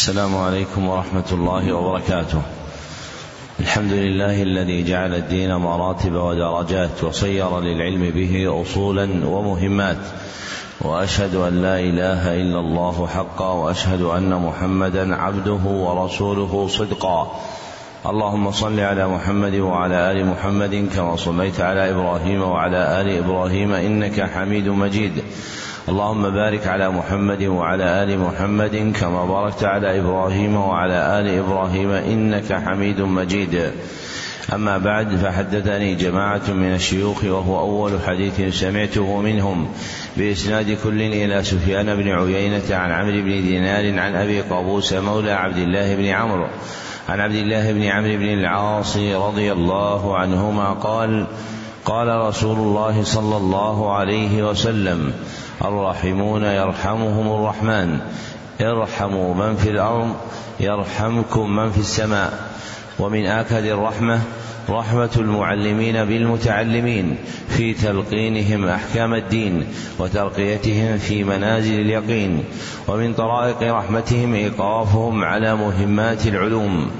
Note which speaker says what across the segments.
Speaker 1: السلام عليكم ورحمة الله وبركاته. الحمد لله الذي جعل الدين مراتب ودرجات وصير للعلم به أصولا ومهمات، وأشهد أن لا إله إلا الله حقا، وأشهد أن محمدا عبده ورسوله صدقا. اللهم صل على محمد وعلى آل محمد كما صليت على إبراهيم وعلى آل إبراهيم إنك حميد مجيد. اللهم بارك على محمد وعلى آل محمد كما باركت على إبراهيم وعلى آل إبراهيم إنك حميد مجيد. أما بعد، فحدثني جماعة من الشيوخ، وهو أول حديث سمعته منهم بإسناد كل إلى سفيان بن عيينة عن عمرو بن دينار عن أبي قابوس مولى عبد الله بن عمرو عن عبد الله بن عمرو بن العاص رضي الله عنهما قال: قال رسول الله صلى الله عليه وسلم: الراحمون يرحمهم الرحمن، ارحموا من في الأرض يرحمكم من في السماء. ومن آكد الرحمة رحمة المعلمين بالمتعلمين في تلقينهم أحكام الدين وترقيتهم في منازل اليقين. ومن طرائق رحمتهم إيقافهم على مهمات العلوم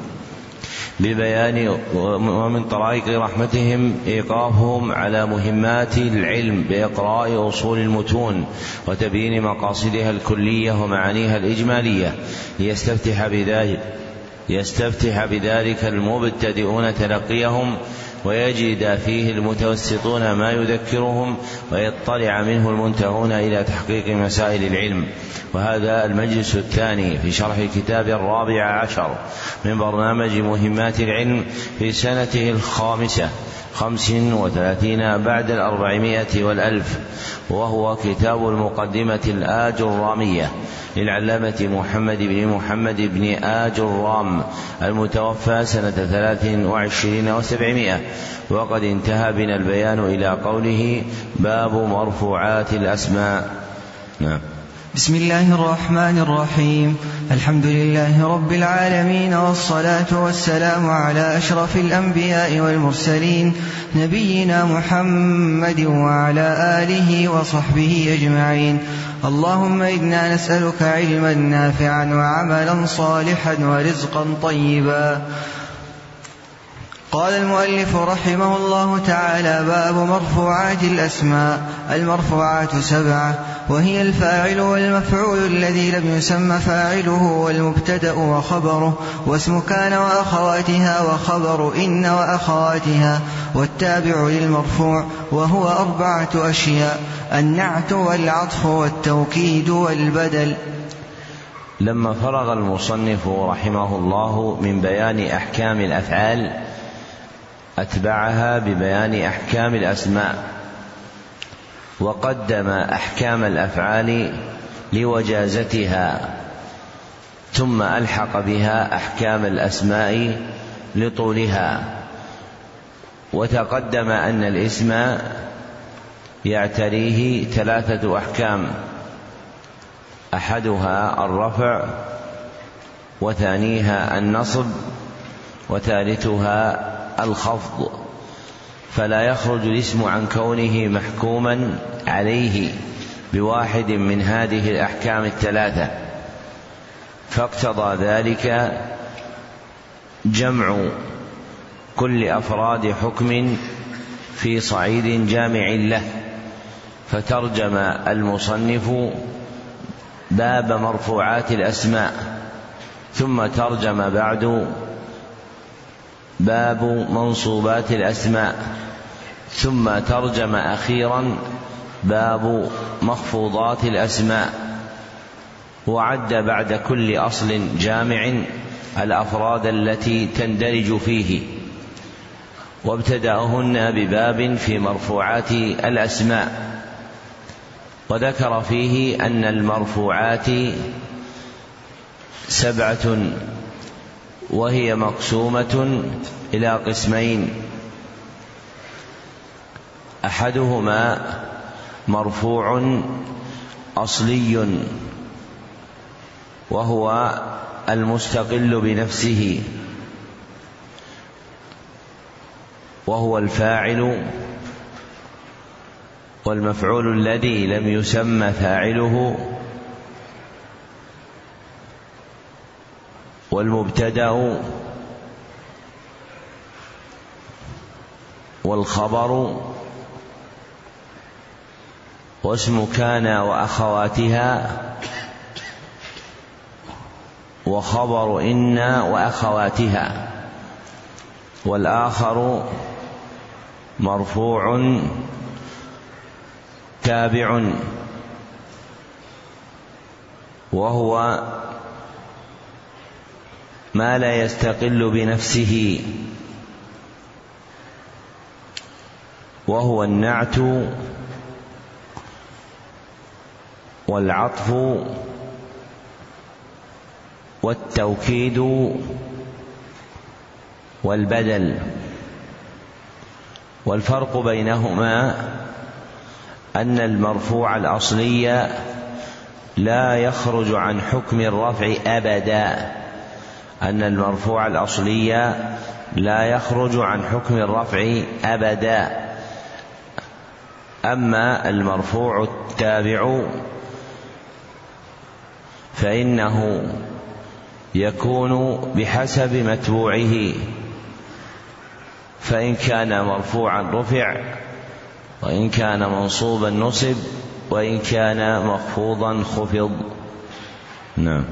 Speaker 1: ومن طرائق رحمتهم إيقافهم على مهمات العلم بإقراء أصول المتون وتبيين مقاصدها الكلية ومعانيها الإجمالية، يستفتح بذلك المبتدئون تلقيهم، ويجد فيه المتوسطون ما يذكرهم، ويطلع منه المنتهون إلى تحقيق مسائل العلم. وهذا المجلس الثاني في شرح كتاب 14 من برنامج مهمات العلم في سنته 35 بعد 400 و1000، وهو كتاب المقدمة الآجرامية للعلامة محمد بن آجرام المتوفى سنة 23 و700. وقد انتهى بنا البيان إلى قوله: باب مرفوعات الأسماء. نعم.
Speaker 2: بسم الله الرحمن الرحيم. الحمد لله رب العالمين، والصلاة والسلام على أشرف الأنبياء والمرسلين، نبينا محمد وعلى آله وصحبه أجمعين. اللهم إنا نسألك علما نافعا وعملا صالحا ورزقا طيبا. قال المؤلف رحمه الله تعالى: باب مرفوعات الأسماء. المرفوعات 7، وهي الفاعل والمفعول الذي لم يسمى فاعله، والمبتدأ وخبره، واسم كان وأخواتها، وخبر إن وأخواتها، والتابع للمرفوع، وهو 4 أشياء: النعت والعطف والتوكيد والبدل.
Speaker 1: لما فرغ المصنف رحمه الله من بيان أحكام الأفعال، أتبعها ببيان أحكام الأسماء، وقدم أحكام الأفعال لوجازتها، ثم ألحق بها أحكام الأسماء لطولها. وتقدم أن الاسم يعتريه 3 أحكام: أحدها الرفع، وثانيها النصب، وثالثها الخفض. فلا يخرج الاسم عن كونه محكوما عليه بواحد من هذه الأحكام 3، فاقتضى ذلك جمع كل أفراد حكم في صعيد جامع له. فترجم المصنف باب مرفوعات الأسماء، ثم ترجم بعد باب منصوبات الأسماء، ثم ترجم أخيرا باب مخفوضات الأسماء، وعد بعد كل أصل جامع الأفراد التي تندرج فيه، وابتدأهن بباب في مرفوعات الأسماء. وذكر فيه أن المرفوعات 7، وهي مقسومة إلى قسمين: أحدهما مرفوع أصلي، وهو المستقل بنفسه، وهو الفاعل والمفعول الذي لم يسمى فاعله، والمبتدأ والخبر واسم كان وأخواتها وخبر إن وأخواتها. والآخر مرفوع تابع وهو ما لا يستقل بنفسه، وهو النعت والعطف والتوكيد والبدل. والفرق بينهما أن المرفوع الأصلي لا يخرج عن حكم الرفع أبدا، أن المرفوع الأصلي لا يخرج عن حكم الرفع أبدا. أما المرفوع التابع فإنه يكون بحسب متبوعه، فإن كان مرفوعا رفع، وإن كان منصوبا نصب، وإن كان مخفوضا خفض. نعم.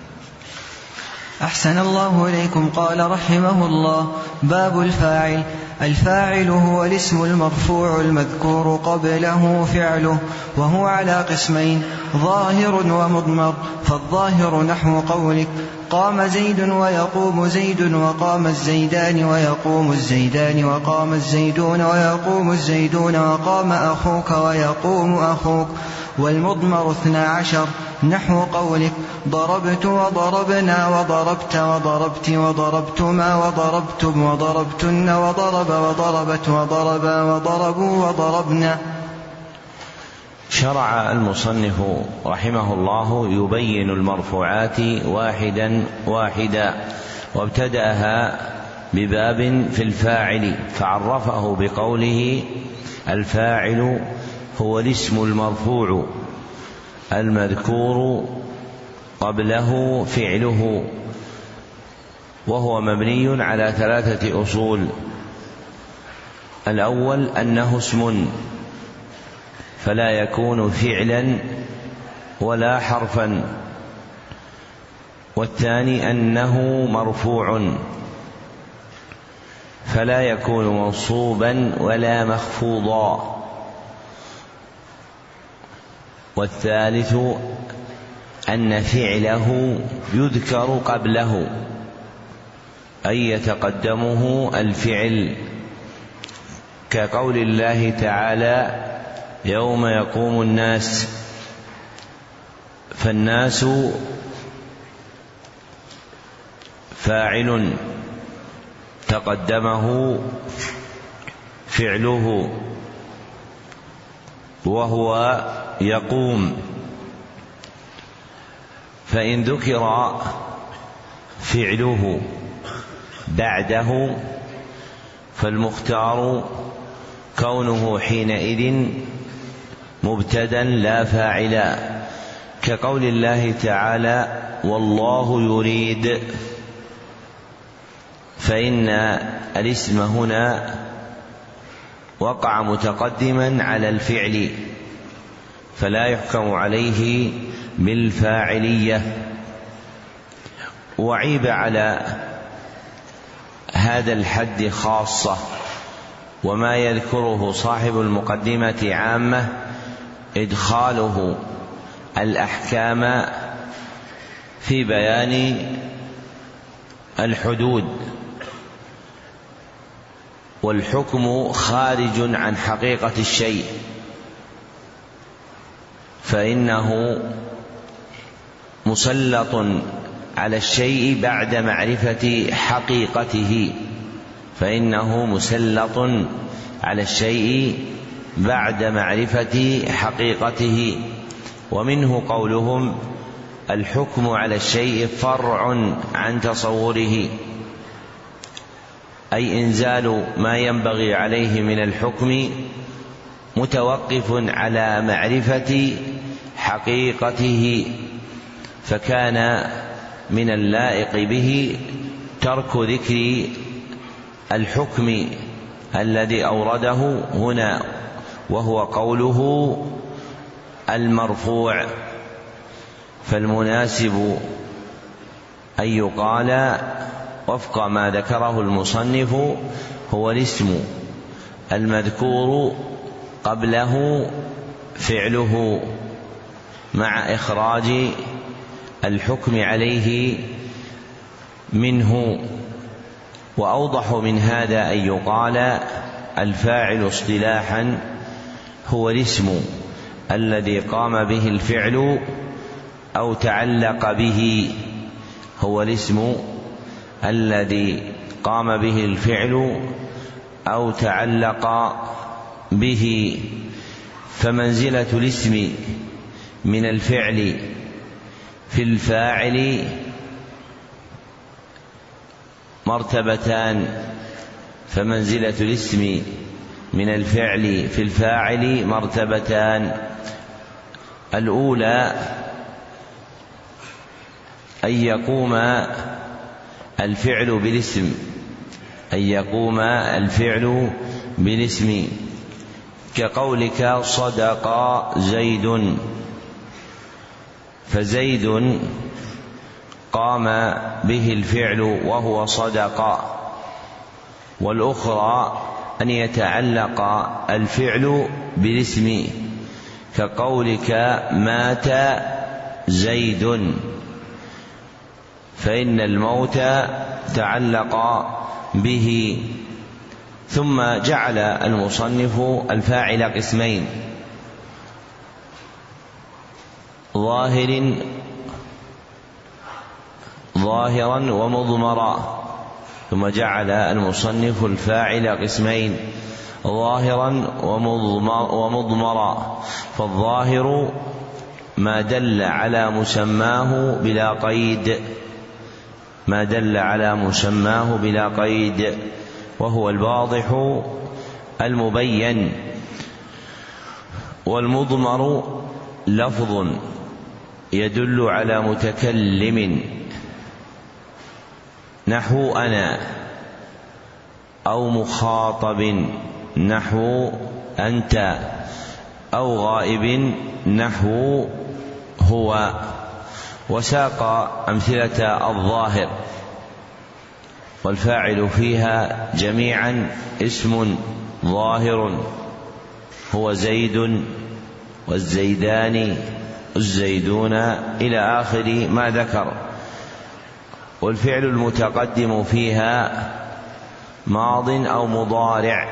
Speaker 2: أحسن الله إليكم. قال رحمه الله: باب الفاعل. الفاعل هو الاسم المرفوع المذكور قبله فعله، وهو على قسمين: ظاهر ومضمر. فالظاهر نحو قولك: قام زيد ويقوم زيد، وقام الزيدان ويقوم الزيدان، وقام الزيدون ويقوم الزيدون، وقام أخوك ويقوم أخوك. والمضمر 12 نحو قولك: ضربت وضربنا، وضربت وضربت، وضربتما، وضربتم، وضربتن، وضرب وضربت، وضربا وضربوا وضربنا.
Speaker 1: شرع المصنف رحمه الله يبين المرفوعات واحدا واحدا، وابتدأها بباب في الفاعل، فعرفه بقوله: الفاعل هو الاسم المرفوع المذكور قبله فعله، وهو مبني على 3 أصول. الأول أنه اسم فلا يكون فعلا ولا حرفا، والثاني أنه مرفوع فلا يكون منصوبا ولا مخفوضا، والثالث أن فعله يذكر قبله أي يتقدمه الفعل، كقول الله تعالى: يوم يقوم الناس. فالناس فاعل تقدمه فعله، وهو يقوم. فإن ذكر فعله بعده فالمختار كونه حينئذ مبتدأ لا فاعلا، كقول الله تعالى: والله يريد. فإن الاسم هنا وقع متقدما على الفعل، فلا يحكم عليه بالفاعلية. وعيب على هذا الحد خاصة، وما يذكره صاحب المقدمة عامة إدخاله الأحكام في بيان الحدود، والحكم خارج عن حقيقة الشيء، فإنه مسلط على الشيء بعد معرفة حقيقته، فإنه مسلط على الشيء بعد معرفة حقيقته. ومنه قولهم: الحكم على الشيء فرع عن تصوره، أي إنزال ما ينبغي عليه من الحكم متوقف على معرفة حقيقته. فكان من اللائق به ترك ذكر الحكم الذي أورده هنا، وهو قوله المرفوع. فالمناسب أن يقال وفق ما ذكره المصنف هو الاسم المذكور قبله فعله مع إخراج الحكم عليه منه. وأوضح من هذا أن يقال الفاعل اصطلاحا هو الاسم الذي قام به الفعل أو تعلق به، هو الاسم الذي قام به الفعل أو تعلق به. فمنزلة الاسم من الفعل في الفاعل مرتبتان. فمنزلة الاسم من الفعل في الفاعل مرتبتان: الأولى أن يقوم الفعل بالاسم، أن يقوم الفعل بالاسم، كقولك صدق زيد، فزيد قام به الفعل وهو صدق. والأخرى أن يتعلق الفعل بالاسم، كقولك مات زيد، فإن الموت تعلق به. ثم جعل المصنف الفاعل قسمين: ظاهرا ومضمرا. ثم جعل المصنف الفاعل قسمين: ظاهرا ومضمرا. فالظاهر ما دل على مسماه بلا قيد، ما دل على مسماه بلا قيد، وهو الواضح المبين. والمضمر لفظ يدل على متكلم، نحو أنا، أو مخاطب نحو أنت، أو غائب نحو هو. وساق أمثلة الظاهر، والفاعل فيها جميعا اسم ظاهر، هو زيد والزيدان الزيدون إلى آخر ما ذكر. والفعل المتقدم فيها ماض أو مضارع،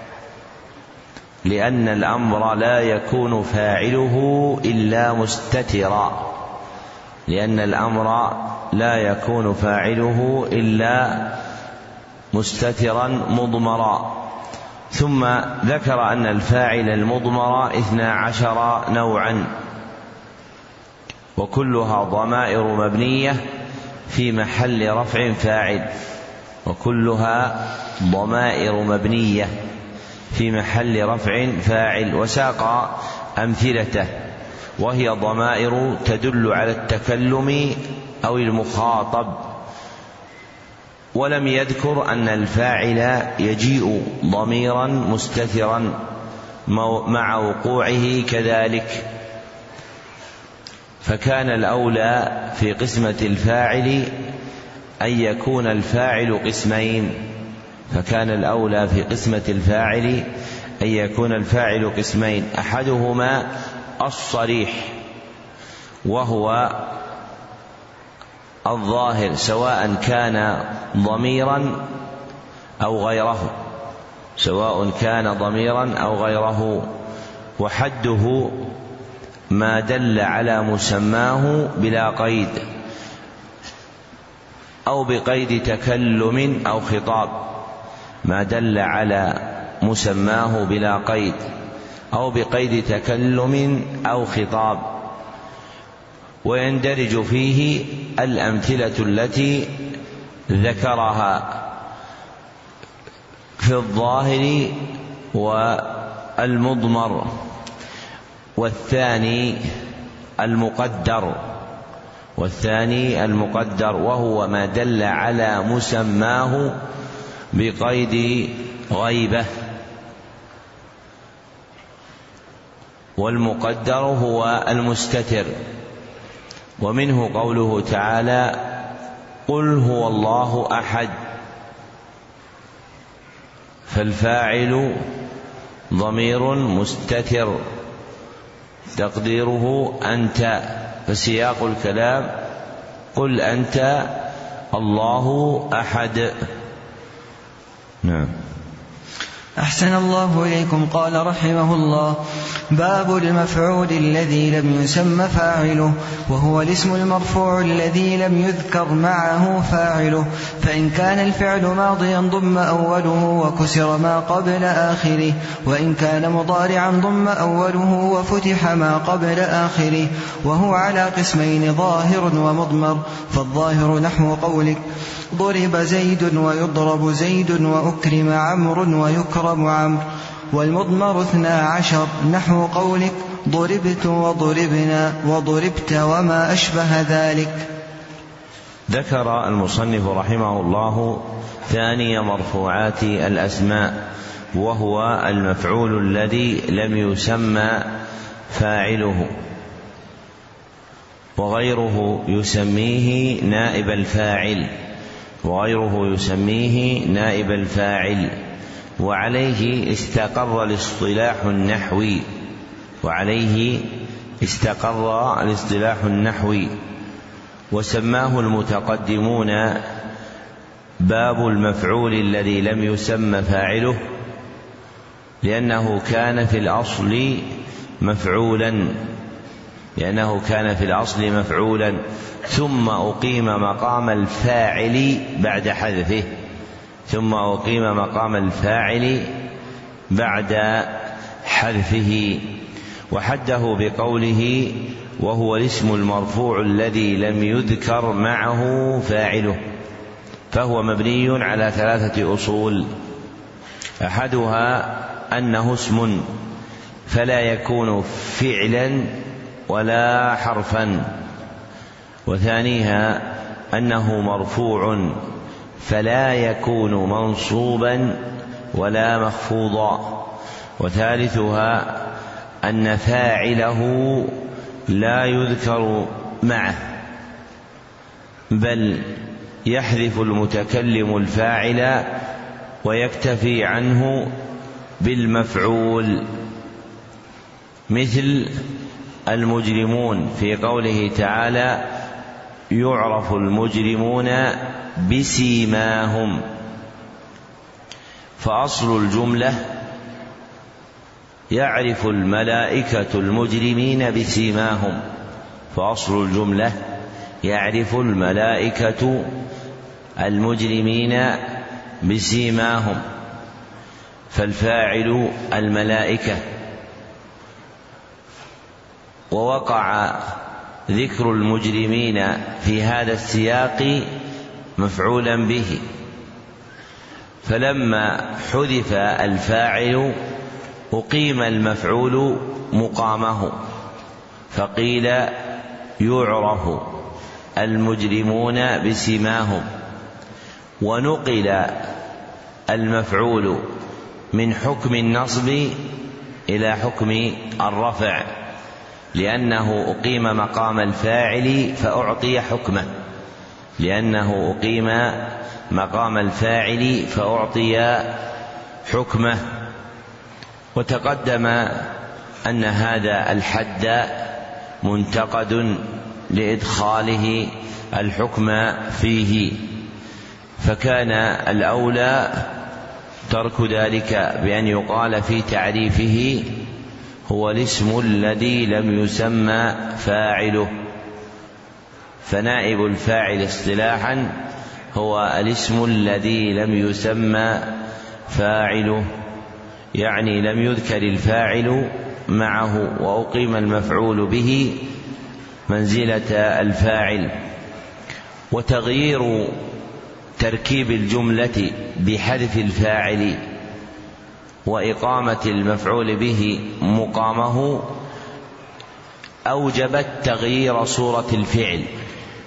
Speaker 1: لأن الأمر لا يكون فاعله إلا مستترا، لأن الأمر لا يكون فاعله إلا مستترا مضمرا. ثم ذكر أن الفاعل المضمر 12 نوعا، وكلها ضمائر مبنية في محل رفع فاعل، وكلها ضمائر مبنية في محل رفع فاعل. وساق أمثلته، وهي ضمائر تدل على التكلم أو المخاطب. ولم يذكر أن الفاعل يجيء ضميرا مستترا مع وقوعه كذلك. فكان الأولى في قسمة الفاعل أن يكون الفاعل قسمين، فكان الأولى في قسمة الفاعل أن يكون الفاعل قسمين: أحدهما الصريح، وهو الظاهر سواء كان ضميرا أو غيره، سواء كان ضميرا أو غيره. وحده ما دل على مسماه بلا قيد، أو بقيد تكلم أو خطاب، ما دل على مسماه بلا قيد أو بقيد تكلم أو خطاب. ويندرج فيه الأمثلة التي ذكرها في الظاهر والمضمر. والثاني المقدر، والثاني المقدر وهو ما دل على مسماه بقيد غيبة. والمقدر هو المستتر. ومنه قوله تعالى قل هو الله أحد، فالفاعل ضمير مستتر تقديره أنت، فسياق الكلام قل أنت الله أحد. نعم.
Speaker 2: أحسن الله إليكم. قال رحمه الله: باب المفعول الذي لم يسم فاعله، وهو الاسم المرفوع الذي لم يذكر معه فاعله، فإن كان الفعل ماضيا ضم أوله وكسر ما قبل آخره، وإن كان مضارعا ضم أوله وفتح ما قبل آخره، وهو على قسمين: ظاهر ومضمر. فالظاهر نحو قولك ضرب زيد ويضرب زيد وأكرم عمرو ويكرم عمرو. والمضمر 12 نحو قولك ضربت وضربنا وضربت وما أشبه ذلك.
Speaker 1: ذكر المصنف رحمه الله ثاني مرفوعات الأسماء، وهو المفعول الذي لم يسمى فاعله، وغيره يسميه نائب الفاعل، وعليه استقر الاصطلاح النحوي، وسماه المتقدمون باب المفعول الذي لم يسم فاعله، لأنه كان في الأصل مفعولا ثم أقيم مقام الفاعل بعد حذفه. وحده بقوله وهو الاسم المرفوع الذي لم يذكر معه فاعله، فهو مبني على 3 أصول: أحدها أنه اسم فلا يكون فعلا ولا حرفا، وثانيها أنه مرفوع فلا يكون منصوبا ولا مخفوضا، وثالثها أن فاعله لا يذكر معه، بل يحذف المتكلم الفاعل ويكتفي عنه بالمفعول، مثل المجرمون في قوله تعالى يعرف المجرمون بسيماهم. فأصل الجملة يعرف الملائكة المجرمين بسيماهم، فالفاعل الملائكة. ووقع ذكر المجرمين في هذا السياق مفعولا به، فلما حذف الفاعل أقيم المفعول مقامه، فقيل يعرف المجرمون بسيماهم، ونقل المفعول من حكم النصب إلى حكم الرفع، لأنه أقيم مقام الفاعل فأعطي حكمه. وتقدم أن هذا الحد منتقد لإدخاله الحكم فيه، فكان الأولى ترك ذلك بأن يقال في تعريفه هو الاسم الذي لم يسمى فاعله، فنائب الفاعل اصطلاحا هو الاسم الذي لم يسمى فاعله، يعني لم يذكر الفاعل معه، وأقيم المفعول به منزلة الفاعل. وتغيير تركيب الجملة بحذف الفاعل وإقامة المفعول به مقامه أوجبت تغيير صورة الفعل،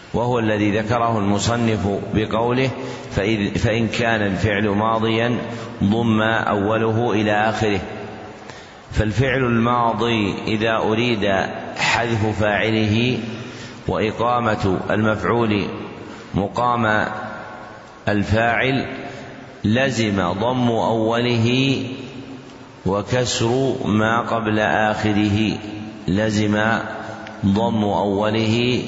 Speaker 1: وهو الذي ذكره المصنف بقوله فإن كان الفعل ماضيا ضم أوله إلى آخره. فالفعل الماضي إذا أريد حذف فاعله وإقامة المفعول مقام الفاعل لزم ضم أوله وكسر ما قبل آخره، لزم ضم أوله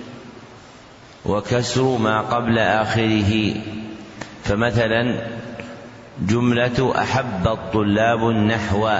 Speaker 1: وكسر ما قبل آخره. فمثلا جملة أحب الطلاب النحو،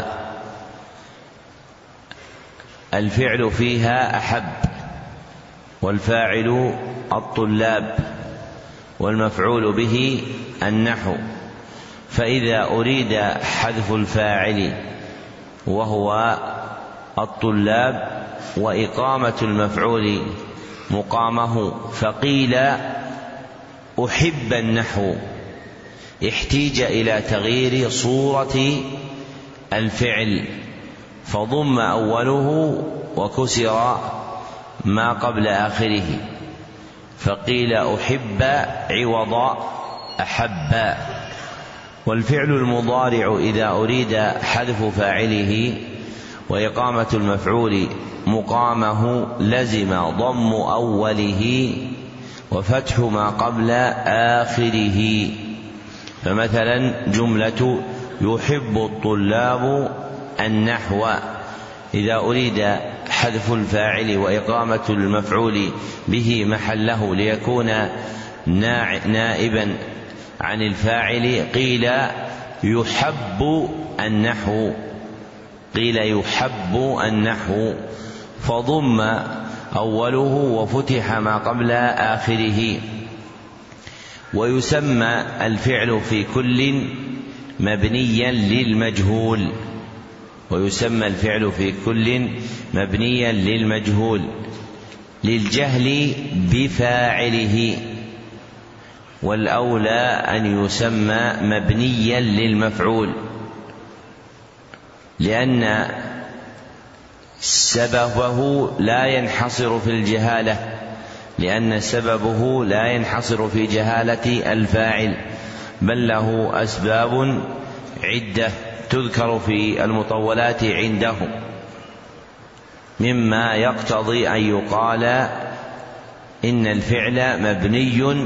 Speaker 1: الفعل فيها أحب والفاعل الطلاب والمفعول به النحو. فإذا أريد حذف الفاعل وهو الطلاب وإقامة المفعول مقامه فقيل أحب النحو، احتيج إلى تغيير صورة الفعل فضم أوله وكسر ما قبل آخره، فقيل أحب عوض أحب. والفعل المضارع إذا أريد حذف فاعله وإقامة المفعول مقامه لزم ضم أوله وفتح ما قبل آخره. فمثلا جملة يحب الطلاب النحو، إذا أريد حذف الفاعل وإقامة المفعول به محله ليكون نائبا عن الفاعل قيل يحب النحو، قيل يحب النحو فضم أوله وفتح ما قبل آخره. ويسمى الفعل في كل مبنيا للمجهول، ويسمى الفعل في كل مبنيا للمجهول للجهل بفاعله، والأولى أن يسمى مبنيا للمفعول لأن سببه لا ينحصر في الجهالة، لأن سببه لا ينحصر في جهالة الفاعل، بل له أسباب عدة تذكر في المطولات عندهم، مما يقتضي أن يقال إن الفعل مبني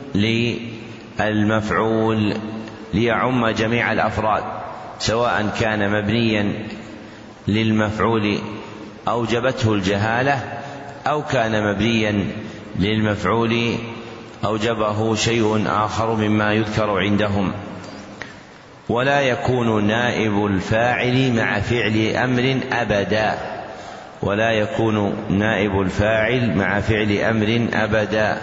Speaker 1: للمفعول ليعم جميع الأفراد، سواء كان مبنيا للمفعول أوجبته الجهالة أو كان مبنيا للمفعول أوجبه شيء آخر مما يذكر عندهم. ولا يكون نائب الفاعل مع فعل أمر أبدا، ولا يكون نائب الفاعل مع فعل أمر أبدا،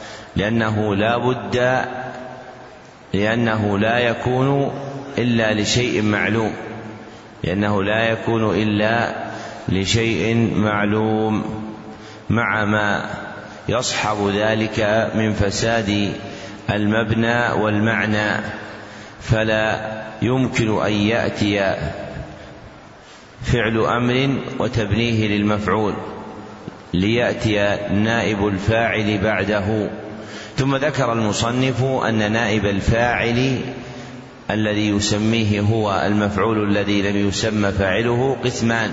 Speaker 1: لأنه لا يكون إلا لشيء معلوم، لأنه لا يكون إلا لشيء معلوم مع ما يصحب ذلك من فساد المبنى والمعنى. فلا يمكن أن يأتي فعل أمر وتبنيه للمفعول ليأتي نائب الفاعل بعده. ثم ذكر المصنف أن نائب الفاعل الذي يسميه هو المفعول الذي لم يسمى فاعله قسمان،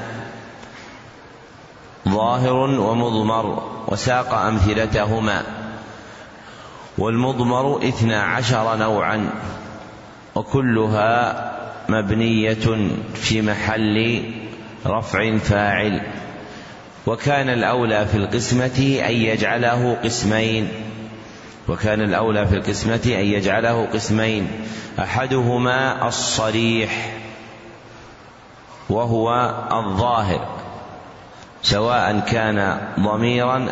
Speaker 1: ظاهر ومضمر، وساق أمثلتهما. والمضمر 12 نوعا وكلها مبنية في محل رفع فاعل. وكان الأولى في القسمة أن يجعله قسمين، أحدهما الصريح وهو الظاهر سواء كان ضميرا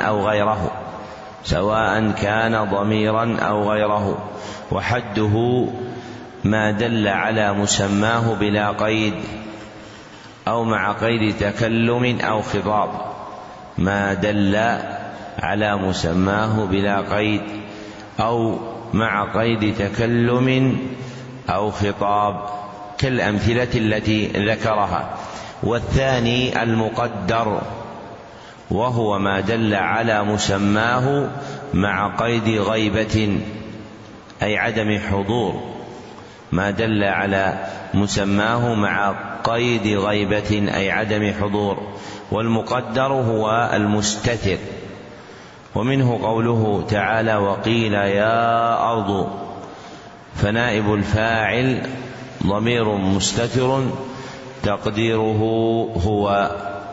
Speaker 1: أو غيره، وحده ما دل على مسماه بلا قيد أو مع قيد تكلم أو خطاب، ما دل على مسماه بلا قيد أو مع قيد تكلم أو خطاب كالأمثلة التي ذكرها. والثاني المقدر وهو ما دل على مسماه مع قيد غيبة أي عدم حضور، ما دل على مسماه مع قيد غيبة أي عدم حضور. والمقدر هو المستتر. ومنه قوله تعالى: وقيل يا أرض، فنائب الفاعل ضمير مستتر تقديره هو.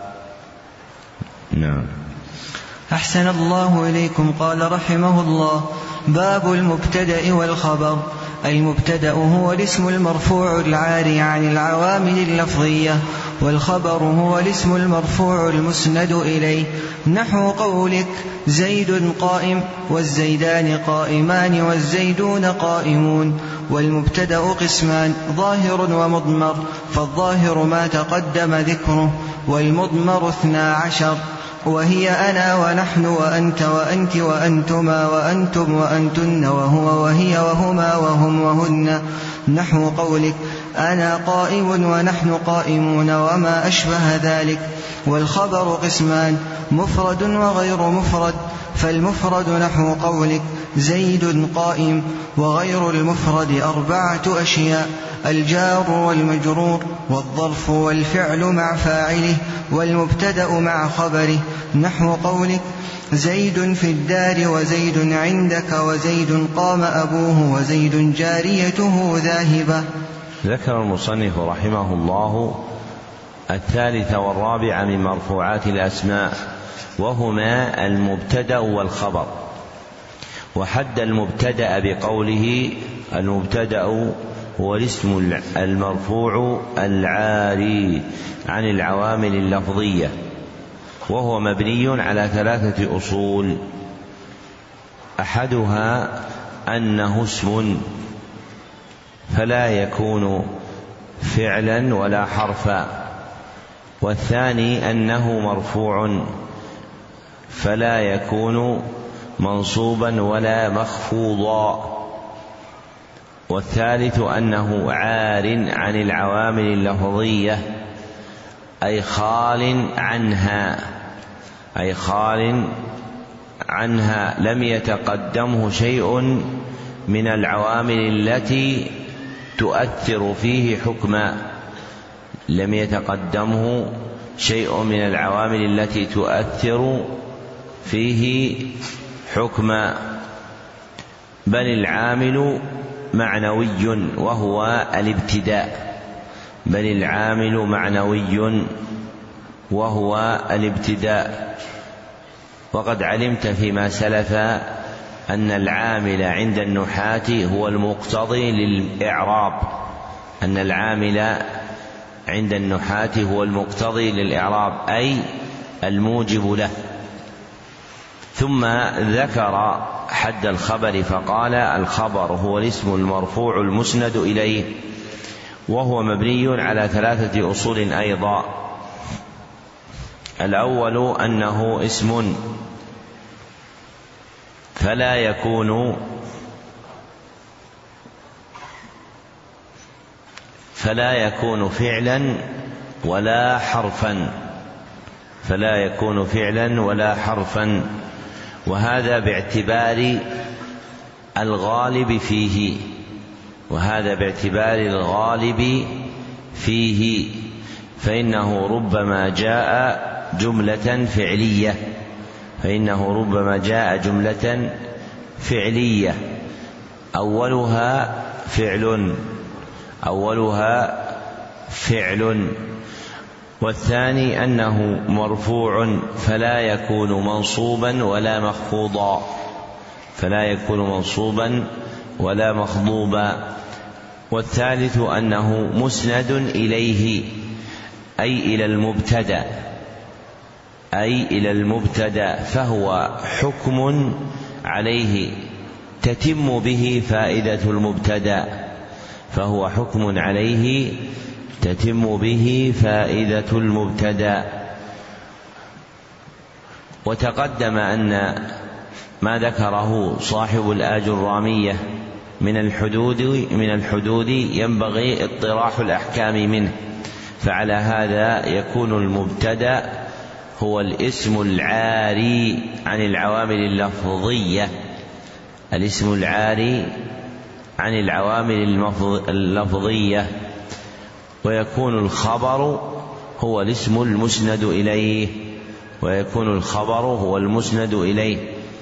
Speaker 1: نعم.
Speaker 2: أحسن الله إليكم. قال رحمه الله: باب المبتدأ والخبر. المبتدأ هو الاسم المرفوع العاري عن العوامل اللفظية، والخبر هو الاسم المرفوع المسند إليه، نحو قولك: زيد قائم، والزيدان قائمان، والزيدون قائمون. والمبتدأ قسمان: ظاهر ومضمر، فالظاهر ما تقدم ذكره، والمضمر 12، وهي أنا ونحن وأنت وأنت وأنتما وأنتم وأنتن وهو وهي وهما وهم وهن، نحو قولك: أنا قائم ونحن قائمون، وما أشبه ذلك. والخبر قسمان: مفرد وغير مفرد، فالمفرد نحو قولك: زيد قائم، وغير المفرد 4 أشياء: الجار والمجرور، والظرف، والفعل مع فاعله، والمبتدأ مع خبره، نحو قولك: زيد في الدار، وزيد عندك، وزيد قام أبوه، وزيد جاريته ذاهبة.
Speaker 1: ذكر المصنف رحمه الله الثالث والرابع من مرفوعات الأسماء، وهما المبتدأ والخبر. وحد المبتدأ بقوله: المبتدأ هو الاسم المرفوع العاري عن العوامل اللفظية، وهو مبني على 3 أصول: أحدها أنه اسم فلا يكون فعلا ولا حرفا، والثاني أنه مرفوع فلا يكون منصوبا ولا مخفوضا، والثالث أنه عار عن العوامل اللفظية أي خال عنها لم يتقدمه شيء من العوامل التي تؤثر فيه حكما، لم يتقدمه شيء من العوامل التي تؤثر فيه حكما، بل العامل معنوي وهو الابتداء، بل العامل معنوي وهو الابتداء. وقد علمت فيما سلف أن العامل عند النحاة هو المقتضي للإعراب، أن العامل عند النحاة هو المقتضي للإعراب أي الموجب له. ثم ذكر حد الخبر فقال: الخبر هو الاسم المرفوع المسند إليه، وهو مبني على 3 أصول أيضا: الأول أنه اسم فلا يكون فعلا ولا حرفا، فلا يكون فعلا ولا حرفا، وهذا باعتبار الغالب فيه، وهذا باعتبار الغالب فيه، فإنه ربما جاء جملة فعلية، فإنه ربما جاء جملة فعلية أولها فعل، والثاني أنه مرفوع فلا يكون منصوبا ولا مخفوضا، فلا يكون منصوبا ولا مخضوبا، والثالث أنه مسند إليه أي إلى المبتدأ، فهو حكم عليه تتم به فائدة المبتدأ، فهو حكم عليه تتم به فائدة المبتدأ. وتقدم أن ما ذكره صاحب الآجرامية من الحدود ينبغي اطراح الأحكام منه، فعلى هذا يكون المبتدأ هو الاسم العاري عن العوامل اللفظية، الاسم العاري عن العوامل اللفظية. ويكون الخبر هو الاسم المسند إليه، ويكون الخبر هو المسند إليه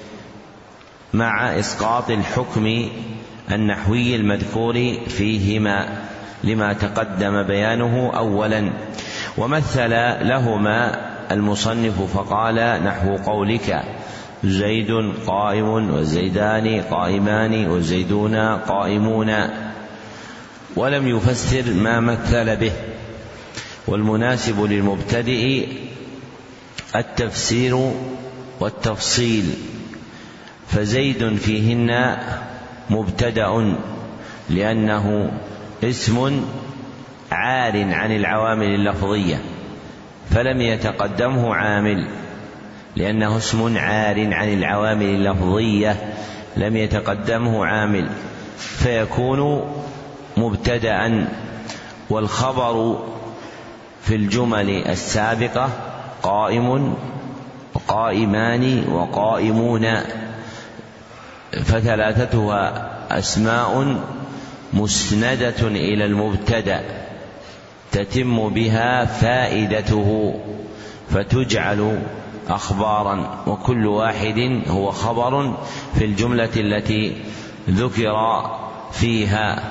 Speaker 1: مع إسقاط الحكم النحوي المذكور فيهما لما تقدم بيانه أولا. ومثل لهما المصنف فقال نحو قولك زيد قائم والزيدان قائمان والزيدون قائمون، ولم يفسر ما مثل به. والمناسب للمبتدئ التفسير والتفصيل، فزيد فيهن مبتدأ لأنه اسم عار عن العوامل اللفظية فلم يتقدمه عامل، لأنه اسم عار عن العوامل اللفظية لم يتقدمه عامل فيكون مبتدأ. والخبر في الجمل السابقة قائم وقائمان وقائمون، فثلاثتها أسماء مسندة إلى المبتدأ تتم بها فائدته فتجعل أخبارا، وكل واحد هو خبر في الجملة التي ذكر فيها.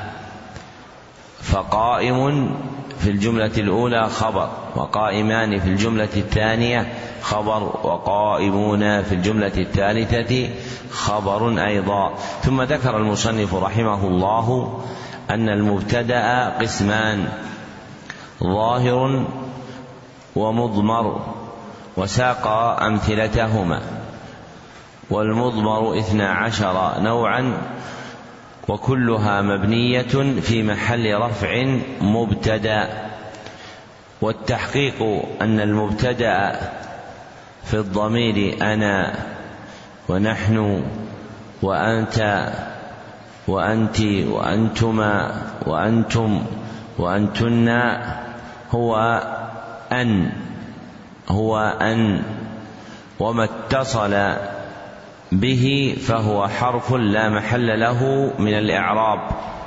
Speaker 1: فقائم في الجملة الأولى خبر، وقائمان في الجملة الثانية خبر، وقائمون في الجملة الثالثة خبر أيضا. ثم ذكر المصنف رحمه الله أن المبتدأ قسمان: ظاهر ومضمر، وساق أمثلتهما. والمضمر 12 نوعا وكلها مبنية في محل رفع مبتدأ. والتحقيق أن المبتدأ في الضمير أنا ونحن وأنت وأنت وأنتما وأنتم وأنتن هو أن، وما اتصل به فهو حرف لا محل له من الإعراب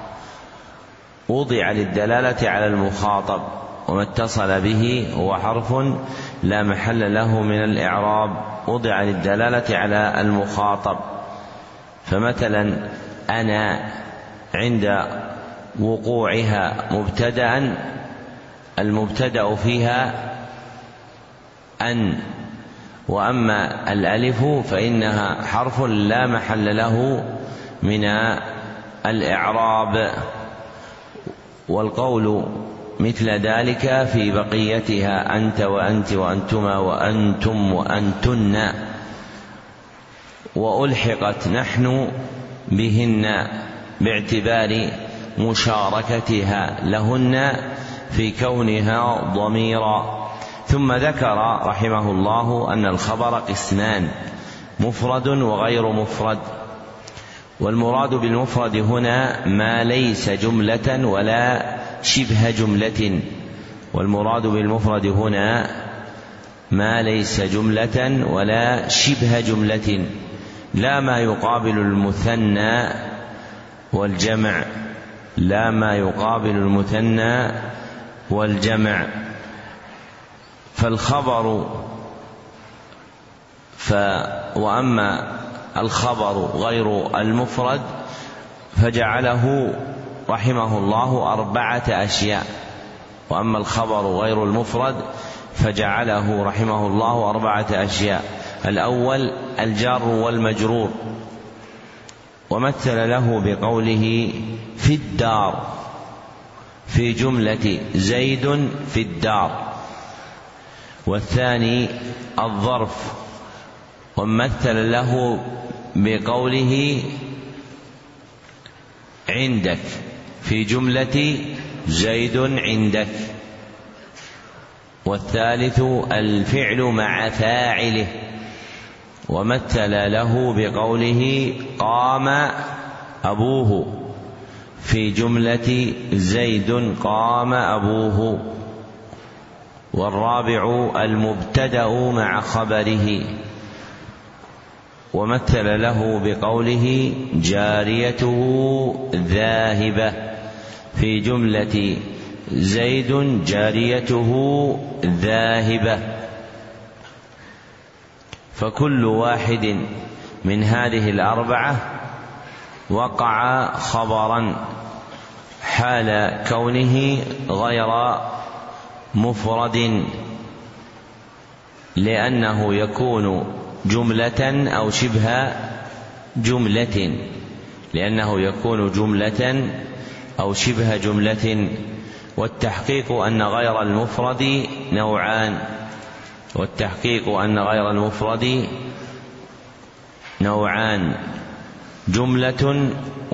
Speaker 1: وضع للدلالة على المخاطب، وما اتصل به هو حرف لا محل له من الإعراب وضع للدلالة على المخاطب. فمثلا أنا عند وقوعها مبتدأ، المبتدأ فيها أن، وأما الألف فإنها حرف لا محل له من الإعراب. والقول مثل ذلك في بقيتها: أنت وأنت وأنتما وأنتم وأنتن. وألحقت نحن بهن باعتبار مشاركتها لهن في كونها ضميرا. ثم ذكر رحمه الله أن الخبر قسمان: مفرد وغير مفرد. والمراد بالمفرد هنا ما ليس جملة ولا شبه جملة. والمراد بالمفرد هنا ما ليس جملة ولا شبه جملة، لا ما يقابل المثنى والجمع، لا ما يقابل المثنى والجمع. فالخبر وأما الخبر غير المفرد فجعله رحمه الله 4 أشياء. وأما الخبر غير المفرد فجعله رحمه الله 4 أشياء: الأول الجار والمجرور، ومثل له بقوله في الدار في جملة زيد في الدار. والثاني الظرف، ومثل له بقوله عندك في جملة زيد عندك. والثالث الفعل مع فاعله، ومثل له بقوله قام أبوه في جملة زيد قام أبوه. والرابع المبتدأ مع خبره. ومثل له بقوله جاريته ذاهبة في جملة زيد جاريته ذاهبة. فكل واحد من هذه الأربعة وقع خبرا حال كونه غير مفرد، لأنه يكون جملة أو شبه جملة، والتحقيق أن غير المفرد نوعان، جملة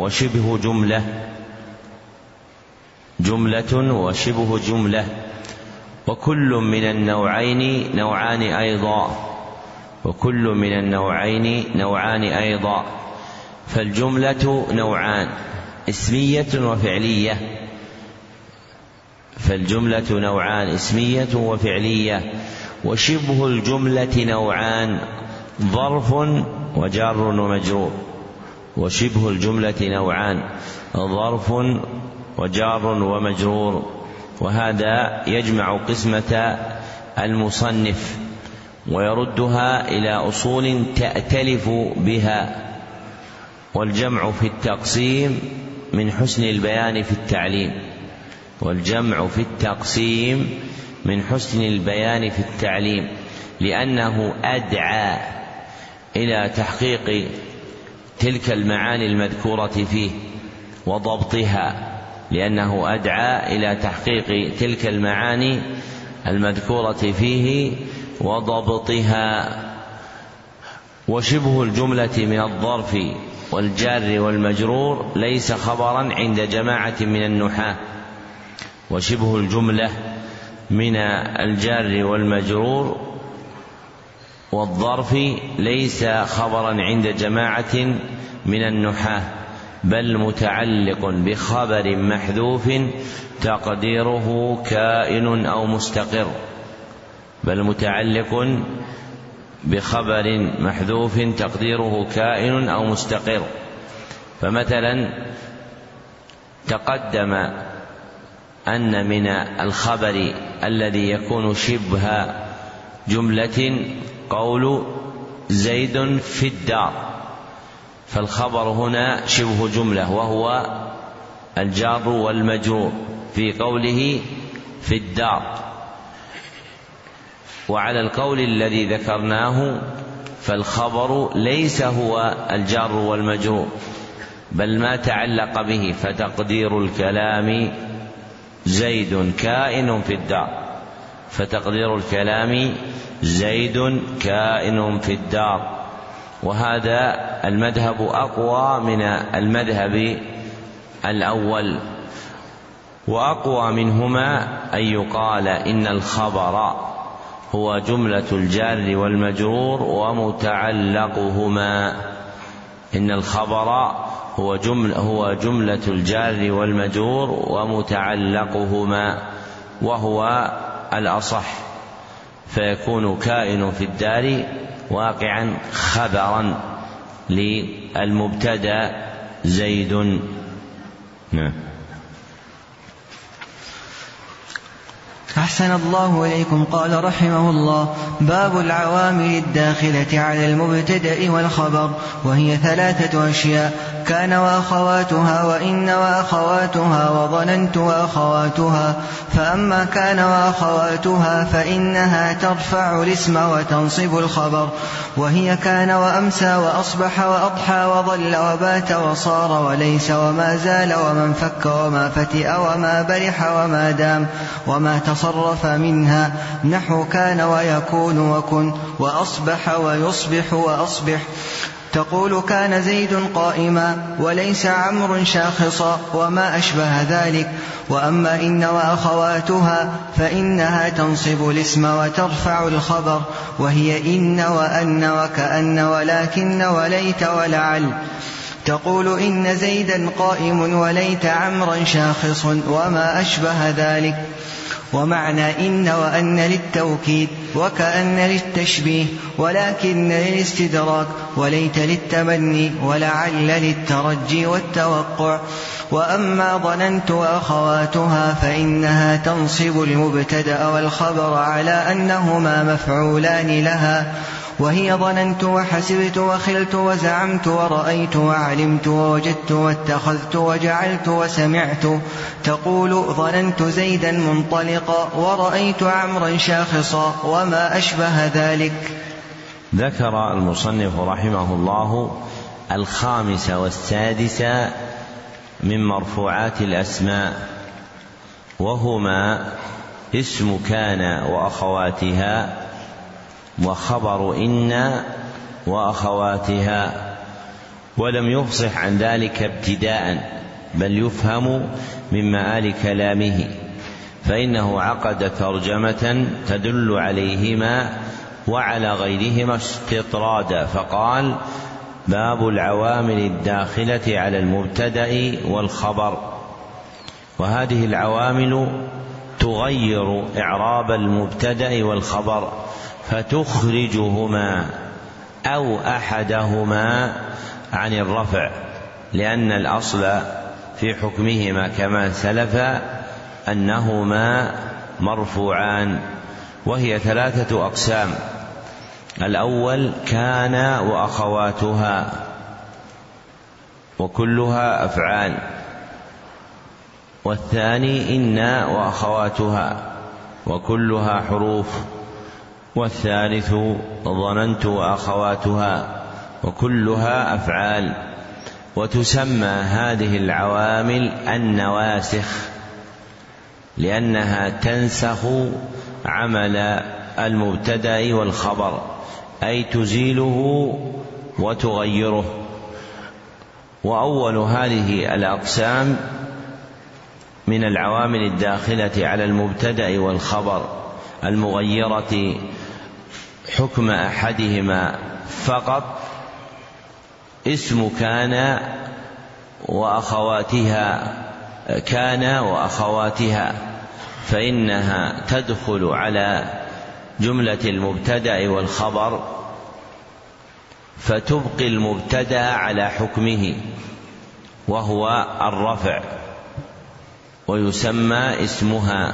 Speaker 1: وشبه جملة، وكل من النوعين نوعان أيضا. فالجملة نوعان اسمية وفعلية، وشبه الجملة نوعان ظرف وجار ومجرور. وهذا يجمع قسمة المصنف ويردها إلى أصول تأتلف بها. والجمع في التقسيم من حسن البيان في التعليم، لأنه أدعى إلى تحقيق تلك المعاني المذكورة فيه وضبطها. وشبه الجملة من الظرف والجار والمجرور ليس خبرا عند جماعة من النحاة، وشبه الجملة من الجار والمجرور والظرف ليس خبرا عند جماعة من النحاة، بل متعلق بخبر محذوف تقديره كائن أو مستقر. فمثلا تقدم أن من الخبر الذي يكون شبه جملة قول زيد في الدار، فالخبر هنا شبه جملة وهو الجار والمجرور في قوله في الدار. وعلى القول الذي ذكرناه فالخبر ليس هو الجار والمجرور بل ما تعلق به، فتقدير الكلام زيد كائن في الدار. وهذا المذهب أقوى من المذهب الأول، وأقوى منهما أن يقال إن الخبر هو جملة الجار والمجرور ومتعلقهما، وهو الأصح، فيكون كائن في الدار واقعا خبرا للمبتدأ زيد. نعم.
Speaker 2: أحسن الله إليكم. قال رحمه الله: باب العوامل الداخلة على المبتدأ والخبر، وهي 3 أشياء: كان وأخواتها، وإن وأخواتها، وظننت وأخواتها. فأما كان وأخواتها فإنها ترفع الاسم وتنصب الخبر، وهي كان وأمسى وأصبح وأضحى وظل وبات وصار وليس وما زال ومن فك وما فتئ وما برح وما دام وما تصرف منها، نحو كان ويكون وكن وأصبح ويصبح وأصبح. تقول كان زيد قائما وليس عمرو شاخصا وما أشبه ذلك. وأما إن وأخواتها فإنها تنصب الاسم وترفع الخبر، وهي إن وأن وكأن ولكن وليت ولعل. تقول إن زيدا قائم وليت عمرا شاخص وما أشبه ذلك. ومعنى إن وأن للتوكيد وكأن للتشبيه، ولكن للاستدراك، وليت للتمني، ولعل للترجي والتوقع. وأما ظننت وأخواتها فإنها تنصب المبتدأ والخبر على أنهما مفعولان لها، وهي ظننت وحسبت وخلت وزعمت ورأيت وعلمت ووجدت واتخذت وجعلت وسمعت. تقول ظننت زيدا منطلقا ورأيت عمرا شاخصا وما أشبه ذلك.
Speaker 1: ذكر المصنف رحمه الله الخامس والسادس من مرفوعات الأسماء، وهما اسم كان وأخواتها، وخبر إن وأخواتها، ولم يفصح عن ذلك ابتداء، بل يفهم من مآل كلامه، فإنه عقد ترجمة تدل عليهما وعلى غيرهما استطرادا، فقال: باب العوامل الداخلة على المبتدأ والخبر. وهذه العوامل تغير إعراب المبتدأ والخبر، فتخرجهما أو أحدهما عن الرفع، لأن الأصل في حكمهما كما سلف أنهما مرفوعان، وهي 3 أقسام: الأول كان وأخواتها وكلها أفعال، والثاني إن وأخواتها وكلها حروف، والثالث ظننت وأخواتها وكلها أفعال. وتسمى هذه العوامل النواسخ، لأنها تنسخ عمل المبتدأ والخبر، أي تزيله وتغيره. وأول هذه الأقسام من العوامل الداخلة على المبتدأ والخبر المغيرة حكم أحدهما فقط اسم كان وأخواتها، فإنها تدخل على جملة المبتدأ والخبر، فتبقي المبتدأ على حكمه وهو الرفع، ويسمى اسمها،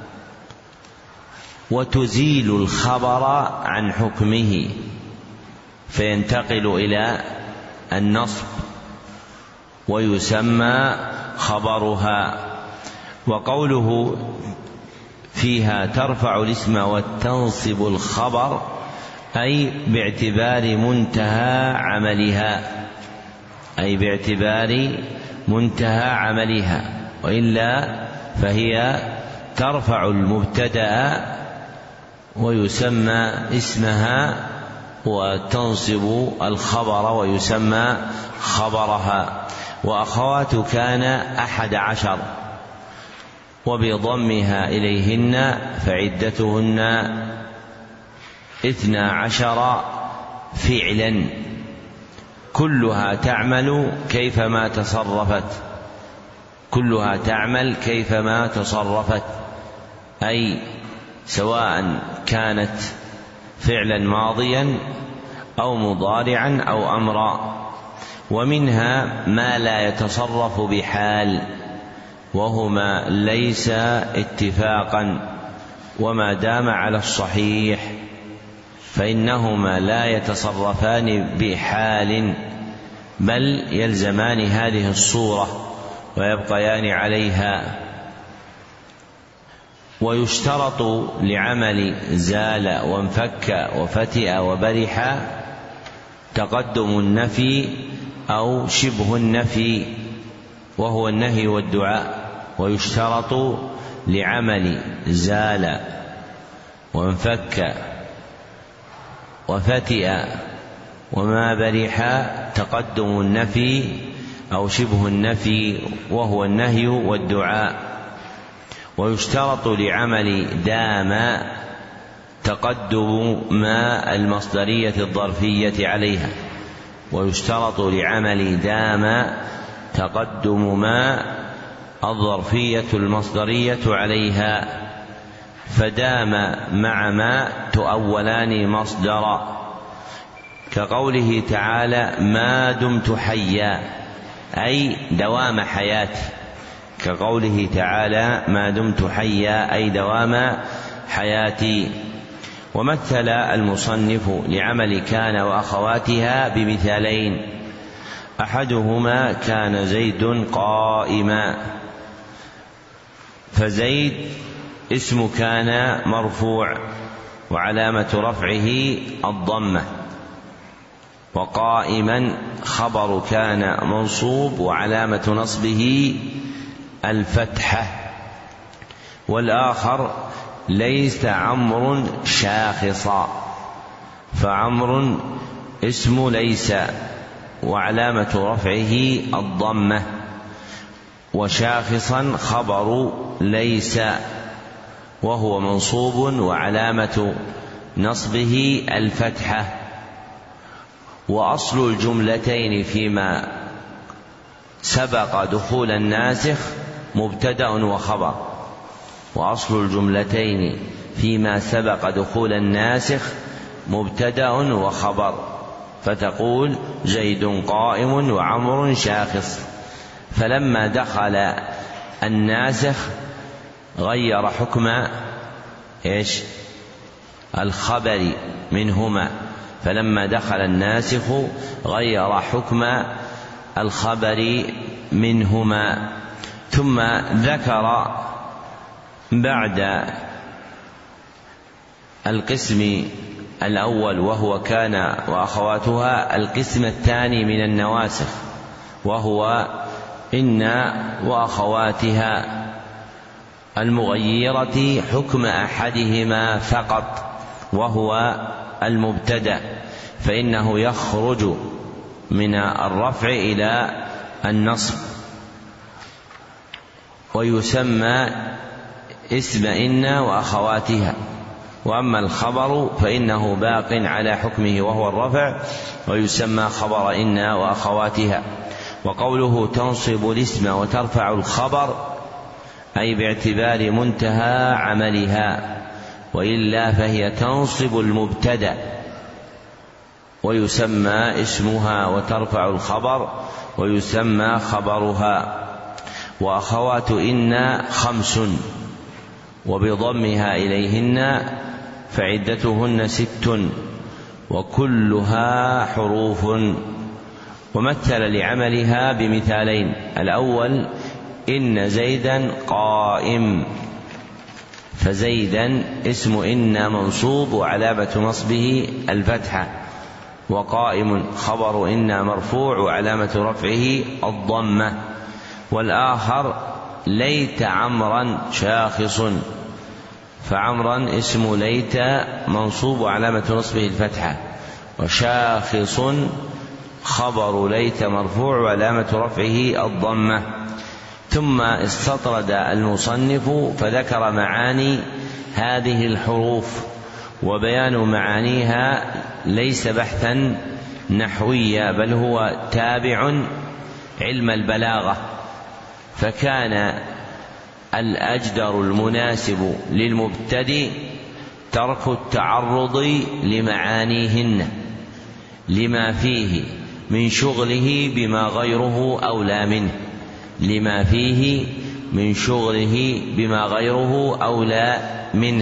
Speaker 1: وتزيل الخبر عن حكمه فينتقل إلى النصب ويسمى خبرها. وقوله فيها ترفع الاسم وتنصب الخبر أي باعتبار منتهى عملها، وإلا فهي ترفع المبتدأ ويسمى اسمها، وتنصب الخبر ويسمى خبرها. وأخوات كان 11، وبضمها إليهن فعدتهن 12 فعلا، كلها تعمل كيفما تصرفت، أي سواء كانت فعلا ماضيا أو مضارعا أو أمرا. ومنها ما لا يتصرف بحال، وهما ليس اتفاقا، وما دام على الصحيح فإنهما لا يتصرفان بحال، بل يلزمان هذه الصورة ويبقيان عليها. ويشترط لعمل زال وانفك وفتئ وبرح تقدم النفي أو شبه النفي، وهو النهي والدعاء. ويشترط لعمل زال وانفك وفتئ وما برح تقدم النفي أو شبه النفي، وهو النهي والدعاء. ويشترط لعمل دام تقدم ما المصدرية الظرفية عليها، ويشترط لعمل دام تقدم ما الظرفية المصدرية عليها. فدام مع ما تؤولان مصدرا، كقوله تعالى ما دمت حيا أي دوام حياتي، كقوله تعالى ما دمت حيا أي دوام حياتي. ومثل المصنف لعمل كان وأخواتها بمثالين: أحدهما كان زيد قائما، فزيد اسم كان مرفوع وعلامة رفعه الضمة، وقائما خبر كان منصوب وعلامة نصبه الفتحة. والآخر ليس عمرو شاخصا، فعمرو اسم ليس وعلامة رفعه الضمة، وشاخصا خبر ليس وهو منصوب وعلامة نصبه الفتحة. وأصل الجملتين فيما سبق دخول الناسخ مبتدأ وخبر، وأصل الجملتين فيما سبق دخول الناسخ مبتدأ وخبر، فتقول زيد قائم وعمر شاخص. فلما دخل الناسخ غير حكم الخبر منهما، فلما دخل الناسخ غير حكم الخبر منهما. ثم ذكر بعد القسم الأول وهو كان وأخواتها القسم الثاني من النواسخ، وهو إن وأخواتها المغيرة حكم أحدهما فقط وهو المبتدأ، فإنه يخرج من الرفع إلى النصب ويسمى اسم إن وأخواتها. وأما الخبر فإنه باق على حكمه وهو الرفع ويسمى خبر إن وأخواتها. وقوله تنصب الاسم وترفع الخبر أي باعتبار منتهى عملها، وإلا فهي تنصب المبتدأ ويسمى اسمها وترفع الخبر ويسمى خبرها. وأخوات إن 5 وبضمها إليهن فعدتهن 6 وكلها حروف. ومثل لعملها بمثالين: الأول إن زيدا قائم، فزيدا اسم إن منصوب وعلامة نصبه الفتحة، وقائم خبر إن مرفوع وعلامة رفعه الضمة. والآخر ليت عمرا شاخص، فعمرا اسم ليت منصوب وعلامة نصبه الفتحة، وشاخص خبر ليت مرفوع وعلامة رفعه الضمة. ثم استطرد المصنف فذكر معاني هذه الحروف، وبيان معانيها ليس بحثا نحويا بل هو تابع علم البلاغة، فكان الأجدر المناسب للمبتدئ ترك التعرض لمعانيهن لما فيه من شغله بما غيره أولى منه، لما فيه من شغله بما غيره أولى منه.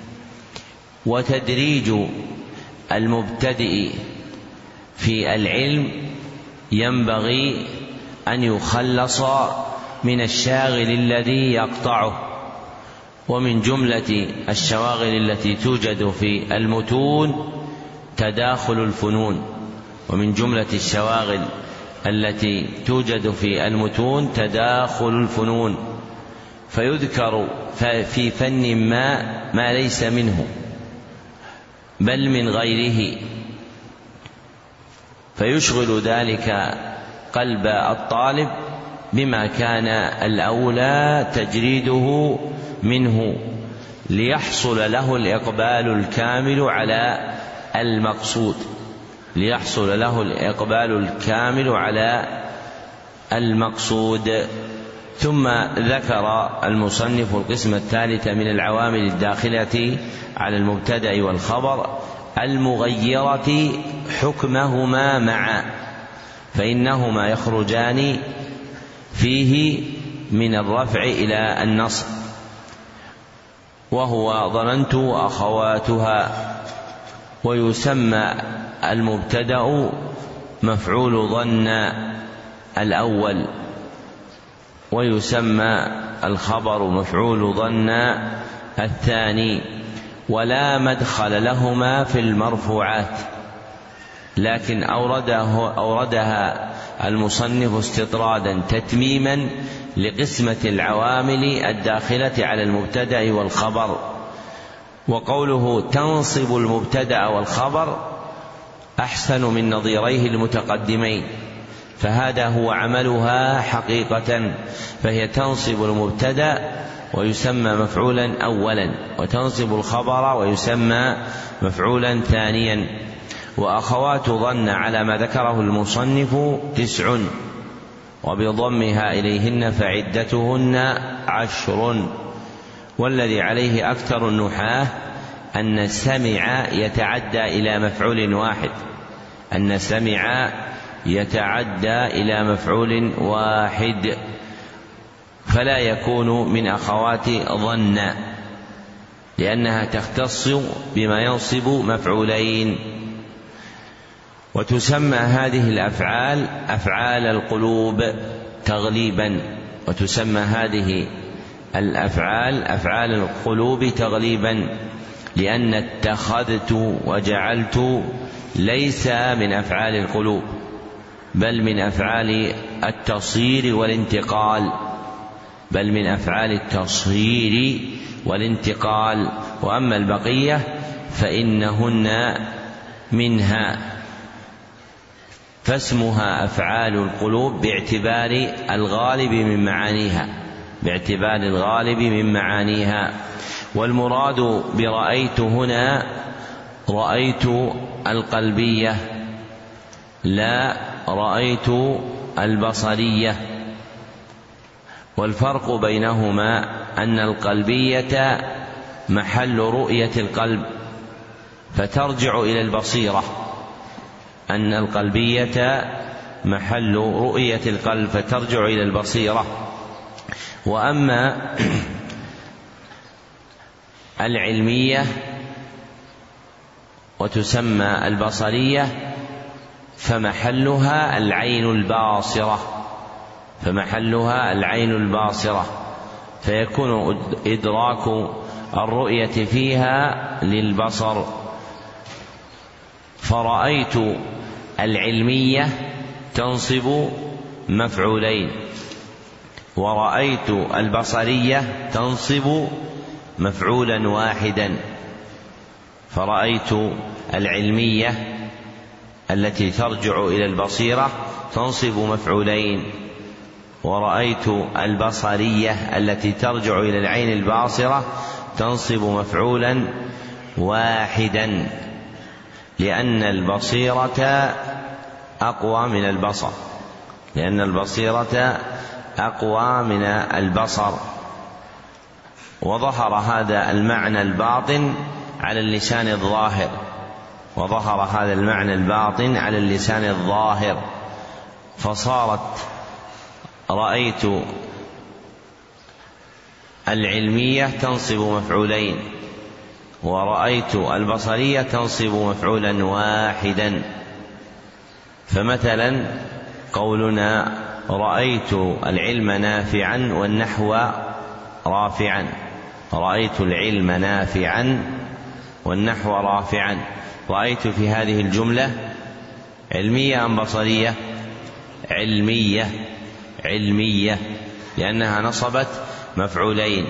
Speaker 1: وتدريج المبتدئ في العلم ينبغي أن يخلص من الشاغل الذي يقطعه. ومن جملة الشواغل التي توجد في المتون تداخل الفنون، ومن جملة الشواغل التي توجد في المتون تداخل الفنون، فيذكر في فن ما ليس منه بل من غيره، فيشغل ذلك قلب الطالب بما كان الأولى تجريده منه ليحصل له الإقبال الكامل على المقصود، ليحصل له الإقبال الكامل على المقصود. ثم ذكر المصنف القسم الثالث من العوامل الداخلة على المبتدأ والخبر المغيرة حكمهما معا، فإنهما يخرجان فيه من الرفع إلى النصب، وهو ظننت وأخواتها. ويسمى المبتدأ مفعول ظن الأول، ويسمى الخبر مفعول ظن الثاني، ولا مدخل لهما في المرفوعات، لكن أوردها المصنف استطرادا تتميما لقسمة العوامل الداخلة على المبتدأ والخبر. وقوله تنصب المبتدأ والخبر أحسن من نظيريه المتقدمين، فهذا هو عملها حقيقة، فهي تنصب المبتدأ ويسمى مفعولا أولا، وتنصب الخبر ويسمى مفعولا ثانيا. وأخوات ظن على ما ذكره المصنف 9، وبضمها إليهن فعدتهن 10. والذي عليه أكثر النحاة أن سمع يتعدى إلى مفعول واحد، أن سمع يتعدى إلى مفعول واحد، فلا يكون من أخوات ظن، لأنها تختص بما ينصب مفعولين. وتسمى هذه الأفعال أفعال القلوب تغليبا، وتسمى هذه الأفعال أفعال القلوب تغليبا، لأن اتخذت وجعلت ليس من أفعال القلوب، بل من أفعال التصير والانتقال، بل من أفعال التصير والانتقال. وأما البقية فإنهن منها، فاسمها أفعال القلوب باعتبار الغالب من معانيها، باعتبار الغالب من معانيها. والمراد برأيت هنا رأيت القلبية، لا رأيت البصرية. والفرق بينهما أن القلبية محل رؤية القلب فترجع إلى البصيرة، أن القلبية محل رؤية القلب فترجع إلى البصيرة. وأما العلمية وتسمى البصرية فمحلها العين الباصرة، فمحلها العين الباصرة، فيكون إدراك الرؤية فيها للبصر. فرأيت العلمية تنصب مفعولين، ورأيت البصرية تنصب مفعولا واحدا. فرأيت العلمية التي ترجع إلى البصيرة تنصب مفعولين، ورأيت البصرية التي ترجع إلى العين الباصرة تنصب مفعولا واحدا، لأن البصيرة أقوى من البصر، لأن البصيرة أقوى من البصر. وظهر هذا المعنى الباطن على اللسان الظاهر، وظهر هذا المعنى الباطن على اللسان الظاهر، فصارت رأيت العلمية تنصب مفعولين، ورأيت البصرية تنصب مفعولا واحدا. فمثلا قولنا رأيت العلم نافعا والنحو رافعا، رأيت العلم نافعا والنحو رافعا، رأيت في هذه الجملة علمية أم بصرية؟ علمية، علمية، لأنها نصبت مفعولين.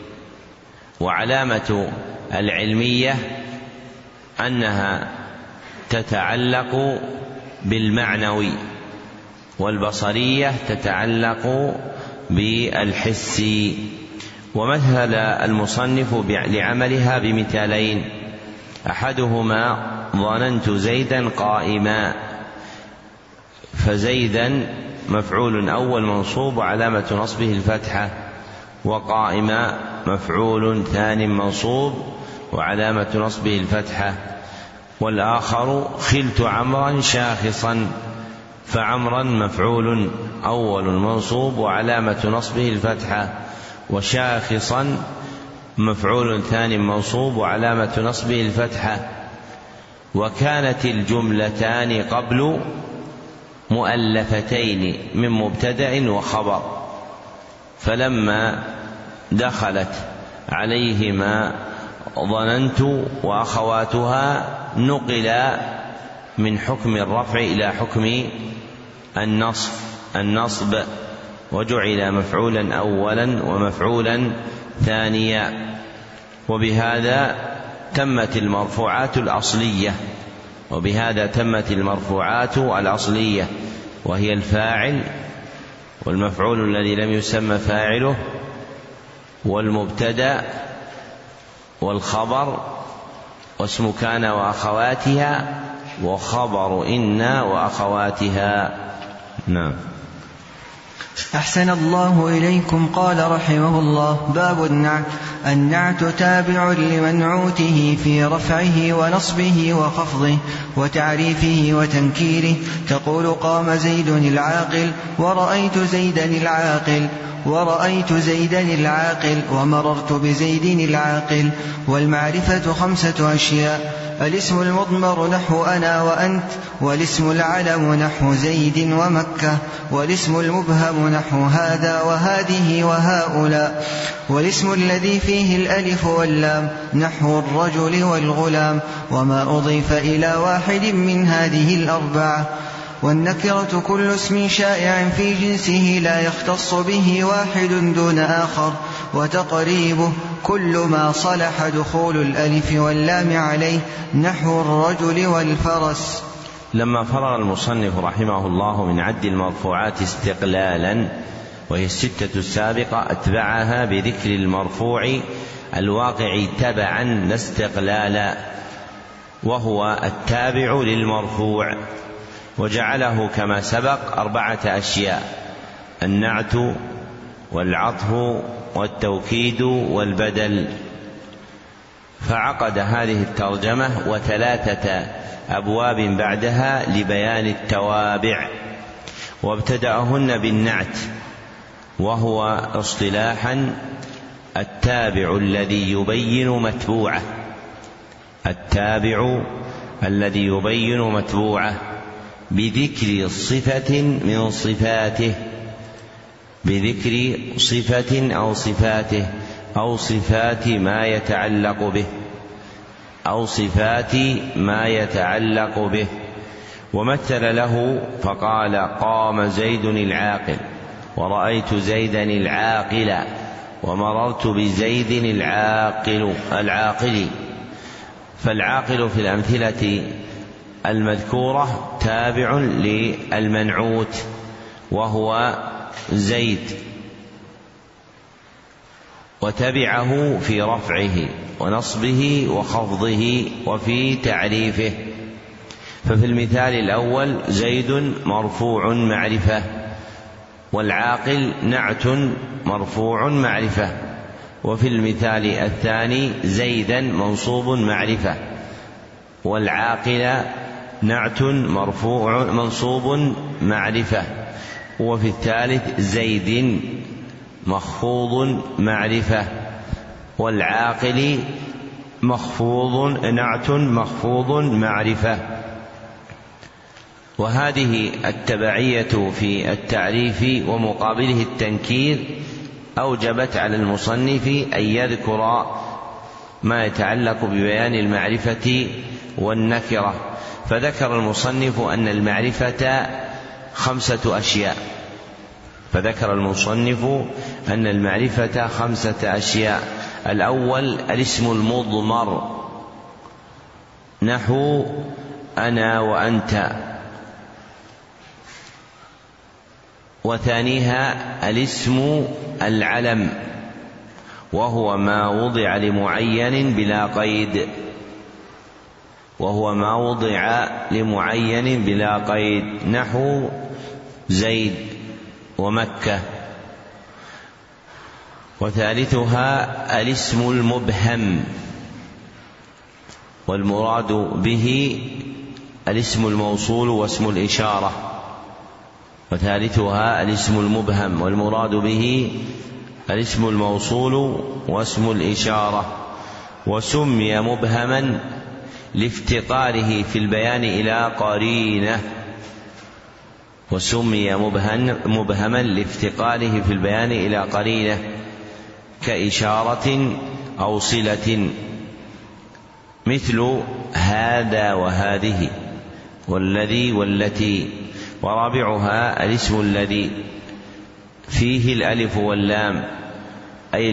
Speaker 1: وعلامة العلمية أنها تتعلق بالمعنوي، والبصرية تتعلق بالحس. ومثل المصنف لعملها بمثالين: أحدهما ظننت زيدا قائما، فزيدا مفعول أول منصوب وعلامة نصبه الفتحة، وقائم مفعول ثاني منصوب وعلامة نصبه الفتحة. والآخر خلت عمرا شاخصا، فعمرا مفعول أول منصوب وعلامة نصبه الفتحة، وشاخصا مفعول ثاني منصوب وعلامة نصبه الفتحة. وكانت الجملتان قبل مؤلفتين من مبتدأ وخبر، فلما دخلت عليهما ظننت وأخواتها نقل من حكم الرفع إلى حكم النصب، وجعل مفعولا أولا ومفعولا ثانيا. وبهذا تمت المرفوعات الأصلية، وهي الفاعل والمفعول الذي لم يسمى فاعله والمبتدأ والخبر واسم كان وأخواتها وخبر إن وأخواتها. نعم.
Speaker 2: أحسن الله إليكم. قال رحمه الله: باب النعت تابع لمنعوته في رفعه ونصبه وخفضه وتعريفه وتنكيره. تقول: قام زيد العاقل، ورأيت زيدا العاقل، ومررت بزيد العاقل. والمعرفة 5 أشياء: الاسم المضمر نحو أنا وأنت، والاسم العلم نحو زيد ومكة، والاسم المبهم نحو هذا وهذه وهؤلاء، والاسم الذي فيه الألف واللام نحو الرجل والغلام، وما أضيف إلى واحد من هذه الأربعة. والنكرة كل اسم شائع في جنسه لا يختص به واحد دون آخر. وتقريبه كل ما صلح دخول الألف واللام عليه نحو الرجل والفرس.
Speaker 1: لما فرغ المصنف رحمه الله من عد المرفوعات استقلالا، وهي 6 السابقة، أتبعها بذكر المرفوع الواقع تبعا لا استقلالا، وهو التابع للمرفوع، وجعله كما سبق 4 أشياء: النعت والعطف والتوكيد والبدل. فعقد هذه الترجمة و3 أبواب بعدها لبيان التوابع، وابتدأهن بالنعت، وهو اصطلاحا التابع الذي يبين متبوعه بذكر صفة أو صفاته أو صفات ما يتعلق به. ومثل له فقال: قام زيد العاقل، ورأيت زيدا العاقل، ومررت بزيد العاقل. فالعاقل في الأمثلة المذكورة تابع للمنعوت وهو زيد، وتبعه في رفعه ونصبه وخفضه وفي تعريفه. ففي المثال الأول زيد مرفوع معرفة، والعاقل نعت مرفوع معرفة. وفي المثال الثاني زيدا منصوب معرفة، والعاقل نعت مرفوع منصوب معرفة. وفي الثالث زيد مخفوض معرفة، والعاقل نعت مخفوض معرفة. وهذه التبعية في التعريف ومقابله التنكير أوجبت على المصنف أن يذكر ما يتعلق ببيان المعرفة والنكرة. فذكر المصنف أن المعرفة 5 أشياء، الأول الاسم المضمر نحو أنا وأنت، وثانيها الاسم العلم، وهو ما وضع لمعين بلا قيد، نحو زيد ومكة. وثالثها الاسم المبهم، والمراد به الاسم الموصول واسم الإشارة. وثالثها الاسم المبهم، والمراد به الاسم الموصول واسم الإشارة. وسمي مبهما لافتقاره في البيان إلى قرينة، وسمي مبهما لافتقاره في البيان إلى قرينة كإشارة أو صلة، مثل هذا وهذه والذي والتي. ورابعها الاسم الذي فيه الألف واللام، أي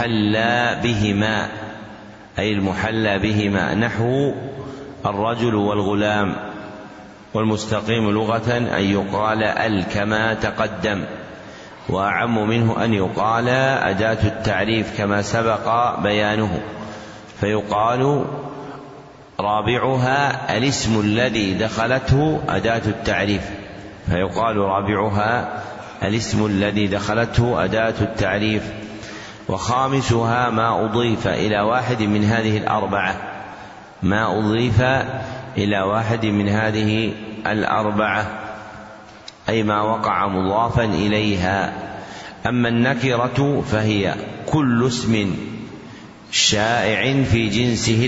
Speaker 1: المحلى بهما، نحو الرجل والغلام. والمستقيم لغة أن يقال ال كما تقدم، وأعم منه أن يقال أداة التعريف كما سبق بيانه، فيقال رابعها الاسم الذي دخلته أداة التعريف. وخامسها ما أضيف إلى واحد من هذه الأربعة، أي ما وقع مضافا إليها. أما النكرة فهي كل اسم شائع في جنسه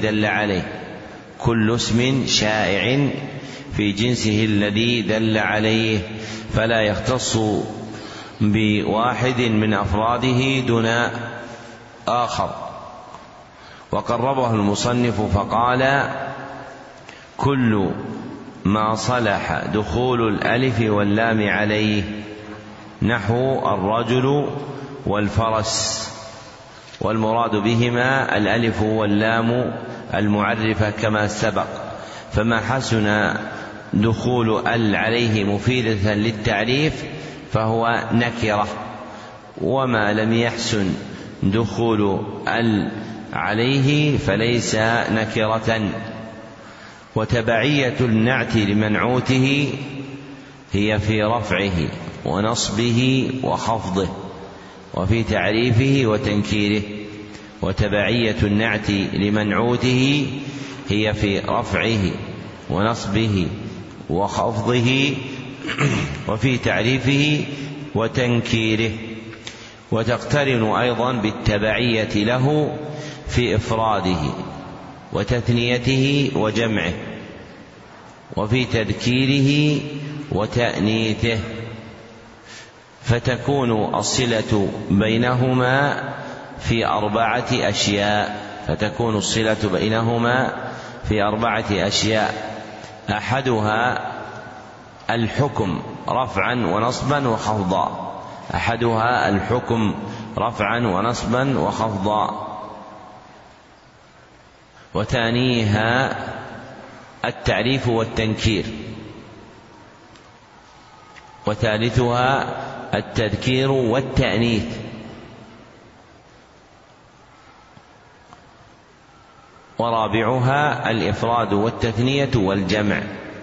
Speaker 1: الذي دل عليه، فلا يختص بواحد من أفراده دون آخر. وقربه المصنف فقال: كل ما صلح دخول الألف واللام عليه، نحو الرجل والفرس، والمراد بهما الألف واللام المعرفة كما سبق. فما حسن دخول ال عليه مفيدة للتعريف فهو نكرة، وما لم يحسن دخول ال عليه فليس نكرة. وتبعية النعت لمنعوته هي في رفعه ونصبه وخفضه، وفي تعريفه وتنكيره. وتبعية النعت لمنعوته هي في رفعه ونصبه وخفضه، وفي تعريفه وتنكيره. وتقترن أيضا بالتبعية له في إفراده وتثنيته وجمعه، وفي تذكيره وتأنيثه، فتكون الصلة بينهما في أربعة أشياء. أحدها الحكم رفعا ونصبا وخفضا. وثانيها التعريف والتنكير. وثالثها التذكير والتأنيث. ورابعها الإفراد والتثنية والجمع.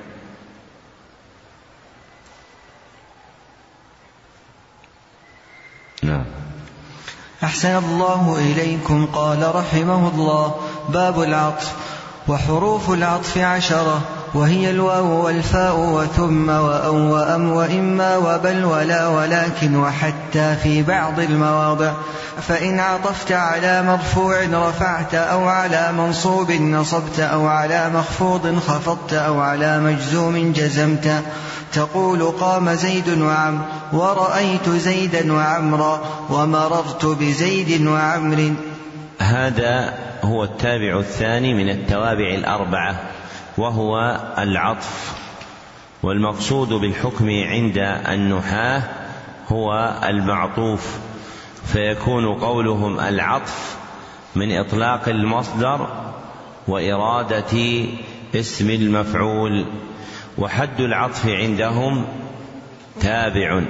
Speaker 1: نعم.
Speaker 2: أحسن الله إليكم. قال رحمه الله: باب العطف. وحروف العطف 10، وهي الواو والفاء وثم وأن وأم وإما وبل ولا ولكن وحتى في بعض المواضع. فإن عطفت على مرفوع رفعت، أو على منصوب نصبت، أو على مخفوض خفضت، أو على مجزوم جزمت. تقول: قام زيد وعمر، ورأيت زيدا وعمرا، ومررت بزيد وعمر.
Speaker 1: هذا هو التابع الثاني من التوابع الأربعة، وهو العطف. والمقصود بالحكم عند النحاة هو المعطوف، فيكون قولهم العطف من إطلاق المصدر وإرادة اسم المفعول. وحد العطف عندهم تابع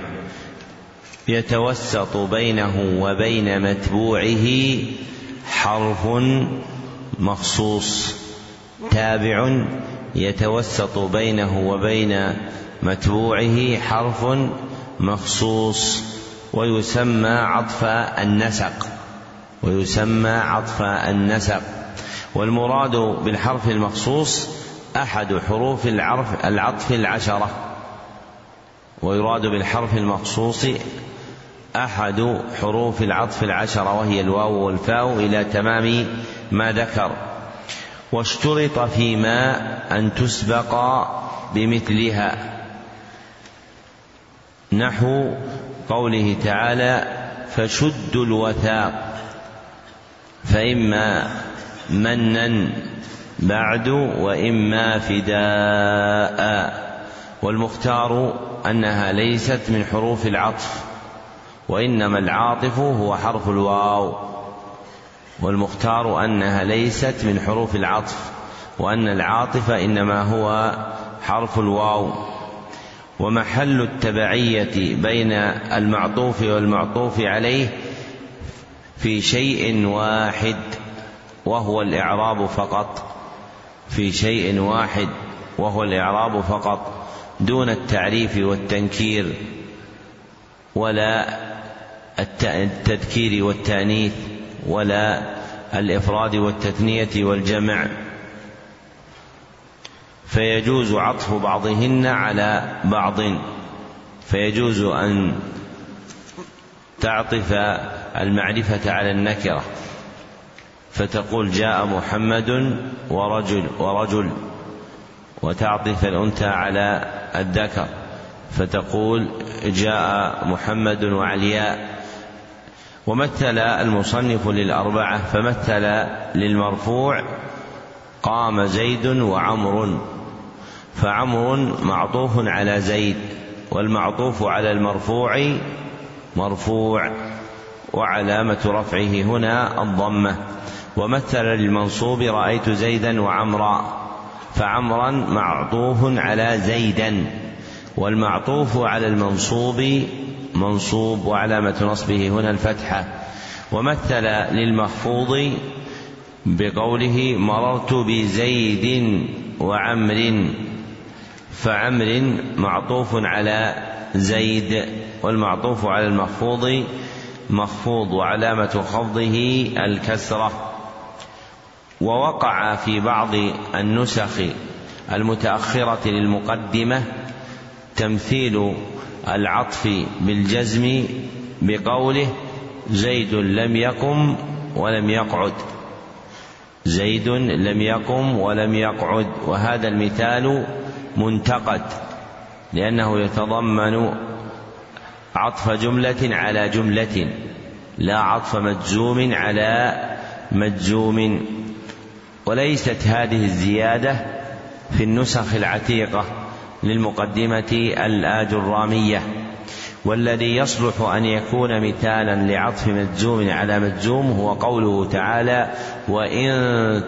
Speaker 1: يتوسط بينه وبين متبوعه حرف مخصوص، تابع يتوسط بينه وبين متبوعه حرف مخصوص ويسمى عطف النسق. والمراد بالحرف المخصوص أحد حروف العطف العشرة، ويراد بالحرف المخصوص أحد حروف العطف العشرة وهي الواو والفاء إلى تمام ما ذكر. واشترط فيما أن تسبق بمثلها، نحو قوله تعالى فشدوا الوثاق، فإما منا بعد وإما فداء. والمختار أنها ليست من حروف العطف، وإنما العاطف هو حرف الواو. والمختار أنها ليست من حروف العطف، وأن العاطف إنما هو حرف الواو. ومحل التبعية بين المعطوف والمعطوف عليه في شيء واحد وهو الإعراب فقط، دون التعريف والتنكير ولا التذكير والتأنيث ولا الإفراد والتثنية والجمع، فيجوز عطف بعضهن على بعض. فيجوز أن تعطف المعرفة على النكرة فتقول جاء محمد ورجل، وتعطف الأنثى على الذكر فتقول جاء محمد وعلياء. ومثل المصنف للأربعة، فمثل للمرفوع قام زيد وعمر، فعمر معطوف على زيد، والمعطوف على المرفوع مرفوع، وعلامة رفعه هنا الضمة. ومثل للمنصوب رأيت زيدا وعمرا، فعمرا معطوف على زيدا، والمعطوف على المنصوب منصوب، وعلامة نصبه هنا الفتحة. ومثل للمخفوض بقوله مررت بزيد وعمر، فعمر معطوف على زيد، والمعطوف على المخفوض مخفوض، وعلامة خفضه الكسرة. ووقع في بعض النسخ المتأخرة للمقدمة تمثيل العطف بالجزم بقوله زيد لم يقم ولم يقعد، زيد لم يقم ولم يقعد. وهذا المثال منتقد، لأنه يتضمن عطف جملة على جملة، لا عطف مجزوم على مجزوم. وليست هذه الزيادة في النسخ العتيقة للمقدمة الآجرامية. والذي يصلح أن يكون مثالا لعطف مجزوم على مجزوم هو قوله تعالى وإن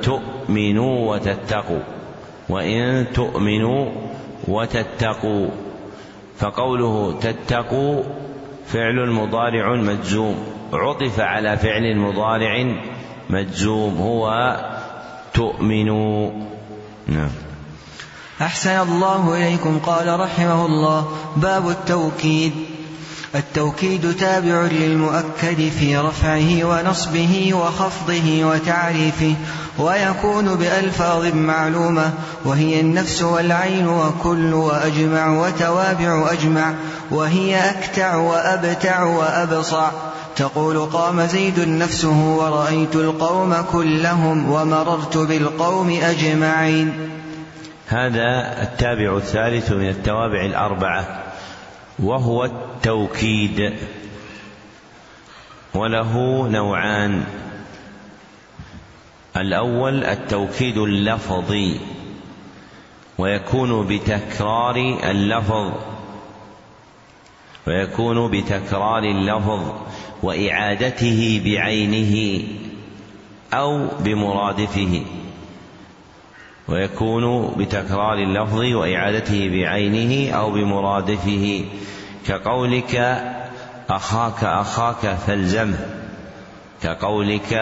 Speaker 1: تؤمنوا وتتقوا، فقوله تتقوا فعل مضارع مجزوم عطف على فعل مضارع مجزوم هو تؤمنوا. نعم.
Speaker 2: أحسن الله إليكم. قال رحمه الله باب التوكيد. التوكيد تابع للمؤكد في رفعه ونصبه وخفضه وتعريفه، ويكون بألفاظ معلومة، وهي النفس والعين وكل وأجمع وتوابع أجمع، وهي أكتع وأبتع وأبصع. تقول قام زيد نفسه ورأيت القوم كلهم ومررت بالقوم أجمعين.
Speaker 1: هذا التابع الثالث من التوابع الأربعة، وهو التوكيد، وله نوعان. الأول التوكيد اللفظي، ويكون بتكرار اللفظ وإعادته بعينه أو بمرادفه. ويكون بتكرار اللفظ وإعادته بعينه أو بمرادفه، كقولك أخاك فالزمه، كقولك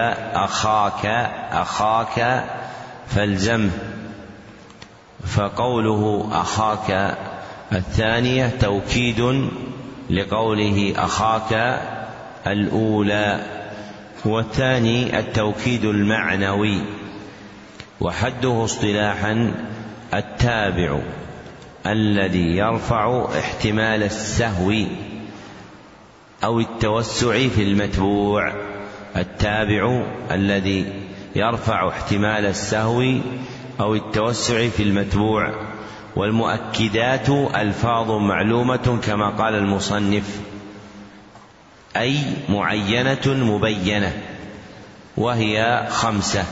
Speaker 1: أخاك فالزمه. فقوله أخاك الثانية توكيد لقوله أخاك الأولى. والثاني التوكيد المعنوي، وحده اصطلاحا التابع الذي يرفع احتمال السهو أو التوسع في المتبوع. التابع الذي يرفع احتمال السهو أو التوسع في المتبوع. والمؤكدات ألفاظ معلومة كما قال المصنف، أي معينة مبينة، وهي 5.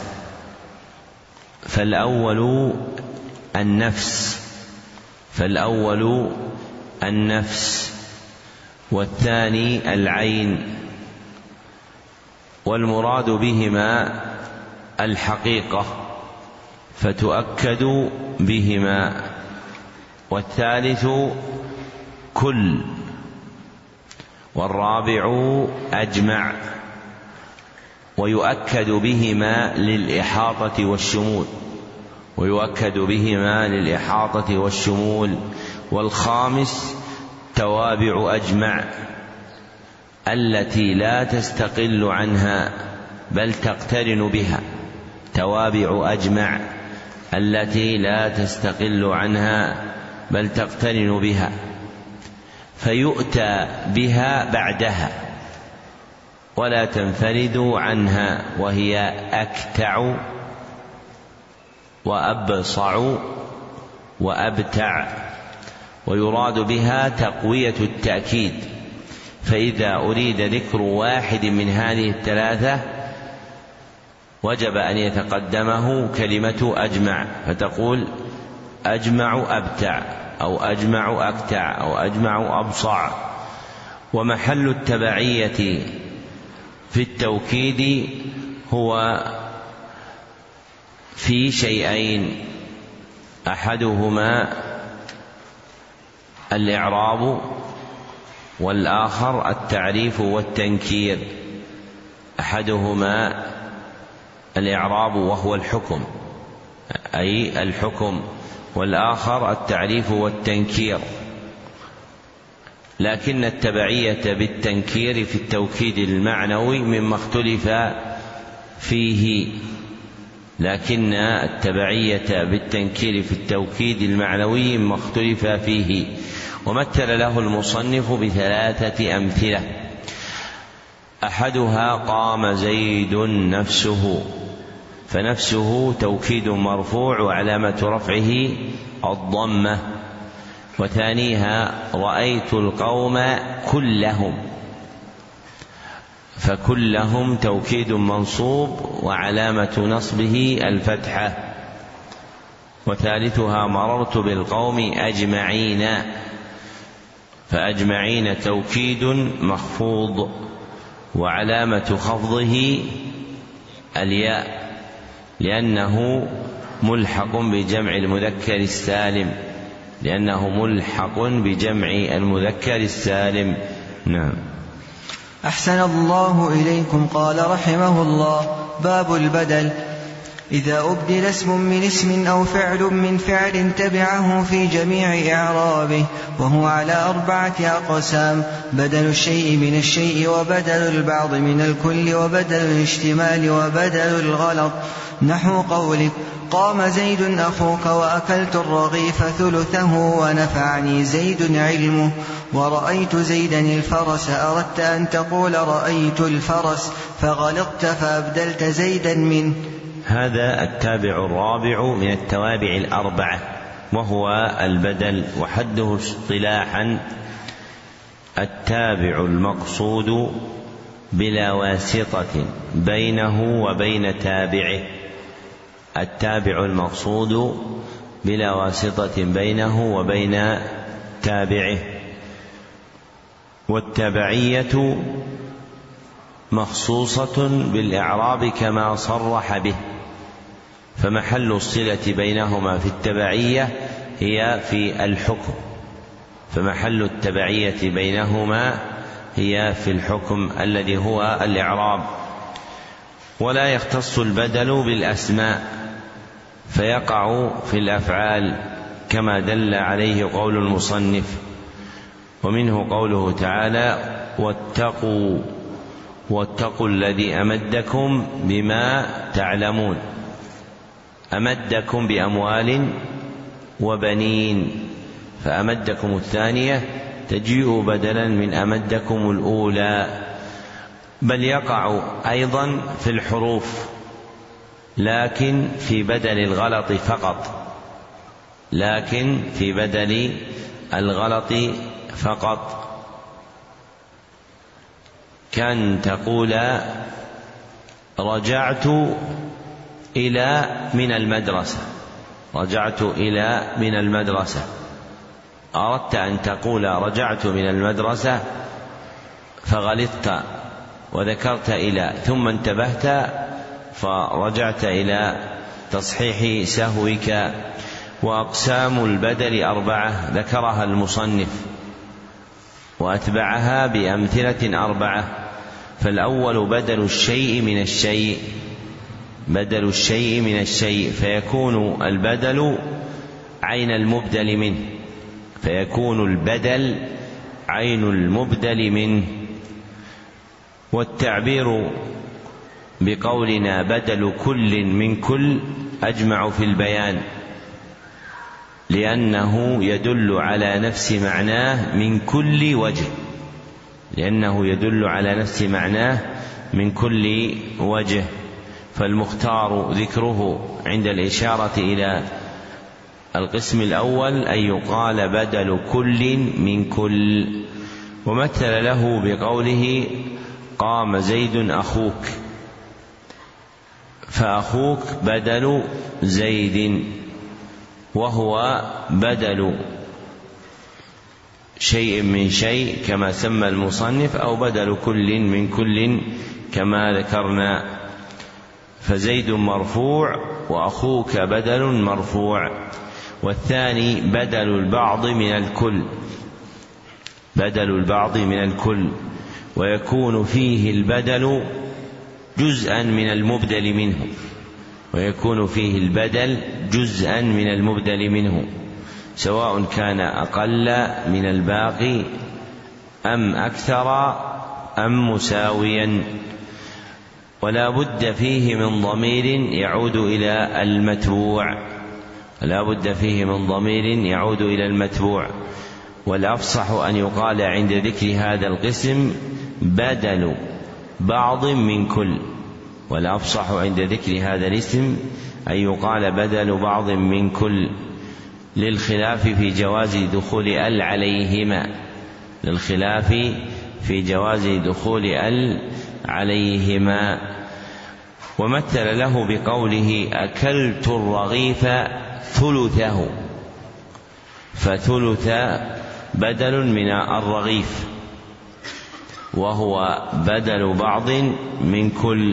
Speaker 1: فالأول النفس، والثاني العين، والمراد بهما الحقيقة فتؤكد بهما. والثالث كل، والرابع أجمع، ويؤكد بهما للإحاطة والشمول. والخامس توابع أجمع التي لا تستقل عنها بل تقترن بها. توابع أجمع التي لا تستقل عنها بل تقترن بها، فيؤتى بها بعدها ولا تنفرد عنها، وهي أكتع وأبصع وأبتع. ويراد بها تقوية التأكيد، فإذا أريد ذكر واحد من هذه الثلاثة وجب أن يتقدمه كلمة أجمع، فتقول أجمع أبتع، أو أجمع أكتع، أو أجمع أبصع. ومحل التبعية في التوكيد هو في شيئين، أحدهما الإعراب والآخر التعريف والتنكير. أحدهما الإعراب وهو الحكم، أي الحكم، والآخر التعريف والتنكير. لكن التبعية بالتنكير في التوكيد المعنوي مما اختلف فيه، لكن التبعية بالتنكير في التوكيد المعنوي مما اختلف فيه. ومثل له المصنف ب3 أمثلة. أحدها قام زيد نفسه، فنفسه توكيد مرفوع وعلامة رفعه الضمة. وثانيها رأيت القوم كلهم، فكلهم توكيد منصوب وعلامة نصبه الفتحة. وثالثها مررت بالقوم أجمعين، فأجمعين توكيد مخفوض وعلامة خفضه الياء، لأنه ملحق بجمع المذكر السالم. نعم.
Speaker 2: أحسن الله إليكم. قال رحمه الله: باب البدل. إذا أبدل اسم من اسم أو فعل من فعل تبعه في جميع إعرابه، وهو على 4 أقسام: بدل الشيء من الشيء، وبدل البعض من الكل، وبدل الاشتمال، وبدل الغلط. نحو قولك: قام زيد أخوك وأكلت الرغيف ثلثه ونفعني زيد علمه، ورأيت زيدا الفرس. أردت أن تقول رأيت الفرس فغلطت فأبدلت زيدا منه.
Speaker 1: هذا التابع الرابع من التوابع 4، وهو البدل. وحده اصطلاحا التابع المقصود بلا واسطة بينه وبين تابعه. التابع المقصود بلا واسطة بينه وبين تابعه. والتبعية مخصوصة بالإعراب كما صرح به، فمحل الصلة بينهما في التبعية هي في الحكم، فمحل التبعية بينهما هي في الحكم الذي هو الإعراب. ولا يختص البدل بالأسماء، فيقع في الأفعال كما دل عليه قول المصنف. ومنه قوله تعالى: واتقوا الذي أمدكم بما تعلمون، أمدكم بأموال وبنين، فأمدكم الثانية تجيء بدلا من أمدكم الأولى، بل يقع أيضا في الحروف لكن في بدل الغلط فقط، كان تقول: رجعت إلى من المدرسة، أردت أن تقول رجعت من المدرسة فغلطت وذكرت إلى، ثم انتبهت فرجعت إلى تصحيح سهوك. وأقسام البدل 4 ذكرها المصنف وأتبعها بأمثلة 4. فالأول بدل الشيء من الشيء، فيكون البدل عين المبدل منه. والتعبير بقولنا بدل كل من كل أجمع في البيان، لأنه يدل على نفس معناه من كل وجه، فالمختار ذكره عند الإشارة إلى القسم الأول أن يقال بدل كل من كل. ومثل له بقوله: قام زيد أخوك، فأخوك بدل زيد، وهو بدل شيء من شيء كما سمى المصنف، أو بدل كل من كل كما ذكرنا. فزيد مرفوع وأخوك بدل مرفوع. والثاني بدل البعض من الكل، ويكون فيه البدل جزءا من المبدل منه، سواء كان أقل من الباقي أم أكثر أم مساويا. ولا بد فيه من ضمير يعود إلى المتبوع. والأفصح أن يقال عند ذكر هذا القسم بدل بعض من كل، والأفصح عند ذكر هذا الاسم أن يقال بدل بعض من كل، للخلاف في جواز دخول عليهما. ومثل له بقوله: أكلت الرغيف ثلثه، فثلث بدل من الرغيف، وهو بدل بعض من كل.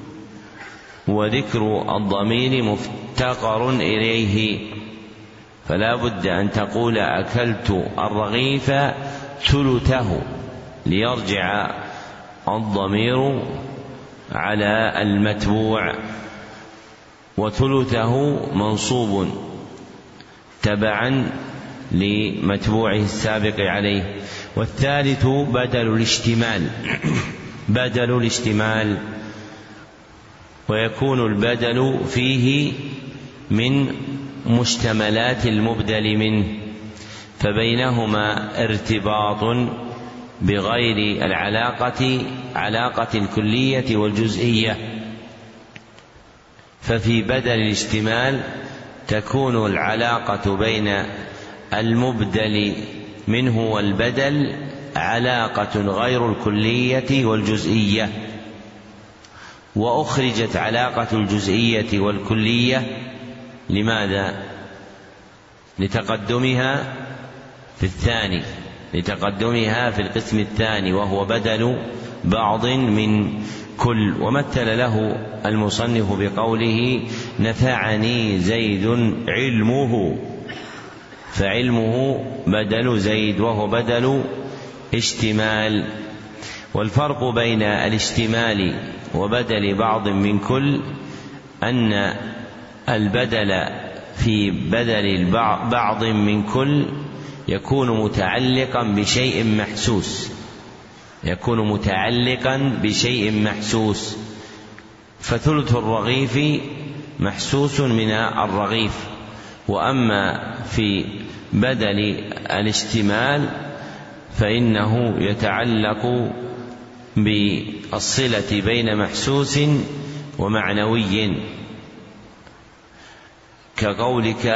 Speaker 1: وذكر الضمير مفتقر إليه، فلا بد أن تقول: أكلت الرغيف ثلثه، ليرجع الضمير على المتبوع. وثلثه منصوب تبعا لمتبوعه السابق عليه. والثالث بدل الاشتمال، ويكون البدل فيه من مشتملات المبدل منه، فبينهما ارتباط بغير علاقة الكلية والجزئية. ففي بدل الاشتمال تكون العلاقة بين المبدل منه والبدل علاقة غير الكلية والجزئية، وأخرجت علاقة الجزئية والكلية لماذا؟ لتقدمها في القسم الثاني، وهو بدل بعض من كل. ومثل له المصنف بقوله: نفعني زيد علمه، فعلمه بدل زيد، وهو بدل اشتمال. والفرق بين الاشتمال وبدل بعض من كل أن البدل في بدل بعض من كل يكون متعلقا بشيء محسوس، فثلث الرغيف محسوس من الرغيف. وأما في بدل الاشتمال فإنه يتعلق بالصلة بين محسوس ومعنوي، كقولك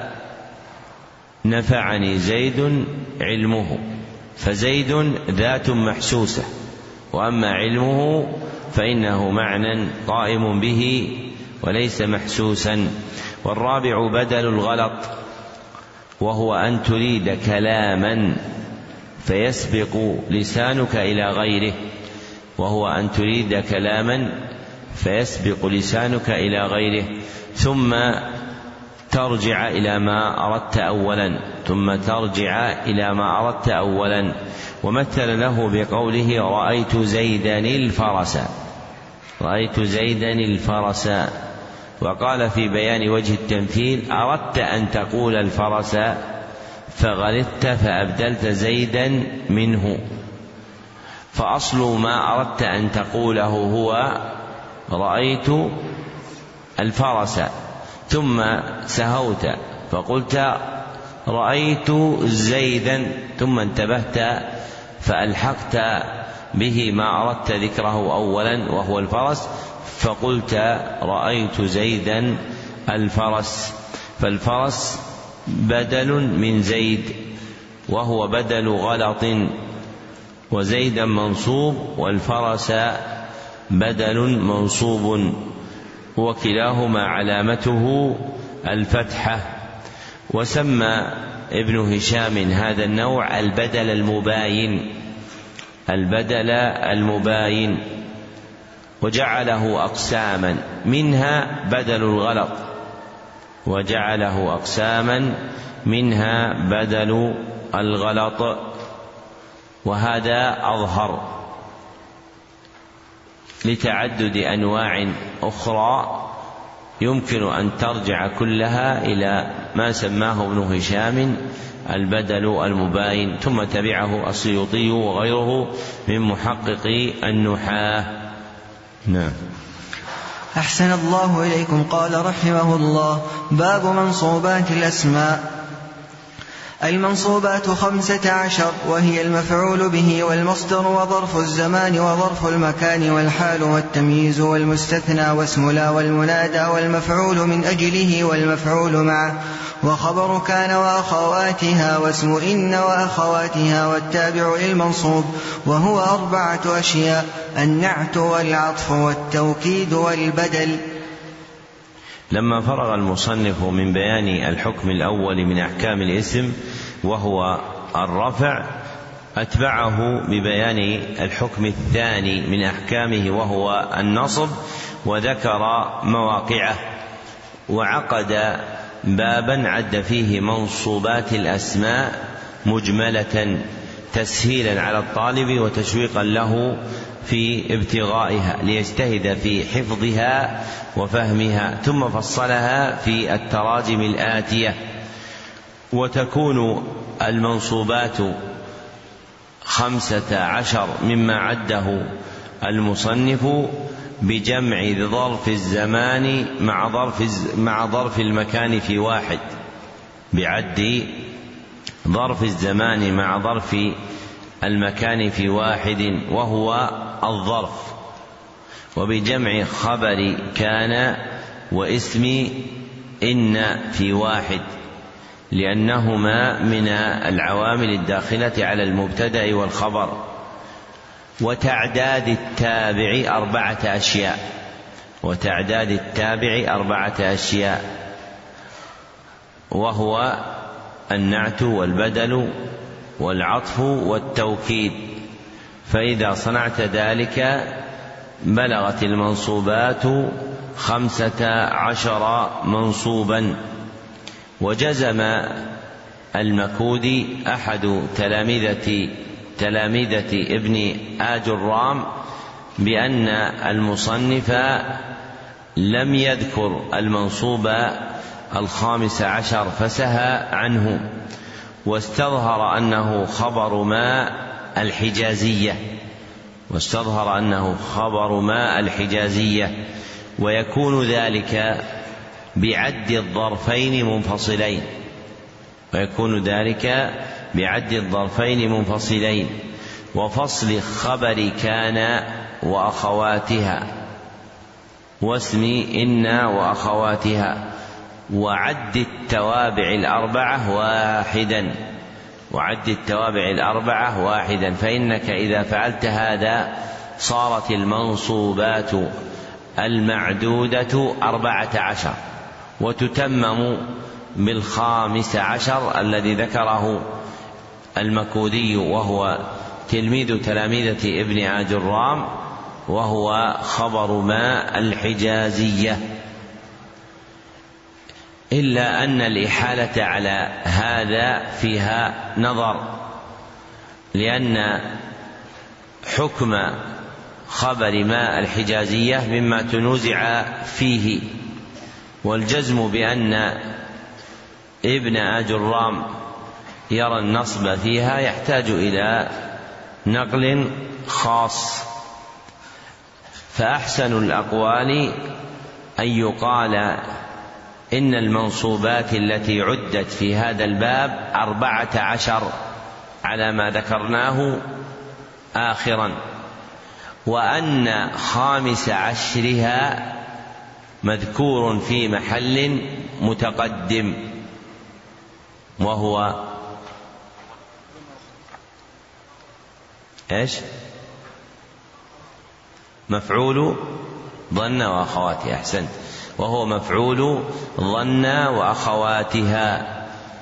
Speaker 1: نفعني زيد علمه، فزيد ذات محسوسة، وأما علمه فإنه معنى قائم به وليس محسوسا. والرابع بدل الغلط، وهو أن تريد كلاما فيسبق لسانك إلى غيره ثم ترجع إلى ما أردت أولا. ومثل له بقوله رأيت زيدا الفرس، وقال في بيان وجه التمثيل أردت أن تقول الفرس فغلطت فأبدلت زيدا منه، فأصل ما أردت أن تقوله هو رأيت الفرس، ثم سهوت فقلت رأيت زيدا، ثم انتبهت فألحقت به ما أردت ذكره أولا وهو الفرس، فقلت رأيت زيدا الفرس. فالفرس بدل من زيد وهو بدل غلط، وزيدا منصوب والفرس بدل منصوب، وكلاهما علامته الفتحة. وسمى ابن هشام هذا النوع البدل المباين، وجعله أقساما منها بدل الغلط، وهذا أظهر لتعدد أنواع أخرى يمكن أن ترجع كلها إلى ما سماه ابن هشام البدل المباين. ثم تبعه السيوطي وغيره من محققي النحاة. نعم.
Speaker 2: أحسن الله إليكم. قال رحمه الله: باب منصوبات الأسماء. المنصوبات 15، وهي المفعول به والمصدر وظرف الزمان وظرف المكان والحال والتمييز والمستثنى واسم لا والمنادى والمفعول من أجله والمفعول معه وخبر كان وأخواتها واسم إن وأخواتها والتابع للمنصوب، وهو 4 أشياء: النعت والعطف والتوكيد والبدل.
Speaker 1: لما فرغ المصنف من بيان الحكم الأول من أحكام الاسم وهو الرفع، أتبعه ببيان الحكم الثاني من أحكامه وهو النصب، وذكر مواقعه، وعقد بابا عد فيه منصوبات الأسماء مجملة تسهيلا على الطالب وتشويقا له في ابتغائها ليجتهد في حفظها وفهمها، ثم فصلها في التراجم الآتية. وتكون المنصوبات 15 مما عده المصنف بجمع ظرف الزمان مع ظرف المكان في واحد، بعد ظرف الزمان مع ظرف المكان في واحد وهو الظرف، وبجمع خبر كان واسم إن في واحد، لأنهما من العوامل الداخلة على المبتدأ والخبر. وتعداد التابع 4 أشياء، وهو النعت والبدل والعطف والتوكيد. فإذا صنعت ذلك بلغت المنصوبات 15 منصوبا. وجزم المكودي أحد تلامذة ابن آجرام بأن المصنف لم يذكر المنصوب 15 فسهى عنه، واستظهر أنه خبر ما الحجازية، ويكون ذلك بعد الظرفين منفصلين وفصل خبر كان وأخواتها واسم إن وأخواتها وعد التوابع الأربعة واحدا، فإنك إذا فعلت هذا صارت المنصوبات المعدودة 14، وتتمم بال15 الذي ذكره المكودي، وهو تلميذ تلاميذة ابن آجرام، وهو خبر ما الحجازية. إلا أن الإحالة على هذا فيها نظر، لأن حكم خبر ما الحجازية مما تنوزع فيه، والجزم بأن ابن آجرام يرى النصب فيها يحتاج إلى نقل خاص. فأحسن الأقوال أن يقال إن المنصوبات التي عدت في هذا الباب 14 على ما ذكرناه آخرا، وأن 15 مذكور في محل متقدم، وهو مفعول ظن وأخواتها. أحسنت، وهو مفعول ظن وأخواتها.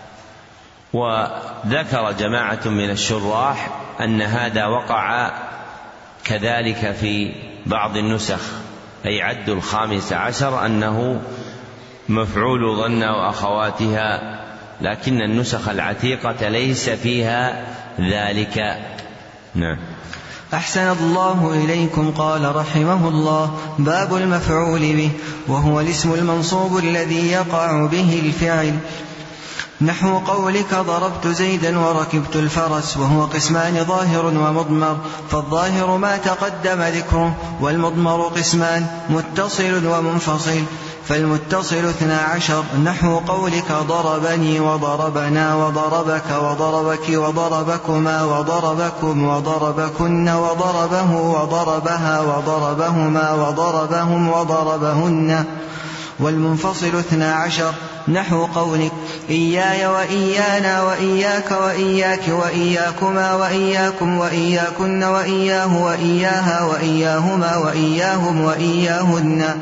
Speaker 1: وذكر جماعة من الشراح أن هذا وقع كذلك في بعض النسخ، أي عد 15 أنه مفعول ظن وأخواتها، لكن النسخ العتيقة ليس فيها ذلك. نعم.
Speaker 2: أحسن الله إليكم. قال رحمه الله: باب المفعول به، وهو الاسم المنصوب الذي يقع به الفعل، نحو قولك ضربت زيدا وركبت الفرس، وهو قسمان ظاهر ومضمر، فالظاهر ما تقدم ذكره، والمضمر قسمان متصل ومنفصل، فالمتصل 12، نحو قولك ضربني وضربنا وضربك وضربك وضربكما وضربكم وضربكن وضربه وضربها وضربهما وضربهم وضربهن. والمنفصل 12، نحو قولك إياي وإيانا وإياك وإياك وإياكما وإياكم وإياكن وإياه وإياها وإياهما وإياهم وإياهن.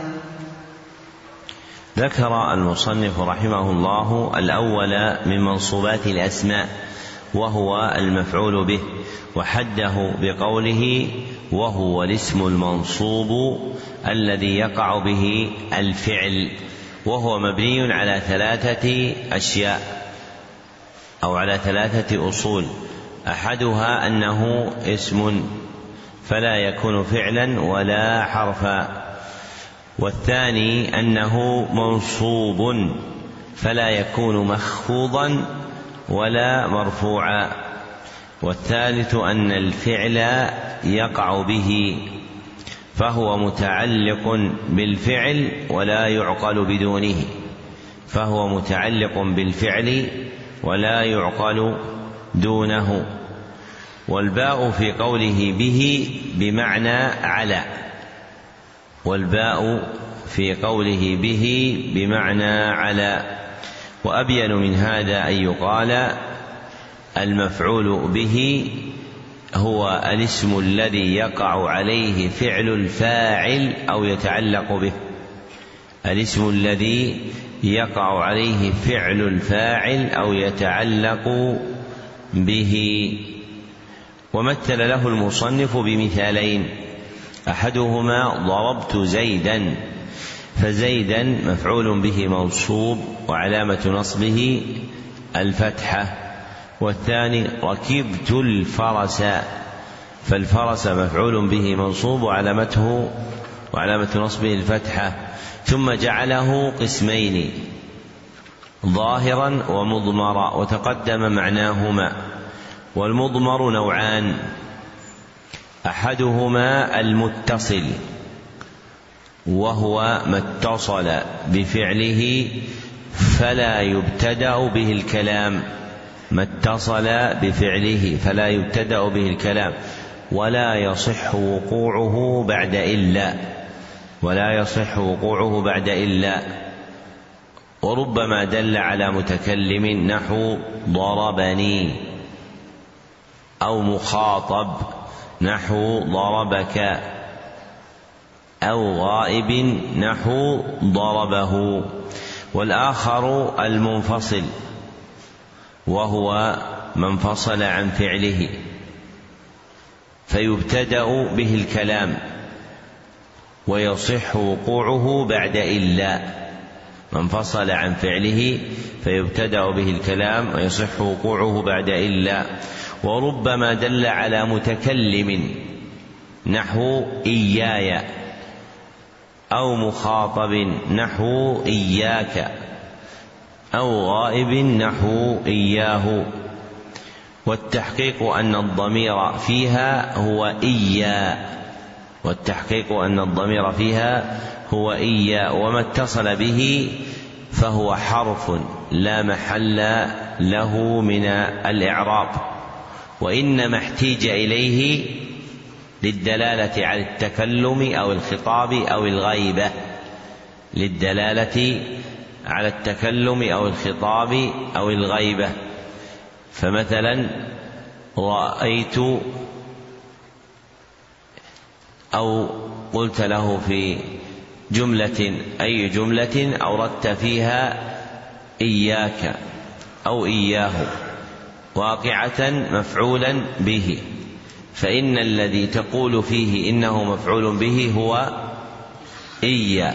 Speaker 1: ذكر المصنف رحمه الله الأول من منصوبات الأسماء، وهو المفعول به، وحده بقوله: وهو الاسم المنصوب الذي يقع به الفعل، وهو مبني على 3 أشياء أو على 3 أصول. أحدها أنه اسم فلا يكون فعلا ولا حرفا، والثاني أنه منصوب فلا يكون مخفوضا ولا مرفوعا، والثالث أن الفعل يقع به فهو متعلق بالفعل ولا يعقل بدونه، فهو متعلق بالفعل ولا يعقل دونه. والباء في قوله به بمعنى على، والباء في قوله به بمعنى على. وأبين من هذا أن يقال المفعول به هو الاسم الذي يقع عليه فعل الفاعل أو يتعلق به، الاسم الذي يقع عليه فعل الفاعل أو يتعلق به. ومثل له المصنف بمثالين: أحدهما ضربت زيدا، فزيدا مفعول به منصوب وعلامة نصبه الفتحة، والثاني ركبت الفرس، فالفرس مفعول به منصوب وعلامة نصبه الفتحة، ثم جعله قسمين، ظاهرا ومضمرا، وتقدم معناهما. والمضمر نوعان: أحدهما المتصل، وهو ما اتصل بفعله فلا يبتدأ به الكلام، ما اتصل بفعله فلا يبتدأ به الكلام، ولا يصح وقوعه بعد إلا، ولا يصح وقوعه بعد إلا. وربما دل على متكلم نحو ضربني، أو مخاطب نحو ضربك، أو غائب نحو ضربه. والآخر المنفصل، وهو ما انفصل عن فعله فيبتدأ به الكلام ويصح وقوعه بعد إلا، ما انفصل عن فعله فيبتدأ به الكلام ويصح وقوعه بعد إلا. وربما دل على متكلم نحو إياي، أو مخاطب نحو إياك، أو غائب نحو إياه. والتحقيق أن الضمير فيها هو إيا، والتحقيق أن الضمير فيها هو إيا. وما اتصل به فهو حرف لا محل له من الإعراب، وإنما احتيج إليه للدلالة على التكلم أو الخطاب أو الغيبة، للدلالة على التكلم أو الخطاب أو الغيبة. فمثلا رأيت، أو قلت له في جملة أي جملة أوردت فيها إياك أو إياه واقعة مفعولا به، فإن الذي تقول فيه إنه مفعول به هو إيا،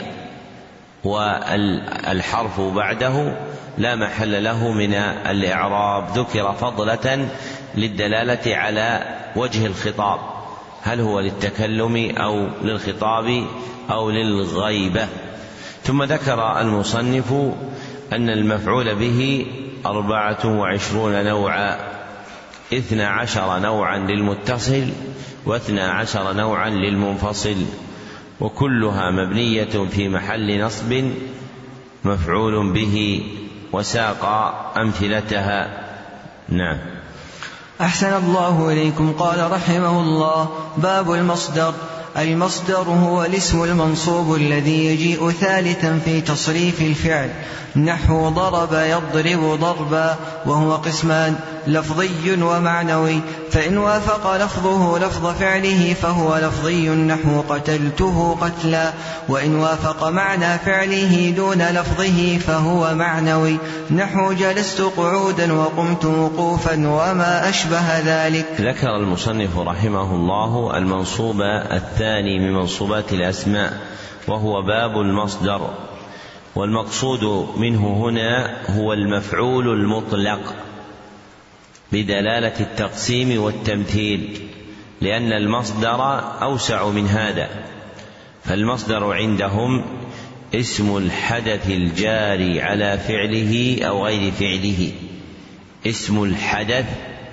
Speaker 1: والحرف بعده لا محل له من الإعراب، ذكر فضلة للدلالة على وجه الخطاب، هل هو للتكلم أو للخطاب أو للغيبة. ثم ذكر المصنف أن المفعول به 24 نوعا، 12 نوعا للمتصل و12 نوعا للمنفصل، وكلها مبنية في محل نصب مفعول به، وساق أمثلتها. نعم.
Speaker 2: أحسن الله إليكم. قال رحمه الله: باب المصدر. المصدر هو الاسم المنصوب الذي يجيء ثالثا في تصريف الفعل، نحو ضرب يضرب ضربا، وهو قسمان: لفظي ومعنوي. فإن وافق لفظه لفظ فعله فهو لفظي، نحو قتلته قتلا. وإن وافق معنى فعله دون لفظه فهو معنوي، نحو جلست قعودا وقمت وقوفا وما أشبه ذلك.
Speaker 1: ذكر المصنف رحمه الله المنصوب الثاني من منصوبات الأسماء، وهو باب المصدر. والمقصود منه هنا هو المفعول المطلق بدلالة التقسيم والتمثيل، لأن المصدر أوسع من هذا. فالمصدر عندهم اسم الحدث الجاري على فعله أو غير فعله، اسم الحدث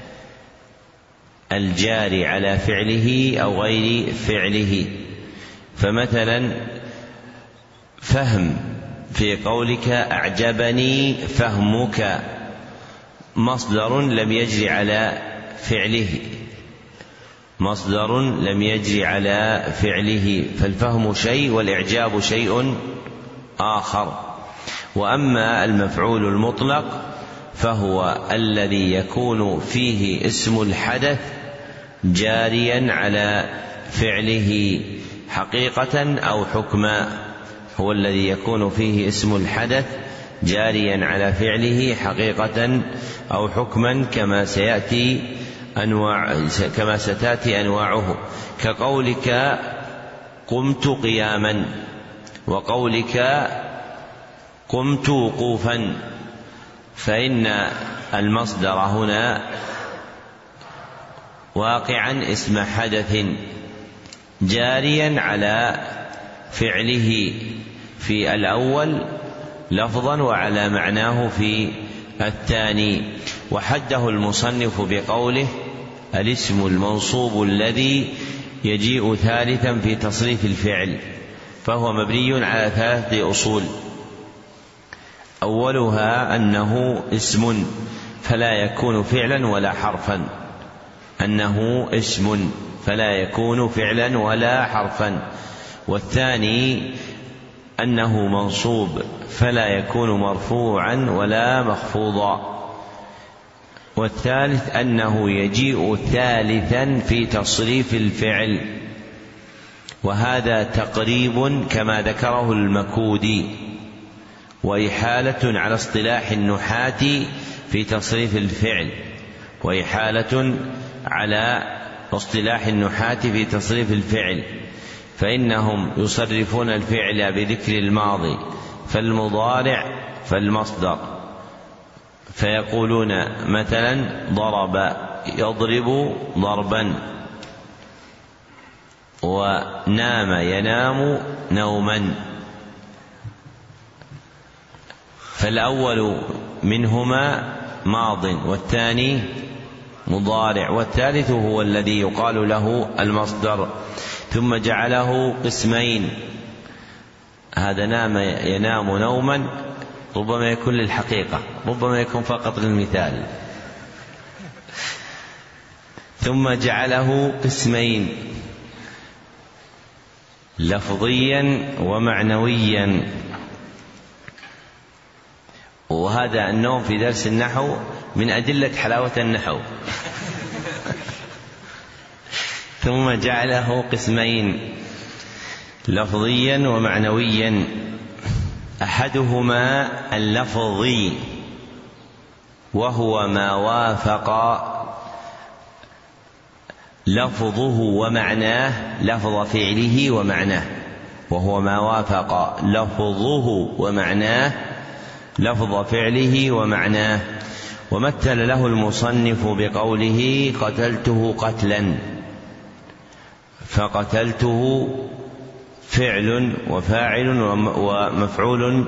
Speaker 1: الجاري على فعله أو غير فعله. فمثلا فهم في قولك أعجبني فهمك، مصدر لم يجري على فعله، مصدر لم يجري على فعله، فالفهم شيء والإعجاب شيء آخر. وأما المفعول المطلق فهو الذي يكون فيه اسم الحدث جاريا على فعله حقيقة أو حكما، هو الذي يكون فيه اسم الحدث جاريا على فعله حقيقة أو حكما، كما ستأتي أنواعه، كقولك قمت قياما، وقولك قمت وقوفا. فإن المصدر هنا واقعا اسم حدث جاريا على فعله في الأول لفظا وعلى معناه في الثاني. وحده المصنف بقوله الاسم المنصوب الذي يجيء ثالثا في تصريف الفعل، فهو مبني على 3 أصول. أولها أنه اسم فلا يكون فعلا ولا حرفا، أنه اسم فلا يكون فعلا ولا حرفا. والثاني أنه منصوب فلا يكون مرفوعا ولا مخفوضا. والثالث أنه يجيء ثالثا في تصريف الفعل، وهذا تقريب كما ذكره المكودي، وإحالة على اصطلاح النحاة في تصريف الفعل، وإحالة على اصطلاح النحاة في تصريف الفعل، فإنهم يصرفون الفعل بذكر الماضي فالمضارع فالمصدر، فيقولون مثلا ضرب يضرب ضربا، ونام ينام نوما. فالأول منهما ماض والثاني مضارع، والثالث هو الذي يقال له المصدر. ثم جعله قسمين، هذا نام ينام نوما ربما يكون للحقيقة، ربما يكون فقط للمثال. ثم جعله قسمين، لفظيا ومعنويا. وهذا النوم في درس النحو من أدلة حلاوة النحو. ثم جعله قسمين، لفظيا ومعنويا. أحدهما اللفظي، وهو ما وافق لفظه ومعناه لفظ فعله ومعناه، وهو ما وافق لفظه ومعناه لفظ فعله ومعناه. ومثل له المصنف بقوله قتلته قتلا، فقتلته فعل وفاعل ومفعول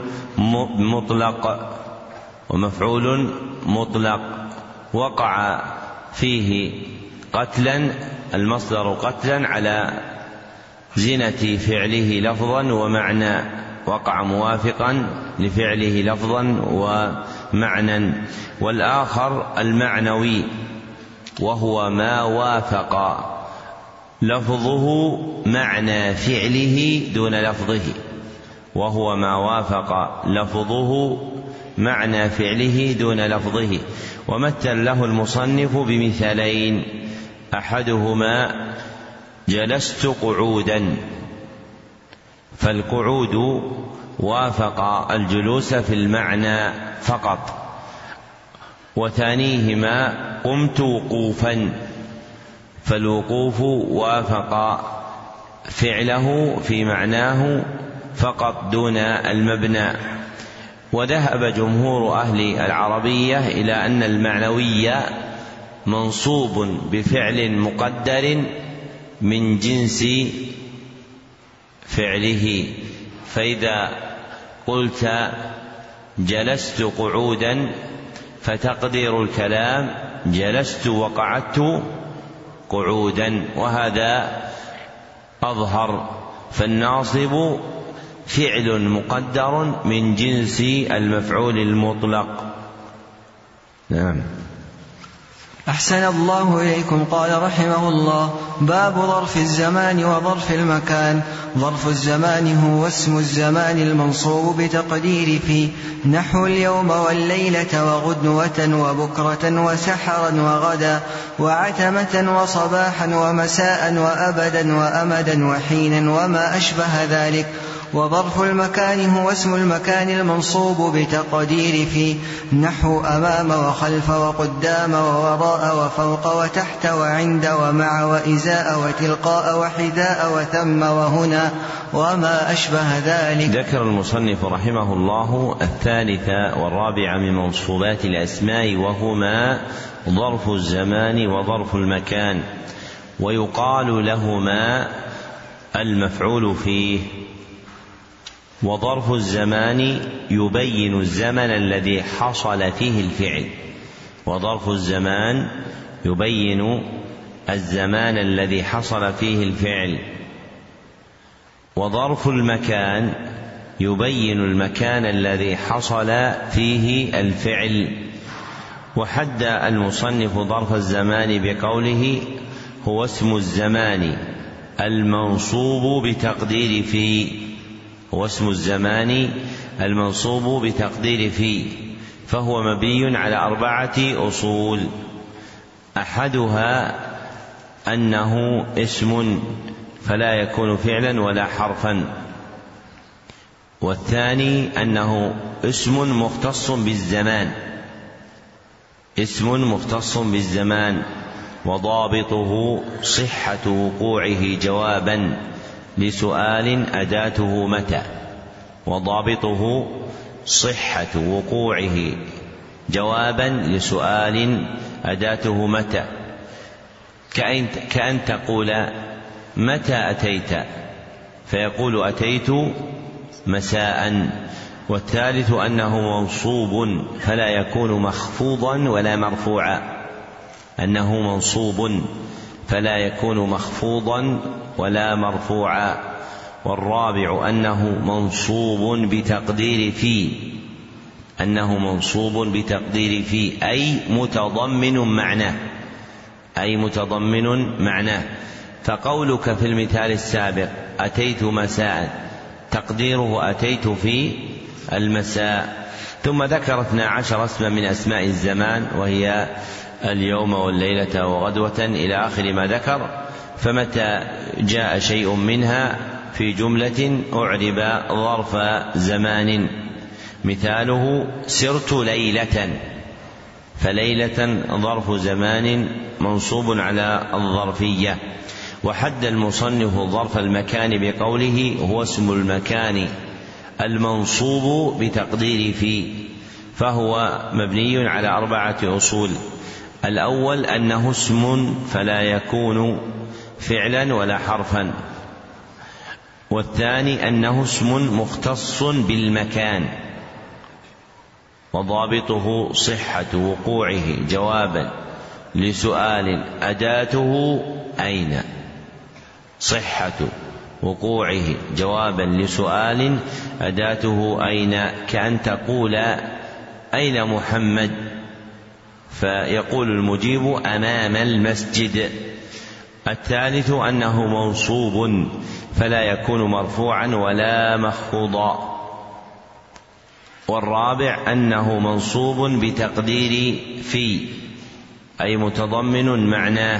Speaker 1: مطلق، وقع فيه قتلا المصدر قتلا على زنة فعله لفظا ومعنى، وقع موافقا لفعله لفظا ومعنى. والآخر المعنوي، وهو ما وافق لفظه معنى فعله دون لفظه، وهو ما وافق لفظه معنى فعله دون لفظه. ومثل له المصنف بمثالين، أحدهما جلست قعودا، فالقعود وافق الجلوس في المعنى فقط. وثانيهما قمت وقوفا، فالوقوف وافق فعله في معناه فقط دون المبنى. وذهب جمهور أهل العربية إلى أن المعنوي منصوب بفعل مقدر من جنس فعله. فإذا قلت جلست قعودا فتقدير الكلام جلست وقعدت قعودا، وهذا أظهر. فالناصب فعل مقدر من جنس المفعول المطلق. نعم.
Speaker 2: أحسن الله إليكم. قال رحمه الله: باب ظرف الزمان وظرف المكان. ظرف الزمان هو اسم الزمان المنصوب بتقدير في، نحو اليوم والليلة وغدوة وبكرة وسحرا وغدا وعتمة وصباحا ومساء وأبدا وأمدا وحينا وما أشبه ذلك. وظرف المكان هو اسم المكان المنصوب بتقدير في، نحو أمام وخلف وقدام ووراء وفوق وتحت وعند ومع وإزاء وتلقاء وحذاء وثم وهنا وما أشبه ذلك.
Speaker 1: ذكر المصنف رحمه الله الثالث والرابع من منصوبات الأسماء، وهما ظرف الزمان وظرف المكان، ويقال لهما المفعول فيه. وظرف الزمان يبين الزمن الذي حصل فيه الفعل. وظرف الزمان يبين الزمان الذي حصل فيه الفعل. وظرف المكان يبين المكان الذي حصل فيه الفعل. وحد المصنف ظرف الزمان بقوله: هو اسم الزمان المنصوب بتقدير في. هو اسم الزمان المنصوب بتقدير في، فهو مبني على 4 أصول. أحدها أنه اسم فلا يكون فعلا ولا حرفا. والثاني أنه اسم مختص بالزمان، اسم مختص بالزمان، وضابطه صحة وقوعه جوابا لسؤال أداته متى. وضابطه صحة وقوعه جوابا لسؤال أداته متى، كأن تقول: متى أتيت؟ فيقول: أتيت مساء. والثالث أنه منصوب فلا يكون مخفوضا ولا مرفوعا، أنه منصوب فلا يكون مخفوضا ولا مرفوعا. والرابع أنه منصوب بتقدير في، أنه منصوب بتقدير في أي متضمن معناه، أي متضمن معناه. فقولك في المثال السابق: أتيت مساء، تقديره: أتيت في المساء. ثم ذكر 12 اسما من أسماء الزمان، وهي اليوم والليلة وغدوة إلى آخر ما ذكر. فمتى جاء شيء منها في جملة أعرب ظرف زمان. مثاله: سرت ليلة، فليلة ظرف زمان منصوب على الظرفية. وحد المصنف ظرف المكان بقوله: هو اسم المكان المنصوب بتقدير في، فهو مبني على 4 أصول. الأول أنه اسم فلا يكون فعلا ولا حرفا. والثاني أنه اسم مختص بالمكان، وضابطه صحة وقوعه جوابا لسؤال أداته أين. صحة وقوعه جوابا لسؤال أداته أين، كأن تقول: أين محمد؟ فيقول المجيب: أمام المسجد. الثالث أنه منصوب فلا يكون مرفوعا ولا مخفوضا. والرابع أنه منصوب بتقدير في، أي متضمن معناه،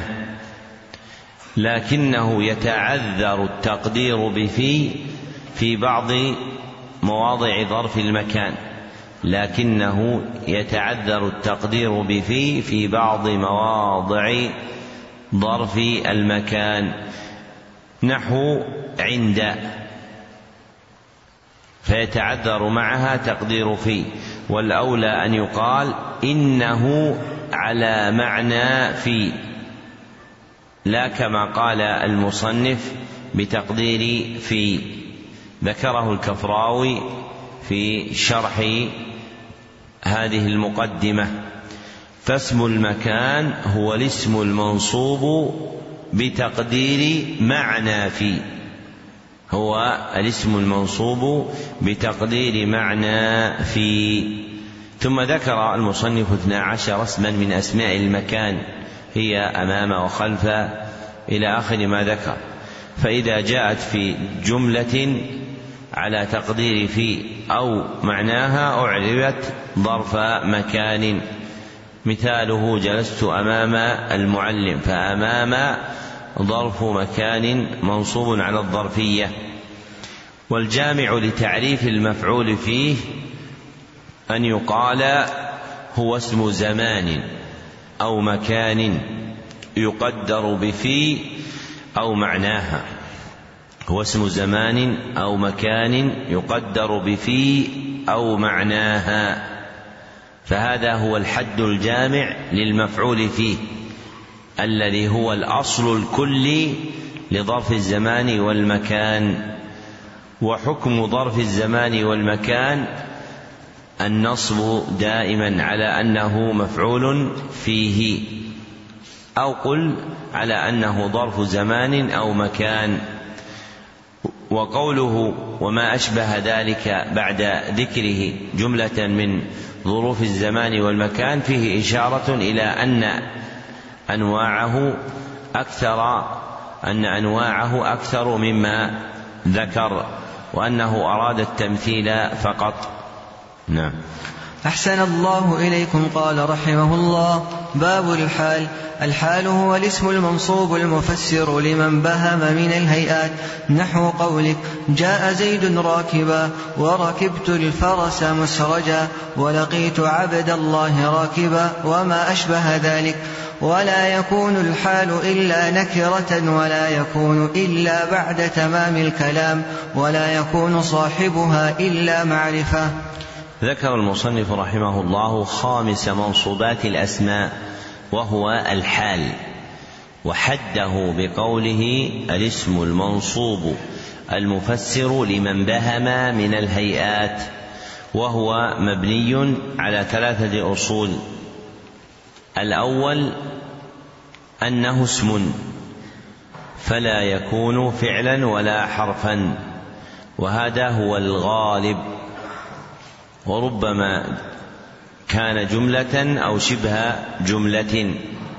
Speaker 1: لكنه يتعذر التقدير بفي في بعض مواضع ظرف المكان، لكنه يتعذر التقدير بفي في بعض مواضع ظرف المكان، نحو عند، فيتعذر معها تقدير في. والأولى أن يقال: إنه على معنى في، لا كما قال المصنف بتقدير في. ذكره الكفراوي في شرح هذه المقدمة. فاسم المكان هو الاسم المنصوب بتقدير معنى في، هو الاسم المنصوب بتقدير معنى في. ثم ذكر المصنف 12 اسما من أسماء المكان، هي أمام وخلف إلى آخر ما ذكر. فإذا جاءت في جملة على تقدير في أو معناها أعربت ظرف مكان. مثاله: جلست أمام المعلم، فأمام ظرف مكان منصوب على الظرفية. والجامع لتعريف المفعول فيه أن يقال: هو اسم زمان أو مكان يقدر بفي أو معناها. هو اسم زمان أو مكان يقدر بفي أو معناها. فهذا هو الحد الجامع للمفعول فيه، الذي هو الأصل الكلي لظرف الزمان والمكان. وحكم ظرف الزمان والمكان النصب دائما على أنه مفعول فيه، أو قل على أنه ظرف زمان أو مكان. وقوله وما أشبه ذلك بعد ذكره جملة من ظروف الزمان والمكان فيه إشارة إلى أن أنواعه أكثر مما ذكر، وأنه أراد التمثيل فقط. نعم.
Speaker 2: أحسن الله إليكم. قال رحمه الله: باب الحال. الحال هو الاسم المنصوب المفسر لمن بهم من الهيئات، نحو قولك: جاء زيد راكبا، وركبت الفرس مسرجا، ولقيت عبد الله راكبا، وما أشبه ذلك. ولا يكون الحال إلا نكرة، ولا يكون إلا بعد تمام الكلام، ولا يكون صاحبها إلا معرفة.
Speaker 1: ذكر المصنف رحمه الله خامس منصوبات الأسماء، وهو الحال، وحده بقوله: الاسم المنصوب المفسر لمن بهم من الهيئات، وهو مبني على 3 أصول. الأول أنه اسم فلا يكون فعلا ولا حرفا، وهذا هو الغالب، وربما كان جملة أو شبه جملة،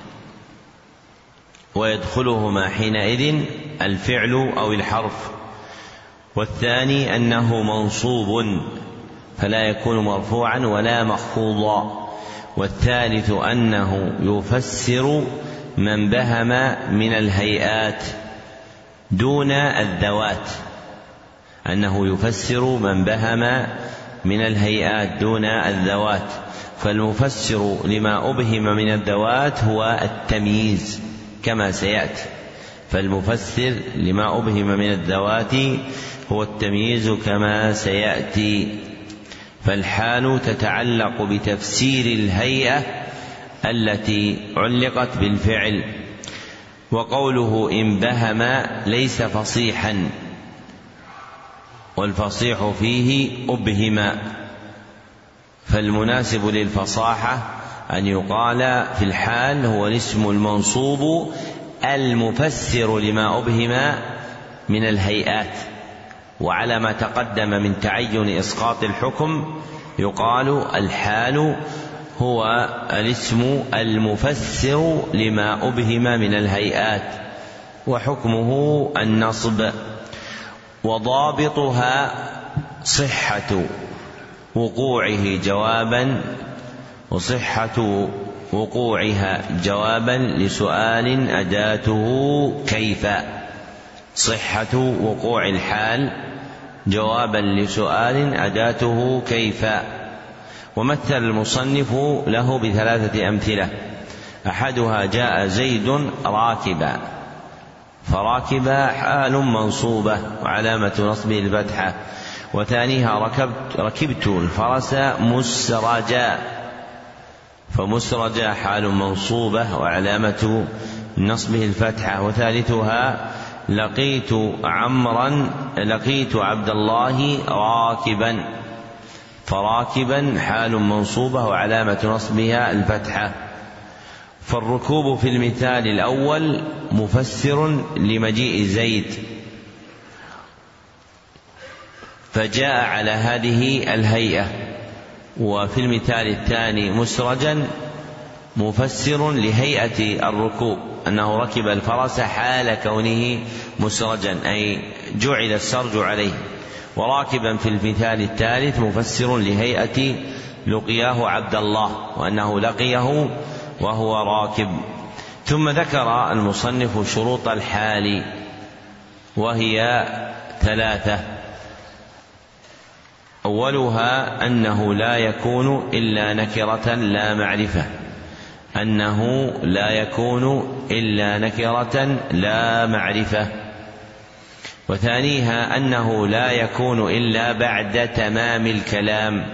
Speaker 1: ويدخلهما حينئذ الفعل أو الحرف. والثاني أنه منصوب فلا يكون مرفوعا ولا مخفوضا. والثالث أنه يفسر من بهم من الهيئات دون الذوات، أنه يفسر من بهم من الهيئات دون الذوات. فالمفسر لما أبهم من الذوات هو التمييز كما سيأتي، فالمفسر لما أبهم من الذوات هو التمييز كما سيأتي. فالحال تتعلق بتفسير الهيئة التي علقت بالفعل. وقوله إن بهم ليس فصيحا، والفصيح فيه أبهم، فالمناسب للفصاحة أن يقال في الحال هو الاسم المنصوب المفسر لما أبهم من الهيئات. وعلى ما تقدم من تعين إسقاط الحكم يقال الحال هو الاسم المفسر لما أبهم من الهيئات، وحكمه النصب. وضابطها صحة وقوعه جوابا، وصحة وقوعها جوابا لسؤال أداته كيف. صحة وقوع الحال جوابا لسؤال أداته كيف. ومثل المصنف له ب3 أمثلة: أحدها جاء زيد راكبا، فراكبا حال منصوبة وعلامة نصبه الفتحة. وثانيها ركبت الفرس مسرجا، فمسرجا حال منصوبة وعلامة نصبه الفتحة. وثالثها لقيت عبد الله راكبا، فراكبا حال منصوبة وعلامة نصبها الفتحة. فالركوب في المثال الأول مفسر لمجيء زيد، فجاء على هذه الهيئة. وفي المثال الثاني مسرجا مفسر لهيئة الركوب، أنه ركب الفرس حال كونه مسرجا، أي جعل السرج عليه. وراكبا في المثال الثالث مفسر لهيئة لقياه عبد الله، وأنه لقيه وهو راكب. ثم ذكر المصنف شروط الحال، وهي 3: أولها أنه لا يكون إلا نكرة لا معرفة، أنه لا يكون إلا نكرة لا معرفة. وثانيها أنه لا يكون إلا بعد تمام الكلام،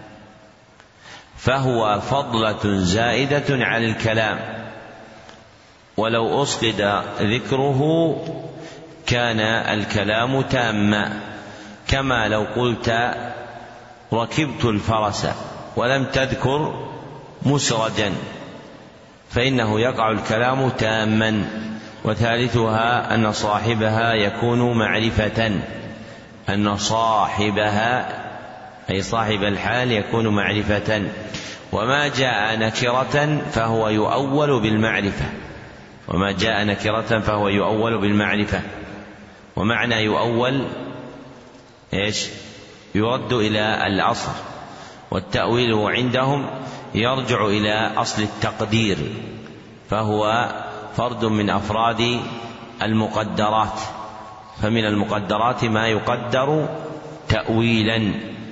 Speaker 1: فهو فضلة زائدة على الكلام، ولو أسقط ذكره كان الكلام تاما. كما لو قلت ركبت الفرس ولم تذكر مسرجا فإنه يقع الكلام تاما. وثالثها أن صاحبها يكون معرفة، أن صاحبها أي صاحب الحال يكون معرفة. وما جاء نكرة فهو يؤول بالمعرفة، وما جاء نكرة فهو يؤول بالمعرفة. ومعنى يؤول إيش؟ يرد إلى الأصل، والتأويل عندهم يرجع إلى أصل التقدير، فهو فرد من أفراد المقدرات، فمن المقدرات ما يقدر تأويلا،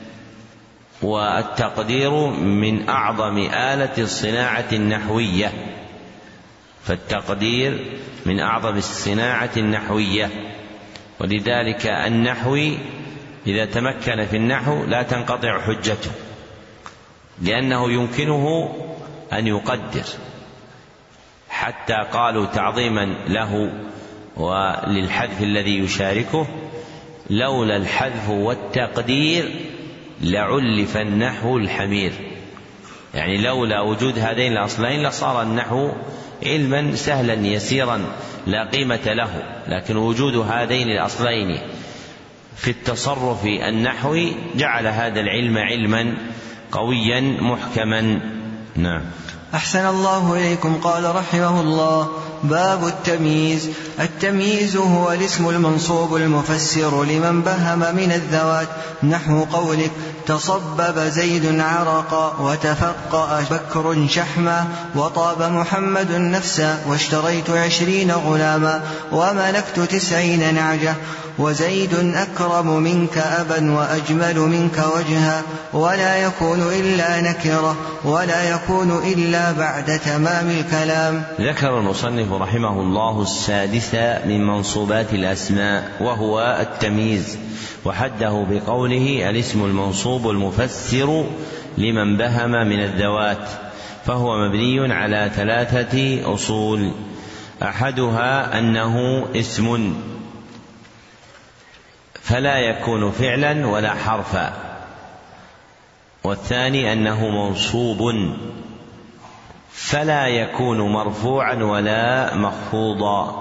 Speaker 1: والتقدير من أعظم آلة الصناعة النحوية، فالتقدير من أعظم الصناعة النحوية. ولذلك النحوي إذا تمكن في النحو لا تنقطع حجته، لأنه يمكنه أن يقدر، حتى قالوا تعظيما له وللحذف الذي يشاركه: لولا الحذف والتقدير لعلف النحو الحمير. يعني لولا وجود هذين الأصلين لصار النحو علما سهلا يسيرا لا قيمة له، لكن وجود هذين الأصلين في التصرف النحوي جعل هذا العلم علما قويا محكما. نعم.
Speaker 2: أحسن الله إليكم. قال رحمه الله: باب التمييز. التمييز هو الاسم المنصوب المفسر لمن بهم من الذوات، نحو قولك: تصبب زيد عرقا، وتفقأ بكر شحما، وطاب محمد نفسا، واشتريت 20 غلاما، وملكت 90 نعجة، وزيد أكرم منك أبا، وأجمل منك وجها. ولا يكون إلا نكرة، ولا يكون إلا بعد تمام الكلام.
Speaker 1: ذكر المصنف رحمه الله السادس من منصوبات الأسماء، وهو التمييز، وحده بقوله: الاسم المنصوب المفسر لمن بهم من الذوات، فهو مبني على 3 أصول: أحدها أنه اسم فلا يكون فعلا ولا حرفا، والثاني أنه منصوب فلا يكون مرفوعا ولا مخفوضا،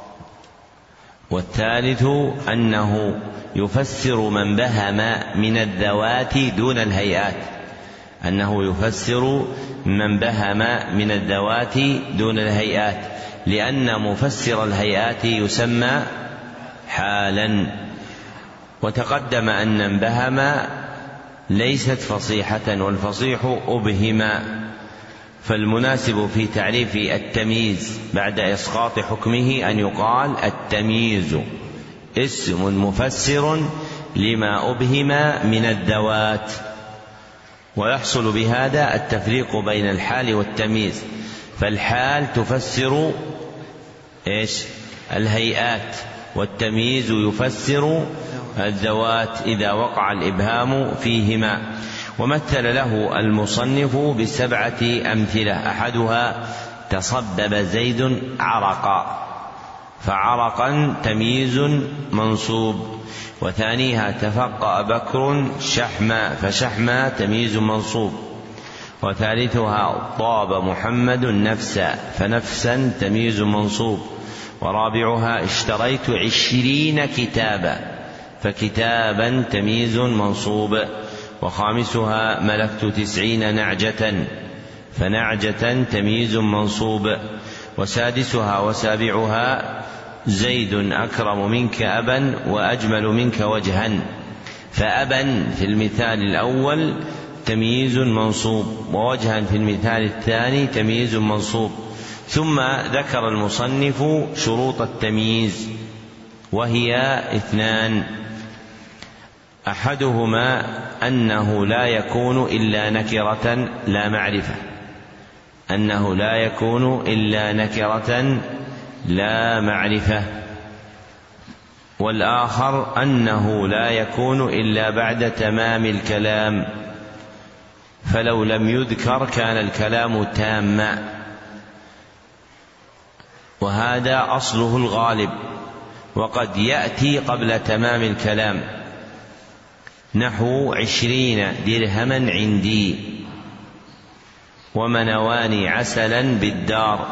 Speaker 1: والثالث أنه يفسر من بهم من الذوات دون الهيئات، أنه يفسر من بهم من الذوات دون الهيئات، لأن مفسر الهيئات يسمى حالا. وتقدم أن انبهم ليست فصيحة، والفصيح أبهم، فالمناسب في تعريف التمييز بعد إسقاط حكمه أن يقال: التمييز اسم مفسر لما أبهم من الذوات. ويحصل بهذا التفريق بين الحال والتمييز، فالحال تفسر الهيئات، والتمييز يفسر الذوات إذا وقع الإبهام فيهما. ومثل له المصنف ب7 أمثلة: أحدها تصبب زيد عرقا، فعرقا تمييز منصوب. وثانيها تفقأ بكر شحما، فشحما تمييز منصوب. وثالثها طاب محمد نفسا، فنفسا تمييز منصوب. ورابعها اشتريت 20 كتابا، فكتابا تمييز منصوب. وخامسها ملكت 90 نعجة، فنعجة تمييز منصوب. وسادسها وسابعها زيد أكرم منك أبا، وأجمل منك وجها، فأبا في المثال الأول تمييز منصوب، ووجها في المثال الثاني تمييز منصوب. ثم ذكر المصنف شروط التمييز، وهي 2: أحدهما أنه لا يكون إلا نكرة لا معرفة، أنه لا يكون إلا نكرة لا معرفة. والآخر أنه لا يكون إلا بعد تمام الكلام، فلو لم يذكر كان الكلام تاما، وهذا أصله الغالب، وقد يأتي قبل تمام الكلام، نحو 20 درهما عندي، ومنواني عسلا بالدار،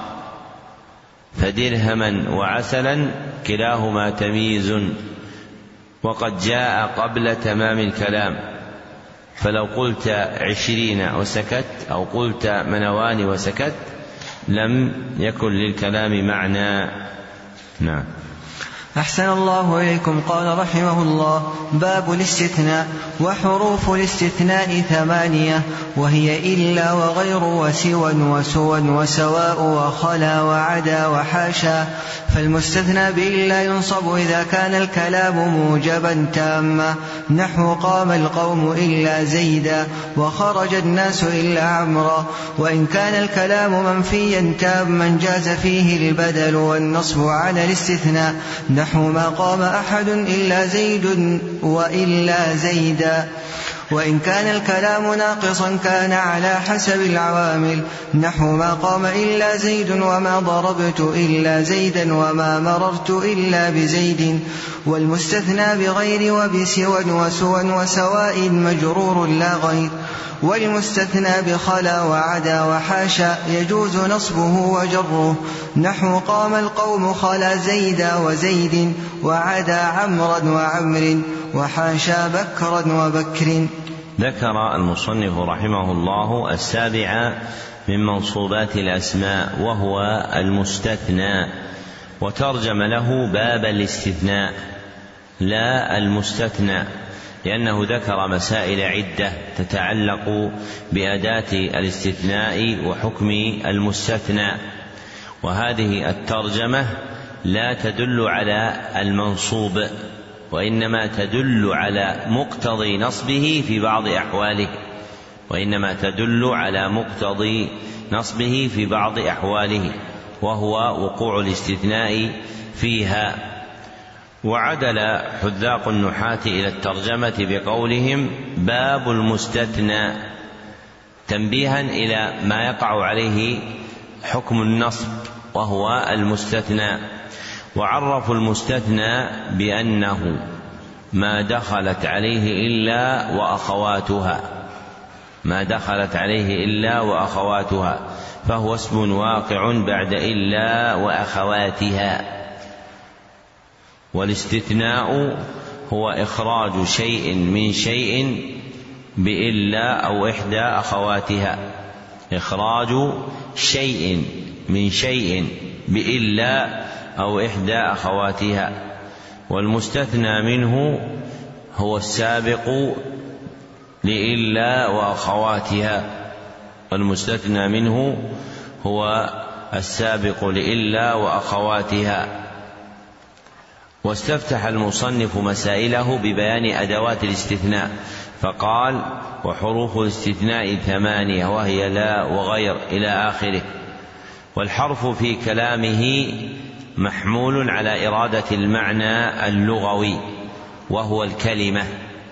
Speaker 1: فدرهما وعسلا كلاهما تمييز، وقد جاء قبل تمام الكلام، فلو قلت 20 وسكت أو قلت منواني وسكت لم يكن للكلام معنى. نعم.
Speaker 2: أحسن الله إليكم. قال رحمه الله: باب الاستثناء. وحروف الاستثناء 8، وهي إلا وغير وسوى وسوى وسواء وخلا وعدا وحاشا. فالمستثنى بإلا ينصب إذا كان الكلام موجبا تاما، نحو قام القوم إلا زيدا، وخرج الناس إلا عمرا. وإن كان الكلام منفيا تاما جاز فيه البدل والنصب على الاستثناء، نحو ما قام أحد إلا زيد وإلا زيدا. وإن كان الكلام ناقصا كان على حسب العوامل، نحو ما قام إلا زيد وما ضربت إلا زيدا وما مررت إلا بزيد. والمستثنى بغير وبسوى وسوى وسواء مجرور لا غير. والمستثنى بخلا وعدا وحاشا يجوز نصبه وجره، نحو قام القوم خلا زيدا وزيد، وعدا عمرا وعمر، وحاشا بكرا وبكر.
Speaker 1: ذكر المصنف رحمه الله 7 من منصوبات الأسماء، وهو المستثنى، وترجم له باب الاستثناء لا المستثنى، لأنه ذكر مسائل عدة تتعلق بأداة الاستثناء وحكم المستثنى، وهذه الترجمة لا تدل على المنصوب، وإنما تدل على مقتضي نصبه في بعض أحواله، وهو وقوع الاستثناء فيها. وعدل حذاق النحاة إلى الترجمة بقولهم باب المستثنى، تنبيها إلى ما يقع عليه حكم النصب وهو المستثنى. وعرفوا المستثنى بأنه ما دخلت عليه إلا وأخواتها، فهو اسم واقع بعد إلا وأخواتها. والاستثناء هو إخراج شيء من شيء بإلا أو إحدى أخواتها، إخراج شيء من شيء بإلا أو إحدى أخواتها. والمستثنى منه هو السابق لإلا وأخواتها. واستفتح المصنف مسائله ببيان أدوات الاستثناء، فقال: وحروف الاستثناء 8، وهي لا وغير إلى آخره. والحرف في كلامه محمول على إرادة المعنى اللغوي وهو الكلمة،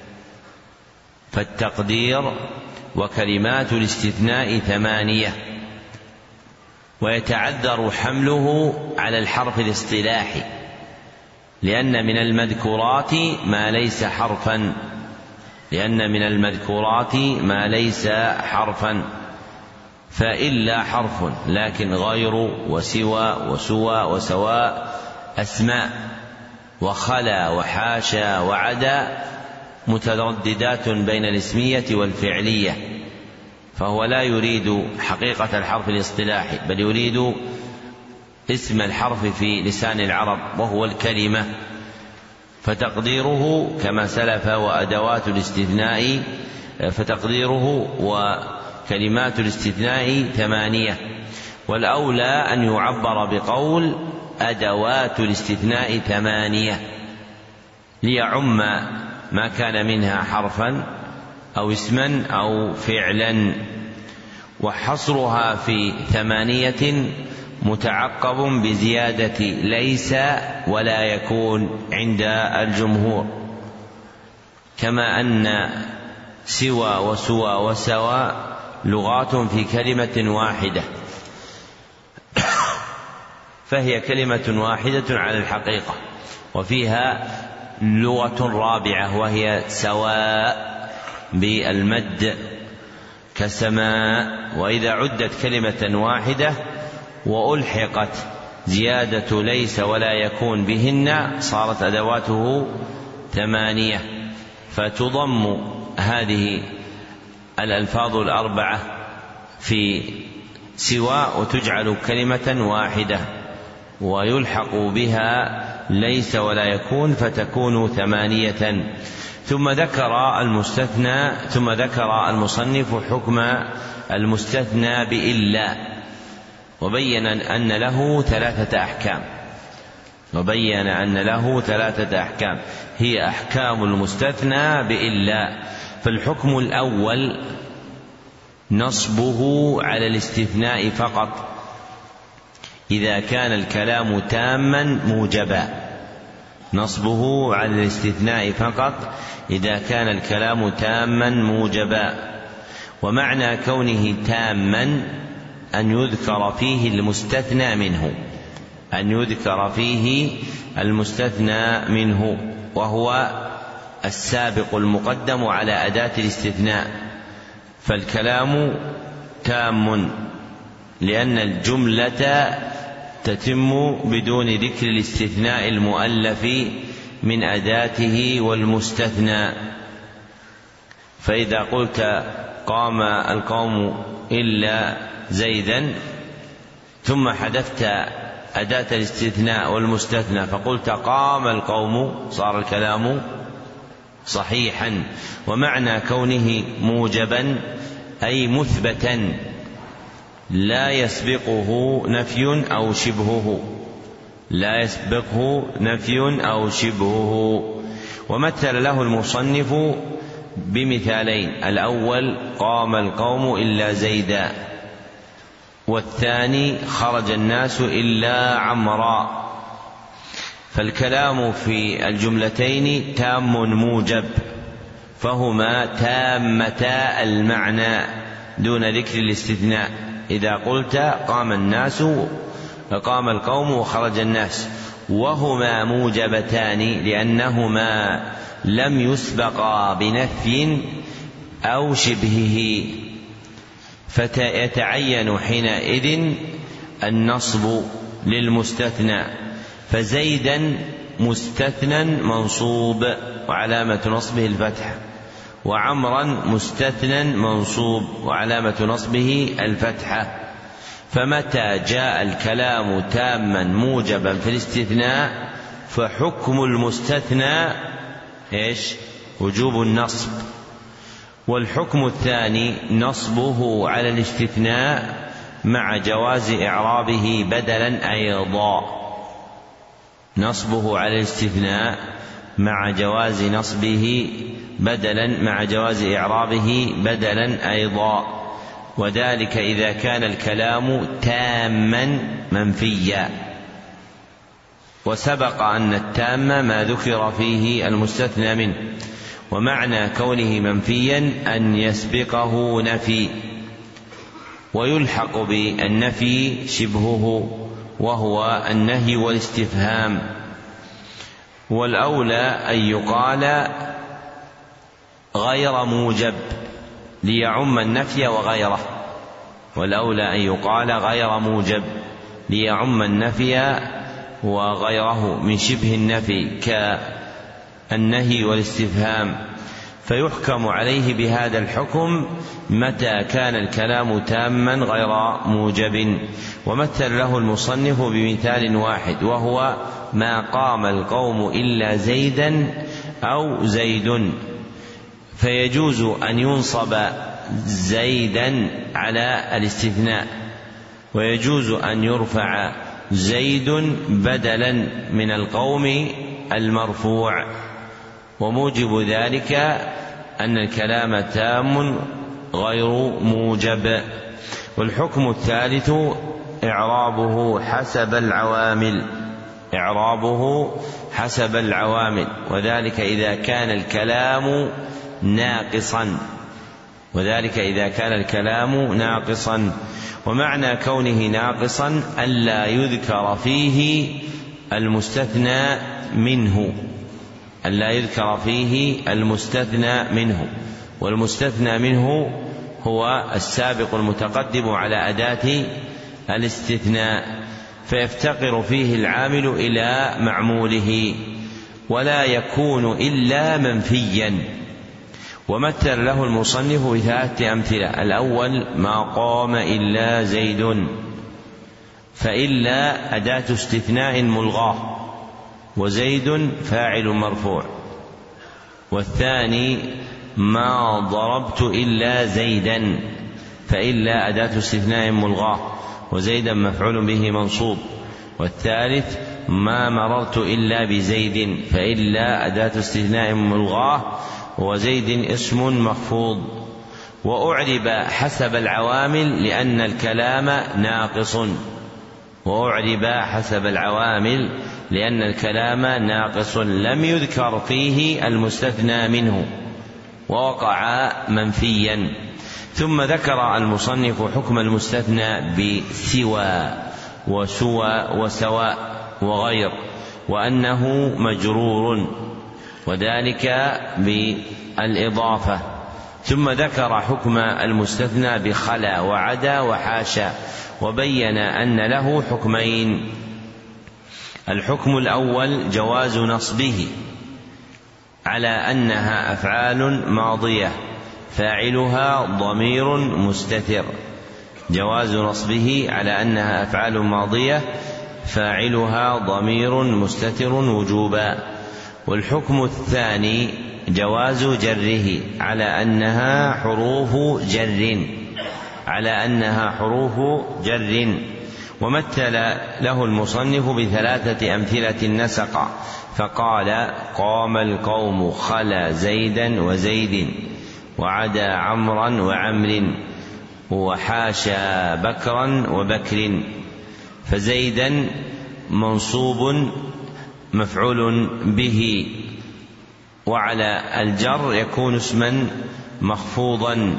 Speaker 1: فالتقدير: وكلمات الاستثناء 8. ويتعذر حمله على الحرف الاصطلاحي، لأن من المذكورات ما ليس حرفا، فإلا حرف، لكن غير وسوى وسوى وسواء أسماء، وخلا وحاشا وعدا مترددات بين الاسمية والفعلية، فهو لا يريد حقيقة الحرف الاصطلاحي، بل يريد اسم الحرف في لسان العرب وهو الكلمة، فتقديره كما سلف وأدوات الاستثناء، وكلمات الاستثناء 8. والأولى أن يعبر بقول أدوات الاستثناء 8 ليعم ما كان منها حرفا أو اسما أو فعلا. وحصرها في 8 متعقب بزيادة ليس ولا يكون عند الجمهور، كما أن سوى وسوى وسوى لغات في كلمة واحدة، فهي كلمة واحدة على الحقيقة، وفيها لغة رابعة وهي سواء بالمد كسماء. وإذا عدت كلمة واحدة وألحقت زيادة ليس ولا يكون بهن صارت أدواته 8، فتضم هذه الألفاظ الأربعة في سواء وتجعل كلمة واحدة، ويلحق بها ليس ولا يكون فتكون 8. ثم ذكر المصنف حكم المستثنى بإلا، وبين أن له 3 أحكام، هي أحكام المستثنى بإلا. فالحكم الأول نصبه على الاستثناء فقط إذا كان الكلام تاما موجبا، نصبه على الاستثناء فقط إذا كان الكلام تاما موجبا. ومعنى كونه تاما أن يذكر فيه المستثنى منه، وهو السابق المقدم على أداة الاستثناء. فالكلام تام لأن الجملة تتم بدون ذكر الاستثناء المؤلف من أداته والمستثنى. فإذا قلت قام القوم إلا زيدا ثم حذفت أداة الاستثناء والمستثنى فقلت قام القوم، صار الكلام صحيحا. ومعنى كونه موجبا أي مثبتا لا يسبقه نفي أو شبهه. ومثل له المصنف بمثالين: الأول قام القوم إلا زيدا، والثاني خرج الناس إلا عمرا. فالكلام في الجملتين تام موجب، فهما تامتا المعنى دون ذكر الاستثناء. إذا قلت قام القوم وخرج الناس، وهما موجبتان لأنهما لم يسبقا بنفي أو شبهه، فيتعين حينئذ النصب للمستثنى. فزيدا مستثنى منصوب وعلامة نصبه الفتح، وعمرا مستثنى منصوب وعلامة نصبه الفتحة. فمتى جاء الكلام تاما موجبا في الاستثناء فحكم المستثنى وجوب النصب. والحكم الثاني نصبه على الاستثناء مع جواز إعرابه بدلا أيضا، نصبه على الاستثناء مع جواز نصبه بدلا مع جواز إعرابه بدلا أيضا، وذلك إذا كان الكلام تاما منفيا. وسبق أن التام ما ذكر فيه المستثنى منه، ومعنى كونه منفيا أن يسبقه نفي، ويلحق بالنفي شبهه وهو النهي والاستفهام. والأولى أن يقال غير موجب ليعم النفي وغيره، وغيره من شبه النفي كالنهي والاستفهام، فيحكم عليه بهذا الحكم متى كان الكلام تاما غير موجب. ومثل له المصنف بمثال واحد، وهو ما قام القوم إلا زيدا أو زيد، فيجوز أن ينصب زيدا على الاستثناء، ويجوز أن يرفع زيد بدلا من القوم المرفوع، وموجب ذلك أن الكلام تام غير موجب. والحكم الثالث إعرابه حسب العوامل، وذلك إذا كان الكلام ناقصا. ومعنى كونه ناقصا ألا يذكر فيه المستثنى منه، أن لا يذكر فيه المستثنى منه، والمستثنى منه هو السابق المتقدم على أداة الاستثناء، فيفتقر فيه العامل إلى معموله ولا يكون إلا منفيا. ومثل له المصنف بثلاثة أمثلة: الأول ما قام إلا زيد، فإلا أداة استثناء ملغاة وزيد فاعل مرفوع. والثاني ما ضربت إلا زيدا، فإلا أداة استثناء ملغاة وزيدا مفعول به منصوب. والثالث ما مررت إلا بزيد، فإلا أداة استثناء ملغاة وزيد اسم مخفوض. وأعرب حسب العوامل لأن الكلام ناقص، وأعرب حسب العوامل لأن الكلام ناقص لم يذكر فيه المستثنى منه ووقع منفيا. ثم ذكر المصنف حكم المستثنى بسوى وسوى وسواء وغير، وأنه مجرور، وذلك بالإضافة. ثم ذكر حكم المستثنى بخلا وعدا وحاشا، وبين أن له حكمين: الحكم الأول جواز نصبه على أنها أفعال ماضية فاعلها ضمير مستتر، جواز نصبه على أنها أفعال ماضية فاعلها ضمير مستتر وجوبا. والحكم الثاني جواز جره على أنها حروف جر، على أنها حروف جر. ومثل له المصنف بثلاثة أمثلة نسق، فقال: قام القوم خلا زيدا وزيد، وعدا عمرا وعمر، وحاشا بكرا وبكر. فزيدا منصوب مفعول به، وعلى الجر يكون اسما مخفوضا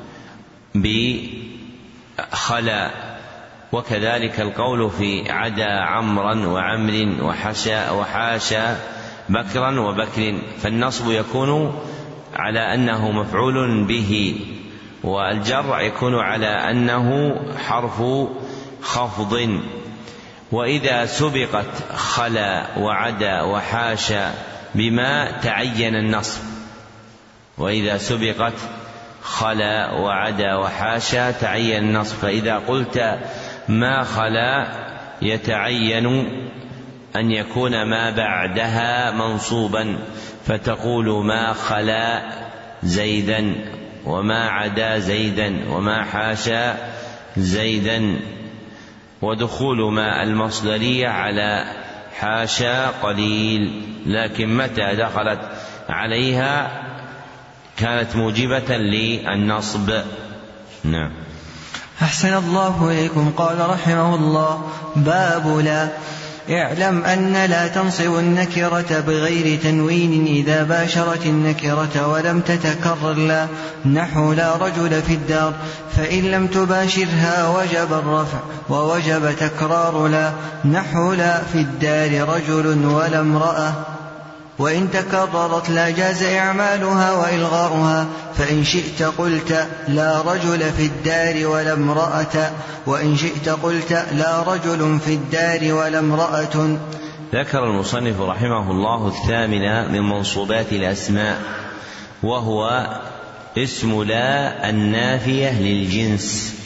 Speaker 1: بخلا. وكذلك القول في عدا عمرا وعمر وحاشا بكرا وبكر، فالنصب يكون على أنه مفعول به، والجر يكون على أنه حرف خفض. وإذا سبقت خلا وعدا وحاشا بما تعين النصب، وإذا سبقت خلا وعدا وحاشا تعين النصب. فإذا قلت ما خلا يتعين أن يكون ما بعدها منصوبا، فتقول ما خلا زيدا، وما عدا زيدا، وما حاشا زيدا. ودخول ما المصدرية على حاشا قليل، لكن متى دخلت عليها كانت موجبة للنصب. نعم.
Speaker 2: أحسن الله إليكم. قال رحمه الله: باب لا. اعلم أن لا تنصب النكرة بغير تنوين إذا باشرت النكرة ولم تتكرر لا، نحو لا رجل في الدار، فإن لم تباشرها وجب الرفع ووجب تكرار لا، نحو لا في الدار رجل ولا امرأة. وإن تكررت لا جاز إعمالها وإلغاؤها، فإن شئت قلت لا رجل في الدار ولا امرأة، وإن شئت قلت لا رجل في الدار ولا امرأة.
Speaker 1: ذكر المصنف رحمه الله الثامن من منصوبات الأسماء، وهو اسم لا النافية للجنس.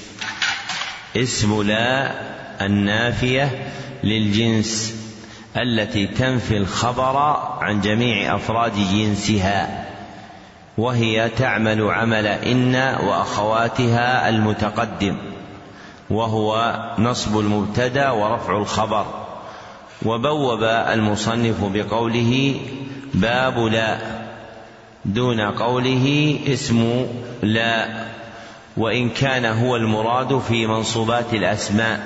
Speaker 1: اسم لا النافية للجنس التي تنفي الخبر عن جميع أفراد جنسها، وهي تعمل عمل إن وأخواتها المتقدم، وهو نصب المبتدأ ورفع الخبر. وبوب المصنف بقوله باب لا دون قوله اسم لا، وإن كان هو المراد في منصوبات الأسماء،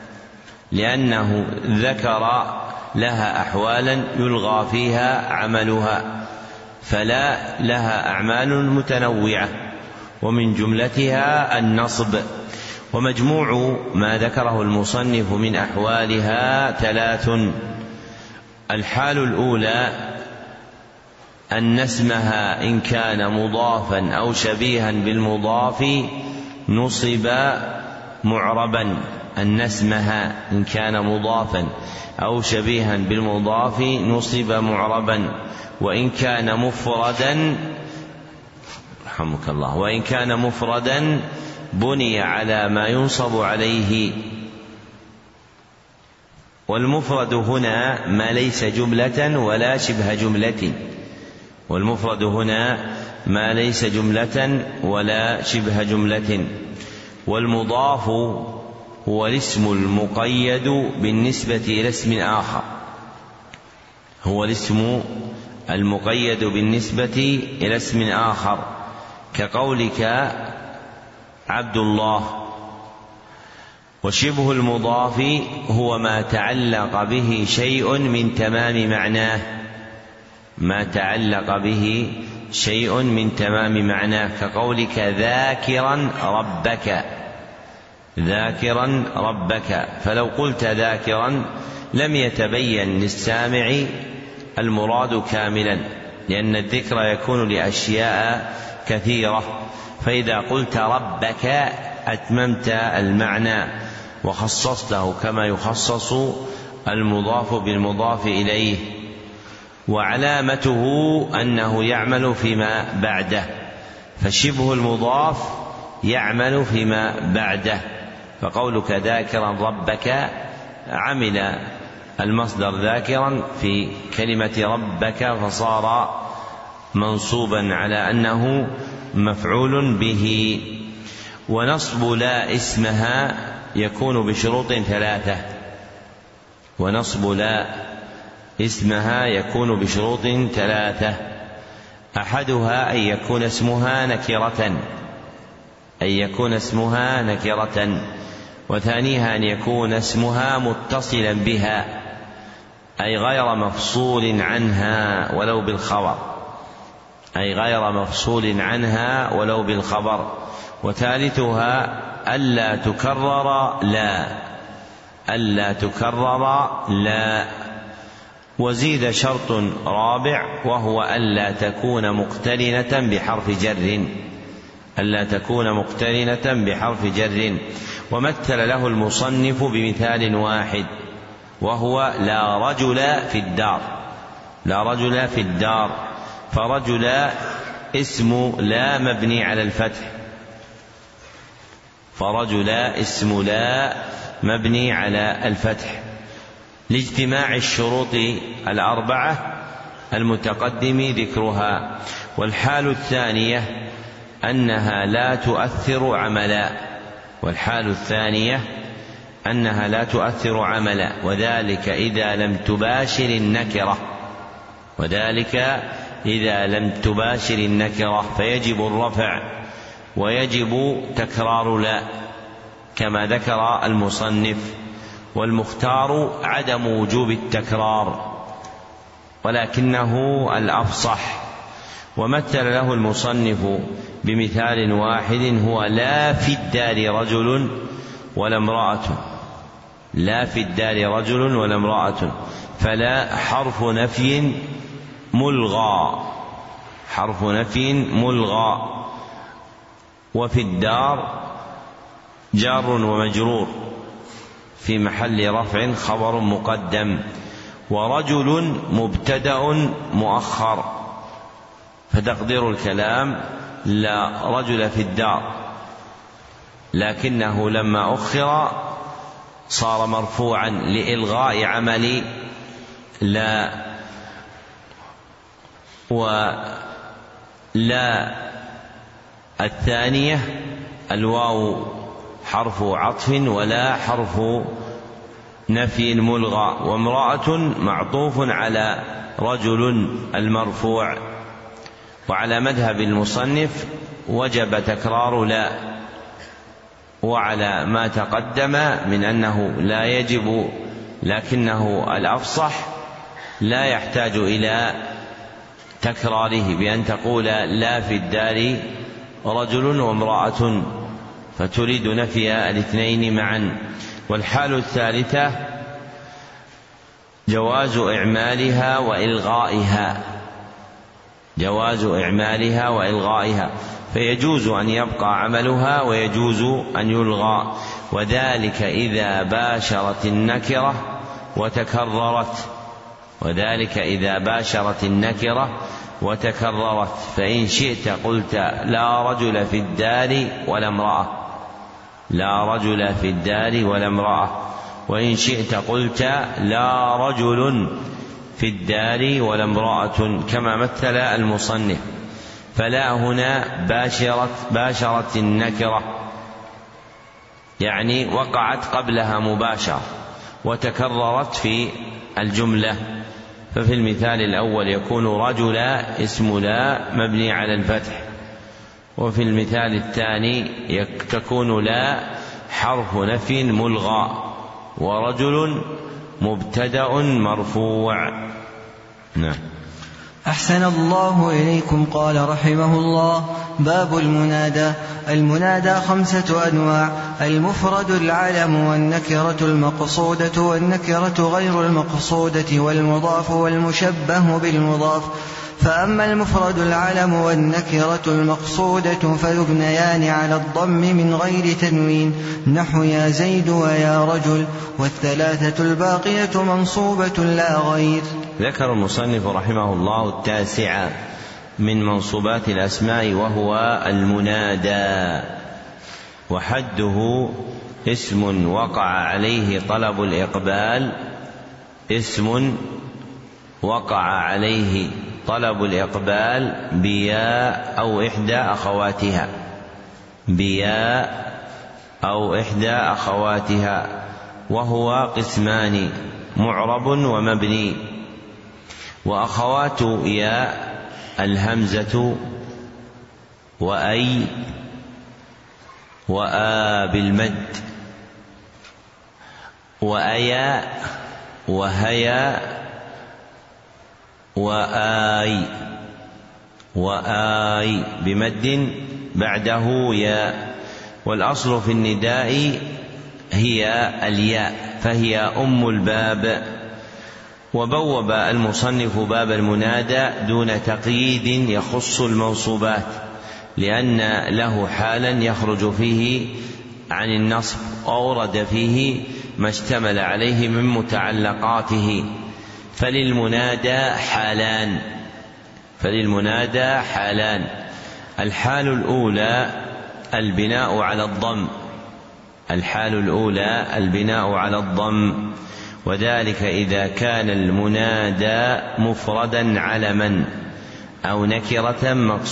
Speaker 1: لأنه ذكر لها أحوالا يلغى فيها عملها، فلا لها أعمال متنوعة ومن جملتها النصب. ومجموع ما ذكره المصنف من أحوالها ثلاث: الحال الأولى أن اسمها إن كان مضافا أو شبيها بالمضاف نصب معربا. أن اسمها إن كان مضافا أو شبيها بالمضاف نصب معربا، وإن كان مفردا رحمك الله وإن كان مفردا بني على ما ينصب عليه. والمفرد هنا ما ليس جملة ولا شبه جملة، والمفرد هنا ما ليس جملة ولا شبه جملة. والمضاف هو الاسم المقيد بالنسبة إلى اسم آخر، هو الاسم المقيد بالنسبة إلى اسم آخر، كقولك عبد الله. وشبه المضاف هو ما تعلق به شيء من تمام معناه، ما تعلق به شيء من تمام معناه، كقولك ذاكرا ربك، ذاكرا ربك. فلو قلت ذاكرا لم يتبين للسامع المراد كاملا، لأن الذكر يكون لأشياء كثيرة، فإذا قلت ربك أتممت المعنى وخصصته كما يخصص المضاف بالمضاف إليه. وعلامته أنه يعمل فيما بعده، فشبه المضاف يعمل فيما بعده. فقولك ذاكرا ربك عمل المصدر ذاكرا في كلمة ربك فصار منصوبا على أنه مفعول به. ونصب لا اسمها يكون بشروط ثلاثة، ونصب لا اسمها يكون بشروط ثلاثة. أحدها أن يكون اسمها نكرة، أن يكون اسمها نكرة. وثانيها أن يكون اسمها متصلا بها، أي غير مفصول عنها ولو بالخبر، أي غير مفصول عنها ولو بالخبر. وثالثها ألا تكرر لا، ألا تكرر لا. وزيد شرط رابع وهو ألا تكون مقترنة بحرف جر، ألا تكون مقترنة بحرف جر. ومثل له المصنف بمثال واحد وهو لا رجل في الدار، لا رجل في الدار. فرجل اسم لا مبني على الفتح، فرجل اسم لا مبني على الفتح لاجتماع الشروط الأربعة المتقدم ذكرها. والحال الثانية أنها لا تؤثر عملا، والحال الثانية أنها لا تؤثر عملا، وذلك إذا لم تباشر النكرة، وذلك إذا لم تباشر النكرة، فيجب الرفع ويجب تكرار لا كما ذكر المصنف. والمختار عدم وجوب التكرار ولكنه الأفصح. ومثل له المصنف بمثال واحد هو لا في الدار رجل ولا امرأة، لا في الدار رجل ولا امرأة. فلا حرف نفي ملغى، حرف نفي ملغى. وفي الدار جار ومجرور في محل رفع خبر مقدم. ورجل مبتدأ مؤخر، فتقدير الكلام لا رجل في الدار، لكنه لما أخر صار مرفوعا لإلغاء عمل لا. ولا الثانية الواو حرف عطف ولا حرف نفي ملغى. وامرأة معطوف على رجل المرفوع. وعلى مذهب المصنف وجب تكرار لا، وعلى ما تقدم من أنه لا يجب لكنه الأفصح لا يحتاج إلى تكراره، بأن تقول لا في الدار رجل وامرأة، فتريد نفي الاثنين معا. والحال الثالثة جواز إعمالها وإلغائها، جواز إعمالها وإلغائها، فيجوز أن يبقى عملها ويجوز أن يلغى، وذلك إذا باشرت النكرة وتكررت، فإن شئت قلت لا رجل في الدار ولا امرأة، وإن شئت قلت لا رجل في الدار ولا امرأة، كما مثل المصنف. فلا هنا باشرت النكرة، يعني وقعت قبلها مباشرة وتكررت في الجملة. ففي المثال الأول يكون رجل اسم لا مبني على الفتح، وفي المثال الثاني تكون لا حرف نفي ملغى، ورجل مبتدأ مرفوع. نعم.
Speaker 2: أحسن الله إليكم. قال رحمه الله: باب المنادى. المنادى 5 أنواع: المفرد، العلم، والنكرة المقصودة، والنكرة غير المقصودة، والمضاف، والمشبه بالمضاف. فأما المفرد العلم والنكرة المقصودة فيبنيان على الضم من غير تنوين، نحو يا زيد ويا رجل، والثلاثة الباقية منصوبة لا غير.
Speaker 1: ذكر المصنف رحمه الله 9 من منصوبات الأسماء، وهو المنادى، وحده اسم وقع عليه طلب الإقبال بياء أو إحدى أخواتها، وهو قسمان: معرب ومبني. وأخوات ياء الهمزة وأي وآ بالمد، وأيا وهيا وآي بمد بعده ياء. والأصل في النداء هي الياء، فهي أم الباب. وبوب المصنف باب المنادى دون تقييد يخص المنصوبات، لأن له حالا يخرج فيه عن النصب، أورد فيه ما اشتمل عليه من متعلقاته. فللمنادى حالان: الحال الأولى البناء على الضم، وذلك إذا كان المنادى مفردا علما أو نكرة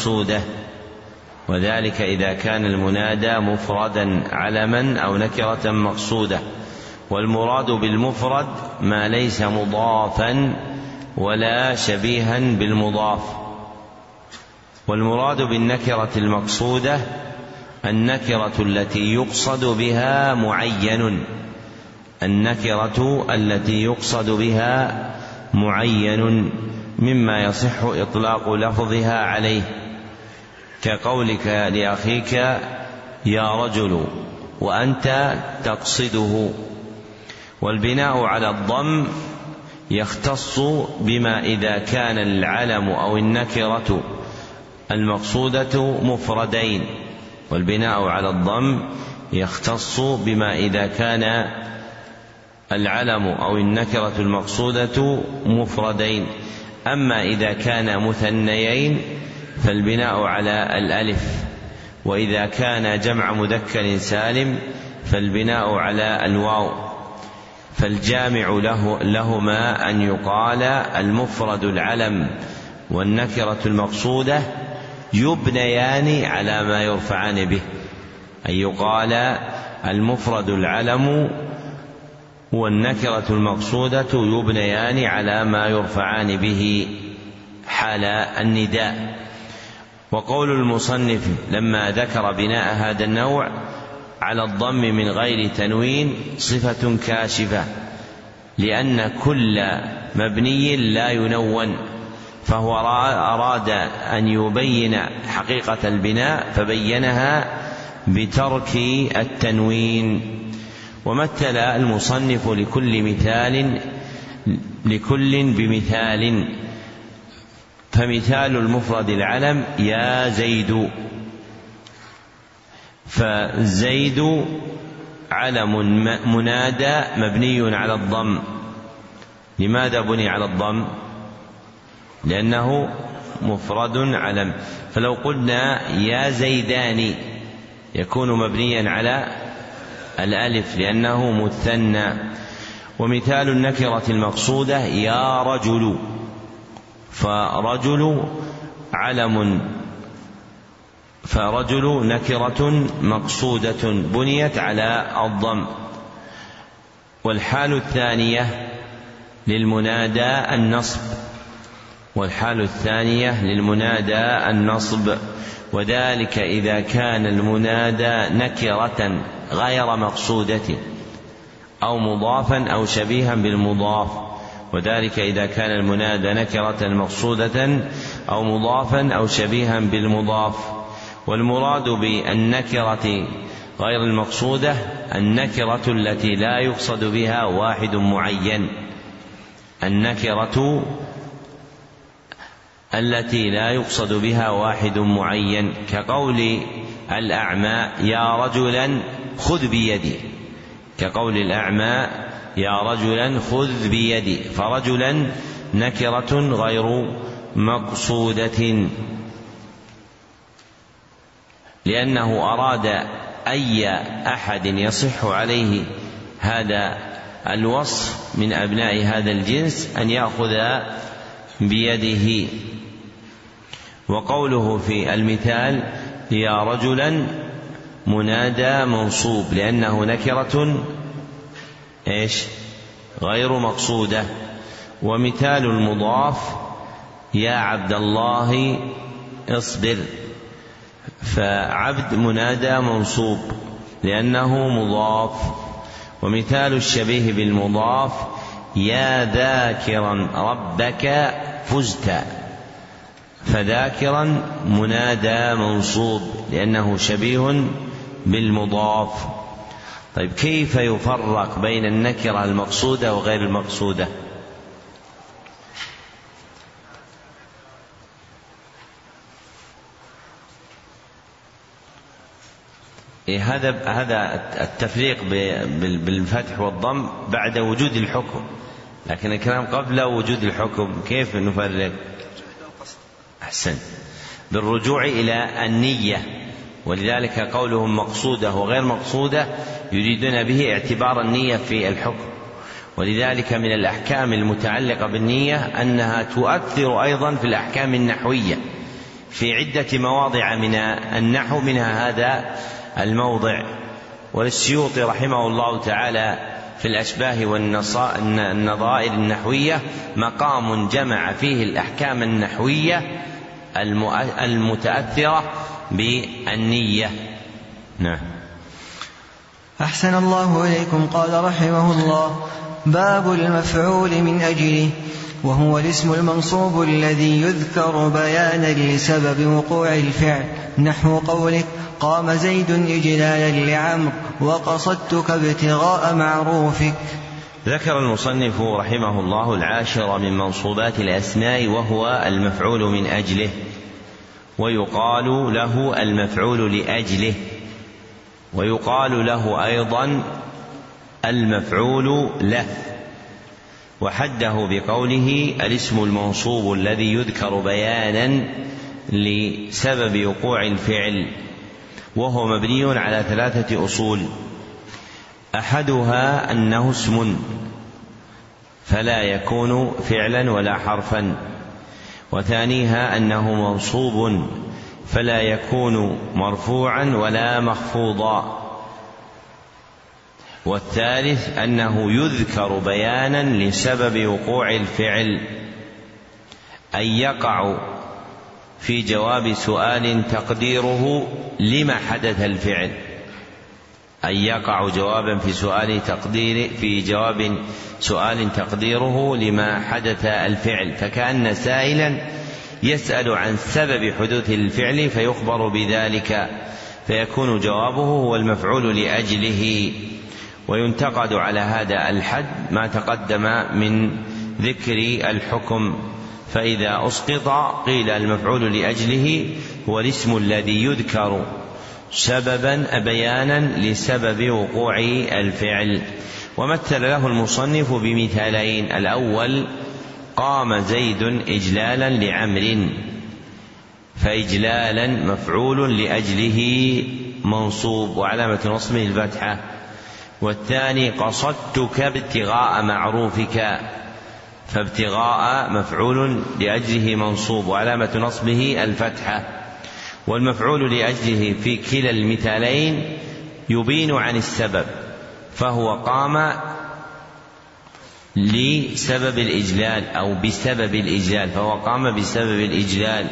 Speaker 1: مقصودة. والمراد بالمفرد ما ليس مضافا ولا شبيها بالمضاف. والمراد بالنكرة المقصودة النكرة التي يقصد بها معين مما يصح إطلاق لفظها عليه، كقولك لأخيك يا رجل وأنت تقصده. والبناء على الضم يختص بما إذا كان العلم أو النكرة المقصودة مفردين، أما إذا كان مثنيين فالبناء على الألف، وإذا كان جمع مذكر سالم فالبناء على الواو. فالجامع لهما أن يقال المفرد العلم والنكرة المقصودة يبنيان على ما يرفعان به، أن يقال المفرد العلم والنكرة المقصودة يبنيان على ما يرفعان به حال النداء. وقول المصنف لما ذكر بناء هذا النوع على الضم من غير تنوين صفة كاشفة، لأن كل مبني لا ينون، فهو أراد أن يبين حقيقة البناء فبينها بترك التنوين. ومثل المصنف لكل بمثال، فمثال المفرد العلم يا زيد، فزيد علم منادى مبني على الضم. لماذا بني على الضم؟ لأنه مفرد علم. فلو قلنا يا زيدان يكون مبنيا على الألف لأنه مثنى. ومثال النكرة المقصودة يا رجل، فرجل نكرة مقصودة بنيت على الضم. والحال الثانية للمنادى النصب، وذلك إذا كان المنادى نكرة غير مقصودة أو مضافا أو شبيها بالمضاف. وذلك إذا كان المنادى نكرة مقصودة أو مضافا أو شبيها بالمضاف. والمراد بالنكرة غير المقصودة النكرة التي لا يقصد بها واحد معين، النكرة التي لا يقصد بها واحد معين، كقول الأعمى يا رجلا خذ بيدي، كقول الأعمى يا رجلا خذ بيدي، فرجلا نكرة غير مقصودة، لأنه أراد أي أحد يصح عليه هذا الوصف من أبناء هذا الجنس أن يأخذ بيده. وقوله في المثال يا رجلا منادى منصوب لأنه نكرة غير مقصودة. ومثال المضاف يا عبد الله اصبر، فعبد منادى منصوب لأنه مضاف. ومثال الشبيه بالمضاف يا ذاكرا ربك فزت، فذاكرا منادى منصوب لأنه شبيه بالمضاف. طيب كيف يفرق بين النكرة المقصودة وغير المقصودة؟ هذا التفريق بالفتح والضم بعد وجود الحكم، لكن الكلام قبل وجود الحكم كيف نفرق؟ أحسن، بالرجوع إلى النية. ولذلك قولهم مقصودة وغير مقصودة يريدون به اعتبار النية في الحكم. ولذلك من الأحكام المتعلقة بالنية أنها تؤثر أيضا في الأحكام النحوية في عدة مواضع من النحو، منها هذا الموضع. والسيوطي رحمه الله تعالى في الأشباه والنظائر النحوية مقام جمع فيه الأحكام النحوية المتأثرة بالنية. نعم.
Speaker 2: أحسن الله إليكم. قال رحمه الله: باب المفعول من أجله، وهو الاسم المنصوب الذي يذكر بيانا لسبب وقوع الفعل، نحو قولك قام زيد إجلالا لعمرو وقصدتك ابتغاء معروفك.
Speaker 1: ذكر المصنف رحمه الله العاشر من منصوبات الأسماء وهو المفعول من أجله، ويقال له المفعول لأجله، ويقال له أيضا المفعول له. وحده بقوله الاسم المنصوب الذي يذكر بيانا لسبب وقوع الفعل، وهو مبني على 3 أصول: أحدها أنه اسم فلا يكون فعلا ولا حرفا، وثانيها أنه منصوب فلا يكون مرفوعا ولا مخفوضا، والثالث أنه يذكر بيانا لسبب وقوع الفعل، أن يقع في جواب سؤال تقديره لما حدث الفعل، أن يقع جوابا في جواب سؤال تقديره لما حدث الفعل، فكأن سائلا يسأل عن سبب حدوث الفعل فيخبر بذلك، فيكون جوابه هو المفعول لأجله. وينتقد على هذا الحد ما تقدم من ذكر الحكم، فإذا أسقط قيل المفعول لأجله هو الاسم الذي يذكر سببا بيانا لسبب وقوع الفعل. ومثل له المصنف بمثالين: الأول قام زيد إجلالا لعمر، فإجلالا مفعول لأجله منصوب وعلامة نصبه الفتحة. والثاني قصدتك ابتغاء معروفك، فابتغاء مفعول لأجله منصوب وعلامة نصبه الفتحة. والمفعول لأجله في كلا المثالين يبين عن السبب، فهو قام لسبب الإجلال أو بسبب الإجلال، فهو قام بسبب الإجلال.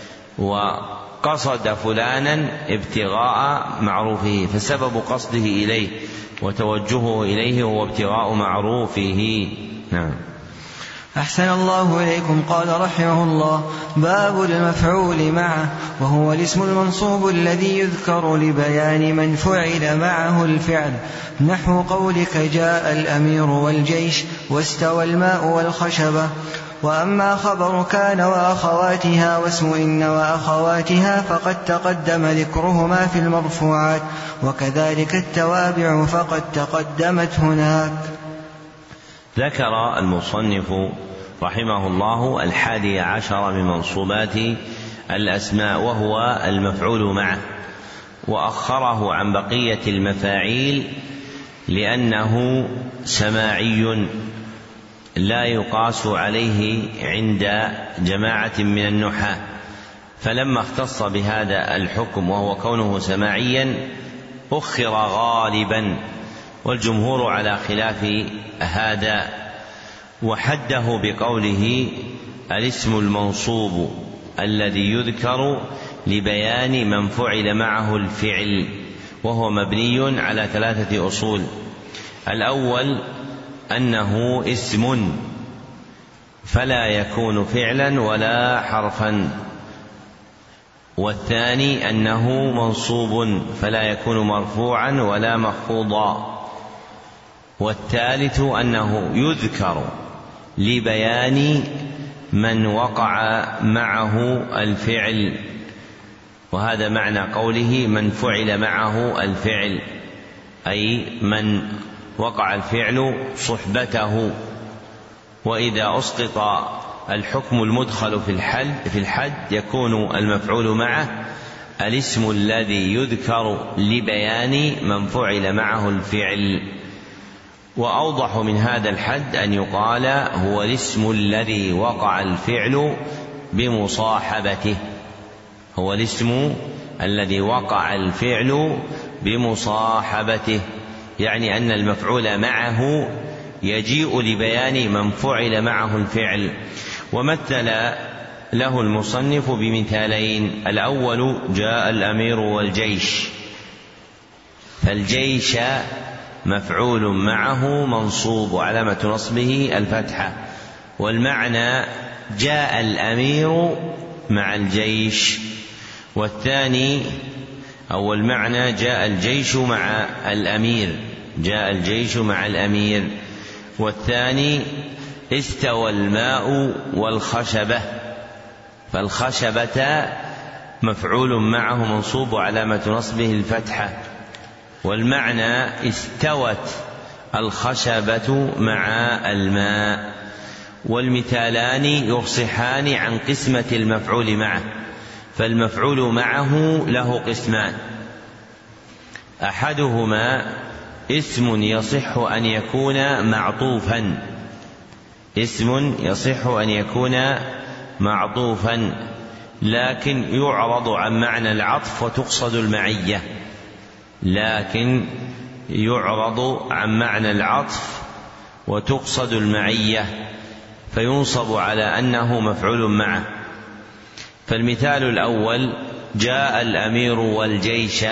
Speaker 1: وقصد فلانا ابتغاء معروفه، فسبب قصده إليه وتوجهه إليه هو ابتغاء معروفه. نعم.
Speaker 2: أحسن الله إليكم. قال رحمه الله: باب المفعول معه، وهو الاسم المنصوب الذي يذكر لبيان من فعل معه الفعل، نحو قولك جاء الأمير والجيش واستوى الماء والخشبة. وأما خبر كان وأخواتها واسم إن وأخواتها فقد تقدم ذكرهما في المرفوعات، وكذلك التوابع فقد تقدمت هناك.
Speaker 1: ذكر المصنف رحمه الله 11 من منصوبات الأسماء، وهو المفعول معه، وأخره عن بقية المفاعيل لأنه سماعي لا يقاس عليه عند جماعة من النحاة، فلما اختص بهذا الحكم وهو كونه سماعيا أخر غالبا، والجمهور على خلاف هذا. وحده بقوله الاسم المنصوب الذي يذكر لبيان من فعل معه الفعل، وهو مبني على 3 أصول: الأول أنه اسم فلا يكون فعلا ولا حرفا، والثاني أنه منصوب فلا يكون مرفوعا ولا مخفوضا، والثالث أنه يذكر لبيان من وقع معه الفعل. وهذا معنى قوله من فعل معه الفعل، أي من وقع الفعل صحبته. وإذا أسقط الحكم المدخل في الحد يكون المفعول معه الاسم الذي يذكر لبيان من فعل معه الفعل. وأوضح من هذا الحد أن يقال هو الاسم الذي وقع الفعل بمصاحبته، هو الاسم الذي وقع الفعل بمصاحبته، يعني أن المفعول معه يجيء لبيان من فعل معه الفعل. ومثل له المصنف بمثالين: الأول جاء الأمير والجيش، فالجيش مفعول معه منصوب وعلامة نصبه الفتحة، والمعنى جاء الأمير مع الجيش. والثاني أو المعنى جاء الجيش مع الأمير، جاء الجيش مع الأمير. والثاني استوى الماء والخشبة، فالخشبة مفعول معه منصوب وعلامة نصبه الفتحة، والمعنى استوت الخشبة مع الماء. والمثالان يفصحان عن قسمة المفعول معه، فالمفعول معه له قسمان: أحدهما اسم يصح أن يكون معطوفا، اسم يصح أن يكون معطوفا لكن يعرض عن معنى العطف وتقصد المعية، لكن يعرض عن معنى العطف وتقصد المعية، فينصب على أنه مفعول معه. فالمثال الأول جاء الأمير والجيش،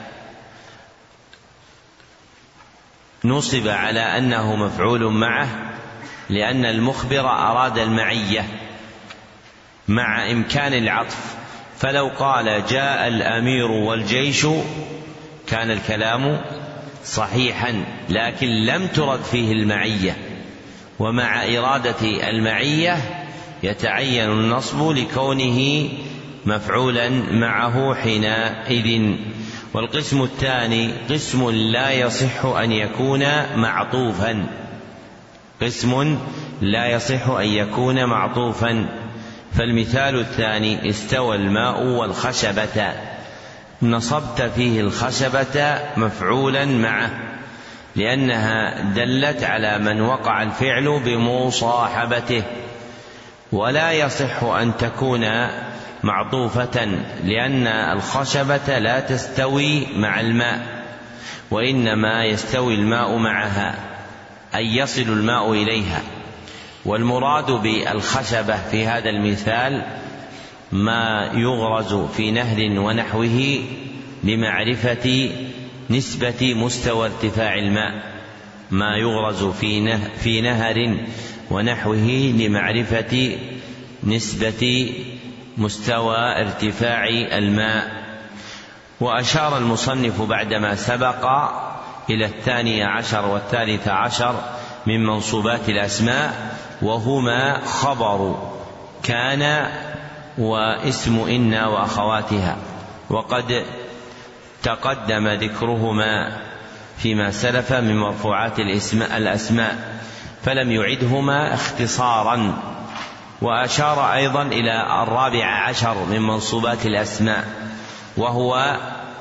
Speaker 1: نصب على أنه مفعول معه لأن المخبر أراد المعية مع إمكان العطف، فلو قال جاء الأمير والجيش كان الكلام صحيحا، لكن لم ترد فيه المعية، ومع إرادة المعية يتعين النصب لكونه مفعولا معه حينئذ. والقسم الثاني قسم لا يصح أن يكون معطوفا، قسم لا يصح أن يكون معطوفا. فالمثال الثاني: استوى الماء والخشبة، نصبت فيه الخشبة مفعولا معه لأنها دلت على من وقع الفعل بمصاحبته. ولا يصح أن تكون معطوفة لأن الخشبة لا تستوي مع الماء، وإنما يستوي الماء معها، أي يصل الماء إليها. والمراد بالخشبة في هذا المثال ما يغرز في نهر ونحوه لمعرفة نسبة مستوى ارتفاع الماء، ما يغرز في نهر ونحوه لمعرفة نسبة مستوى ارتفاع الماء. وأشار المصنف بعدما سبق إلى 12 و13 من منصوبات الأسماء، وهما خبر كان واسم إن وأخواتها، وقد تقدم ذكرهما فيما سلف من مرفوعات الأسماء فلم يعدهما اختصارا. وأشار أيضا إلى 14 من منصوبات الأسماء وهو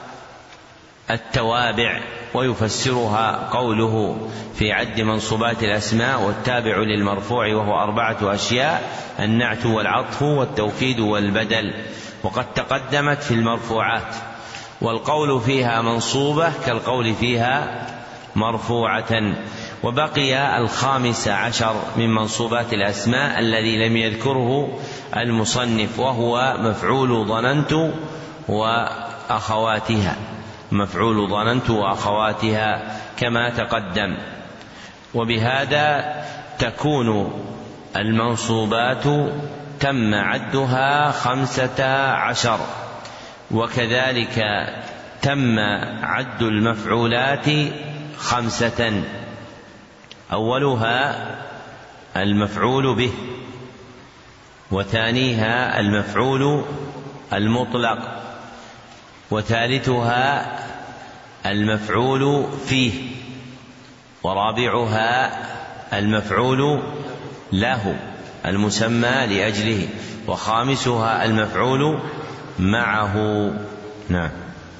Speaker 1: التوابع، ويفسرها قوله في عد منصوبات الأسماء: والتابع للمرفوع وهو 4 أشياء: النعت والعطف والتوكيد والبدل. وقد تقدمت في المرفوعات، والقول فيها منصوبة كالقول فيها مرفوعة. وبقي 15 من منصوبات الأسماء الذي لم يذكره المصنف، وهو مفعول ظننت وأخواتها، مفعول ظننت وأخواتها كما تقدم. وبهذا تكون المنصوبات تم عدها 15، وكذلك تم عد المفعولات 5: أولها المفعول به، وثانيها المفعول المطلق، وثالثها المفعول فيه، ورابعها المفعول له المسمى لأجله، وخامسها المفعول معه. نعم.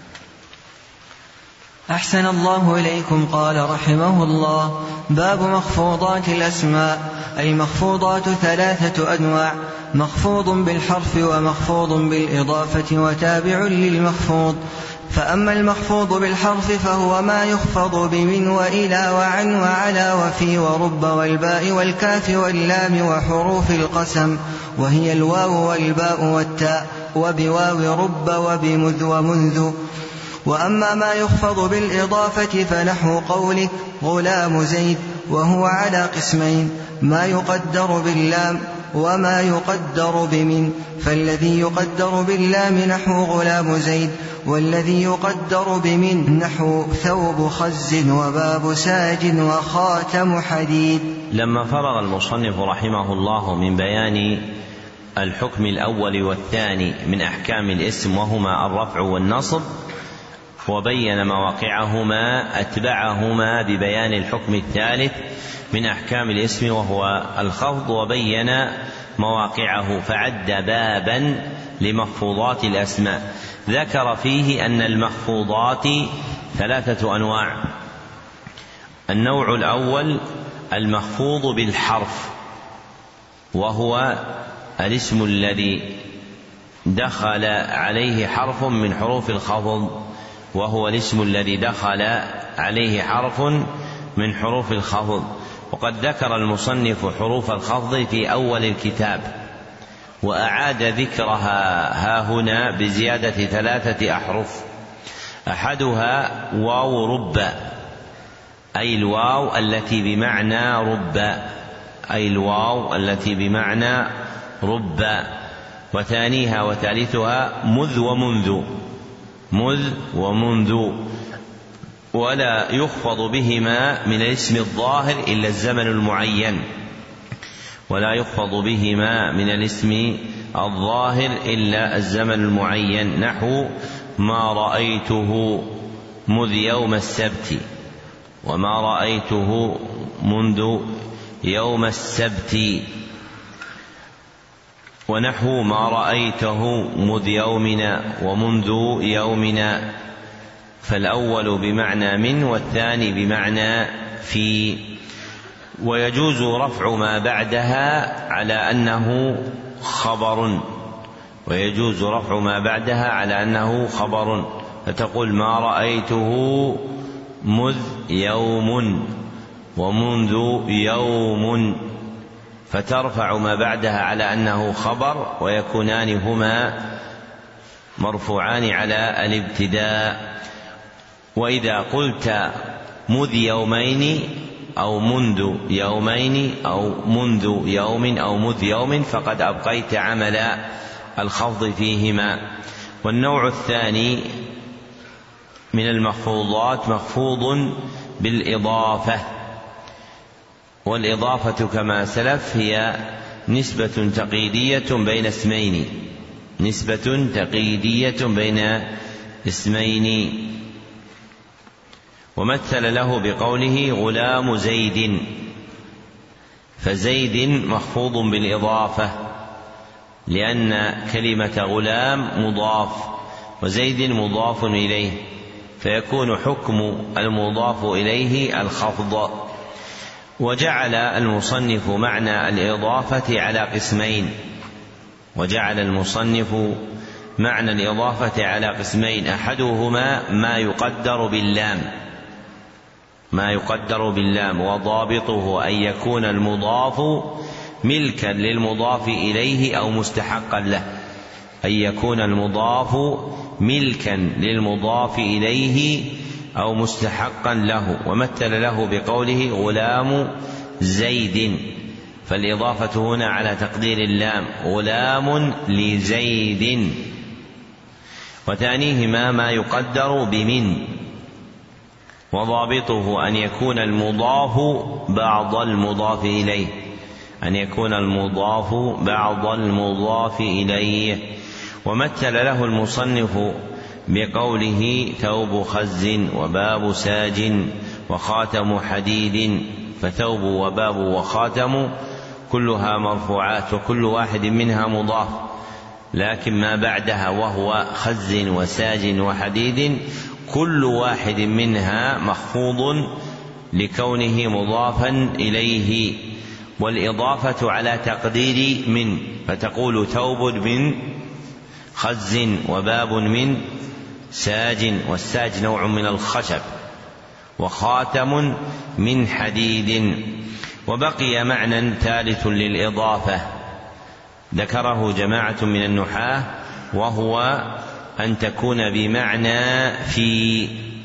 Speaker 2: أحسن الله إليكم. قال رحمه الله: باب مخفوضات الأسماء. المخفوضات 3 أنواع: مخفوض بالحرف، ومخفوض بالإضافة، وتابع للمخفوض. فأما المخفوض بالحرف فهو ما يخفض بمن وإلى وعن وعلى وفي ورب والباء والكاف واللام وحروف القسم، وهي الواو والباء والتاء، وبواو رب وبمذ ومنذ. وأما ما يخفض بالإضافة فنحو قولك غلام زيد، وهو على قسمين: ما يقدر باللام وما يقدر بمن. فالذي يقدر باللام نحو غلام زيد، والذي يقدر بمن نحو ثوب خز وباب ساج وخاتم حديد.
Speaker 1: لما فرغ المصنف رحمه الله من بيان الحكم الأول والثاني من أحكام الاسم وهما الرفع والنصب، وبين مواقعهما، أتبعهما ببيان الحكم الثالث من أحكام الاسم وهو الخفض، وبين مواقعه، فعد بابا لمخفوضات الأسماء. ذكر فيه أن المخفوضات 3 أنواع: النوع الأول المخفوض بالحرف، وهو الاسم الذي دخل عليه حرف من حروف الخفض، وهو الاسم الذي دخل عليه حرف من حروف الخفض. وقد ذكر المصنف حروف الخفض في أول الكتاب، وأعاد ذكرها هاهنا بزيادة 3 أحرف: أحدها واو رب، أي الواو التي بمعنى رب، أي الواو التي بمعنى رب. وثانيها وثالثها مذ ومنذ، مذ ومنذ، ولا يخفض بهما من الاسم الظاهر إلا الزمن المعين. ولا يخفض بهما من الاسم الظاهر إلا الزمن المعين، نحو ما رأيته مذ يوم السبت، وما رأيته منذ يوم السبت، ونحو ما رأيته مذ يومنا ومنذ يومنا، فالأول بمعنى من والثاني بمعنى في. ويجوز رفع ما بعدها على أنه خبر، ويجوز رفع ما بعدها على أنه خبر، فتقول ما رأيته مذ يوم ومنذ يوم، فترفع ما بعدها على أنه خبر، ويكونان هما مرفوعان على الابتداء. وإذا قلت مذ يومين أو منذ يومين أو منذ يوم أو مذ يوم فقد أبقيت عمل الخفض فيهما. والنوع الثاني من المخفوضات مخفوض بالإضافة، والإضافة كما سلف هي نسبة تقييدية بين اسمين، نسبة تقييدية بين اسمين. ومثل له بقوله غلام زيد، فزيد مخفوض بالإضافة لأن كلمة غلام مضاف وزيد مضاف إليه، فيكون حكم المضاف إليه الخفض. وجعل المصنف معنى الإضافة على قسمين، وجعل المصنف معنى الإضافة على قسمين، أحدهما ما يقدر باللام، ما يقدر باللام، وضابطه أن يكون المضاف ملكا للمضاف إليه أو مستحقا له، أن يكون المضاف ملكا للمضاف إليه أو مستحقا له. ومثل له بقوله غلام زيد، فالإضافة هنا على تقدير اللام، غلام لزيد. وثانيهما ما يقدر بمن، وضابطه أن يكون المضاف بعض المضاف إليه، أن يكون المضاف بعض المضاف إليه. ومثل له المصنف بقوله ثوب خز وباب ساج وخاتم حديد، فثوب وباب وخاتم كلها مرفوعات وكل واحد منها مضاف، لكن ما بعدها وهو خز وساج وحديد كل واحد منها مخفوض لكونه مضافا إليه، والإضافة على تقدير من، فتقول ثوب من خز وباب من ساج، والساج نوع من الخشب، وخاتم من حديد. وبقي معنى ثالث للإضافة ذكره جماعة من النحاة، وهو أن تكون بمعنى في،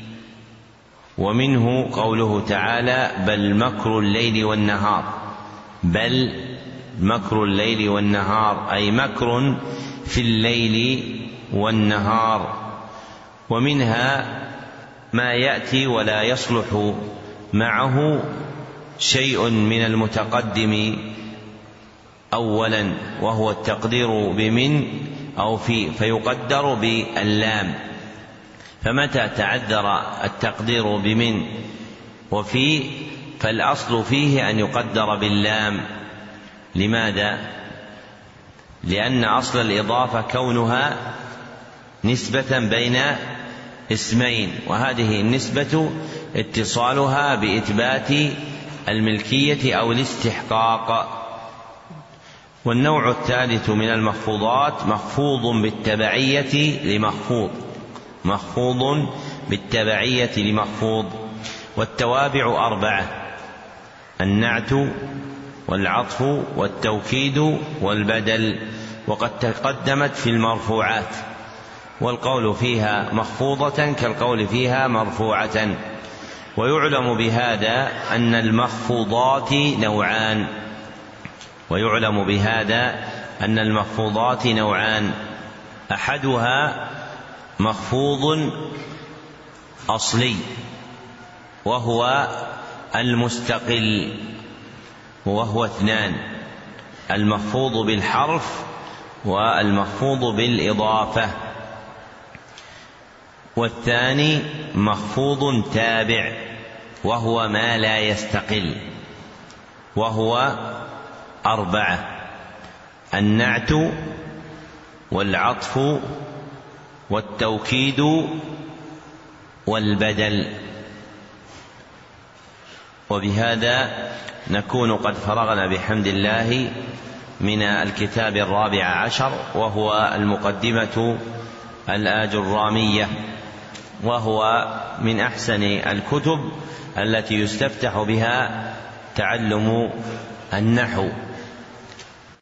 Speaker 1: ومنه قوله تعالى بل مكر الليل والنهار، بل مكر الليل والنهار أي مكر في الليل والنهار. ومنها ما يأتي ولا يصلح معه شيء من المتقدم أولا، وهو التقدير بمن أو في، فيقدر باللام، فمتى تعذر التقدير بمن وفي فالأصل فيه أن يقدر باللام. لماذا؟ لأن أصل الإضافة كونها نسبة بين اسمين، وهذه النسبة اتصالها بإثبات الملكية أو الاستحقاق. والنوع الثالث من المخفوضات مخفوض بالتبعية لمخفوض، مخفوض بالتبعية لمخفوض. والتوابع أربعة: النعت والعطف والتوكيد والبدل، وقد تقدمت في المرفوعات، والقول فيها مخفوضة كالقول فيها مرفوعة. ويعلم بهذا أن المخفوضات نوعان، ويعلم بهذا أن المخفوضات نوعان: أحدها مخفوض أصلي وهو المستقل، وهو اثنان: المخفوض بالحرف والمخفوض بالإضافة، والثاني مخفوض تابع وهو ما لا يستقل، وهو 4: النعت والعطف والتوكيد والبدل. وبهذا نكون قد فرغنا بحمد الله من الكتاب 14، وهو المقدمة الآجرامية، وهو من أحسن الكتب التي يستفتح بها تعلم النحو،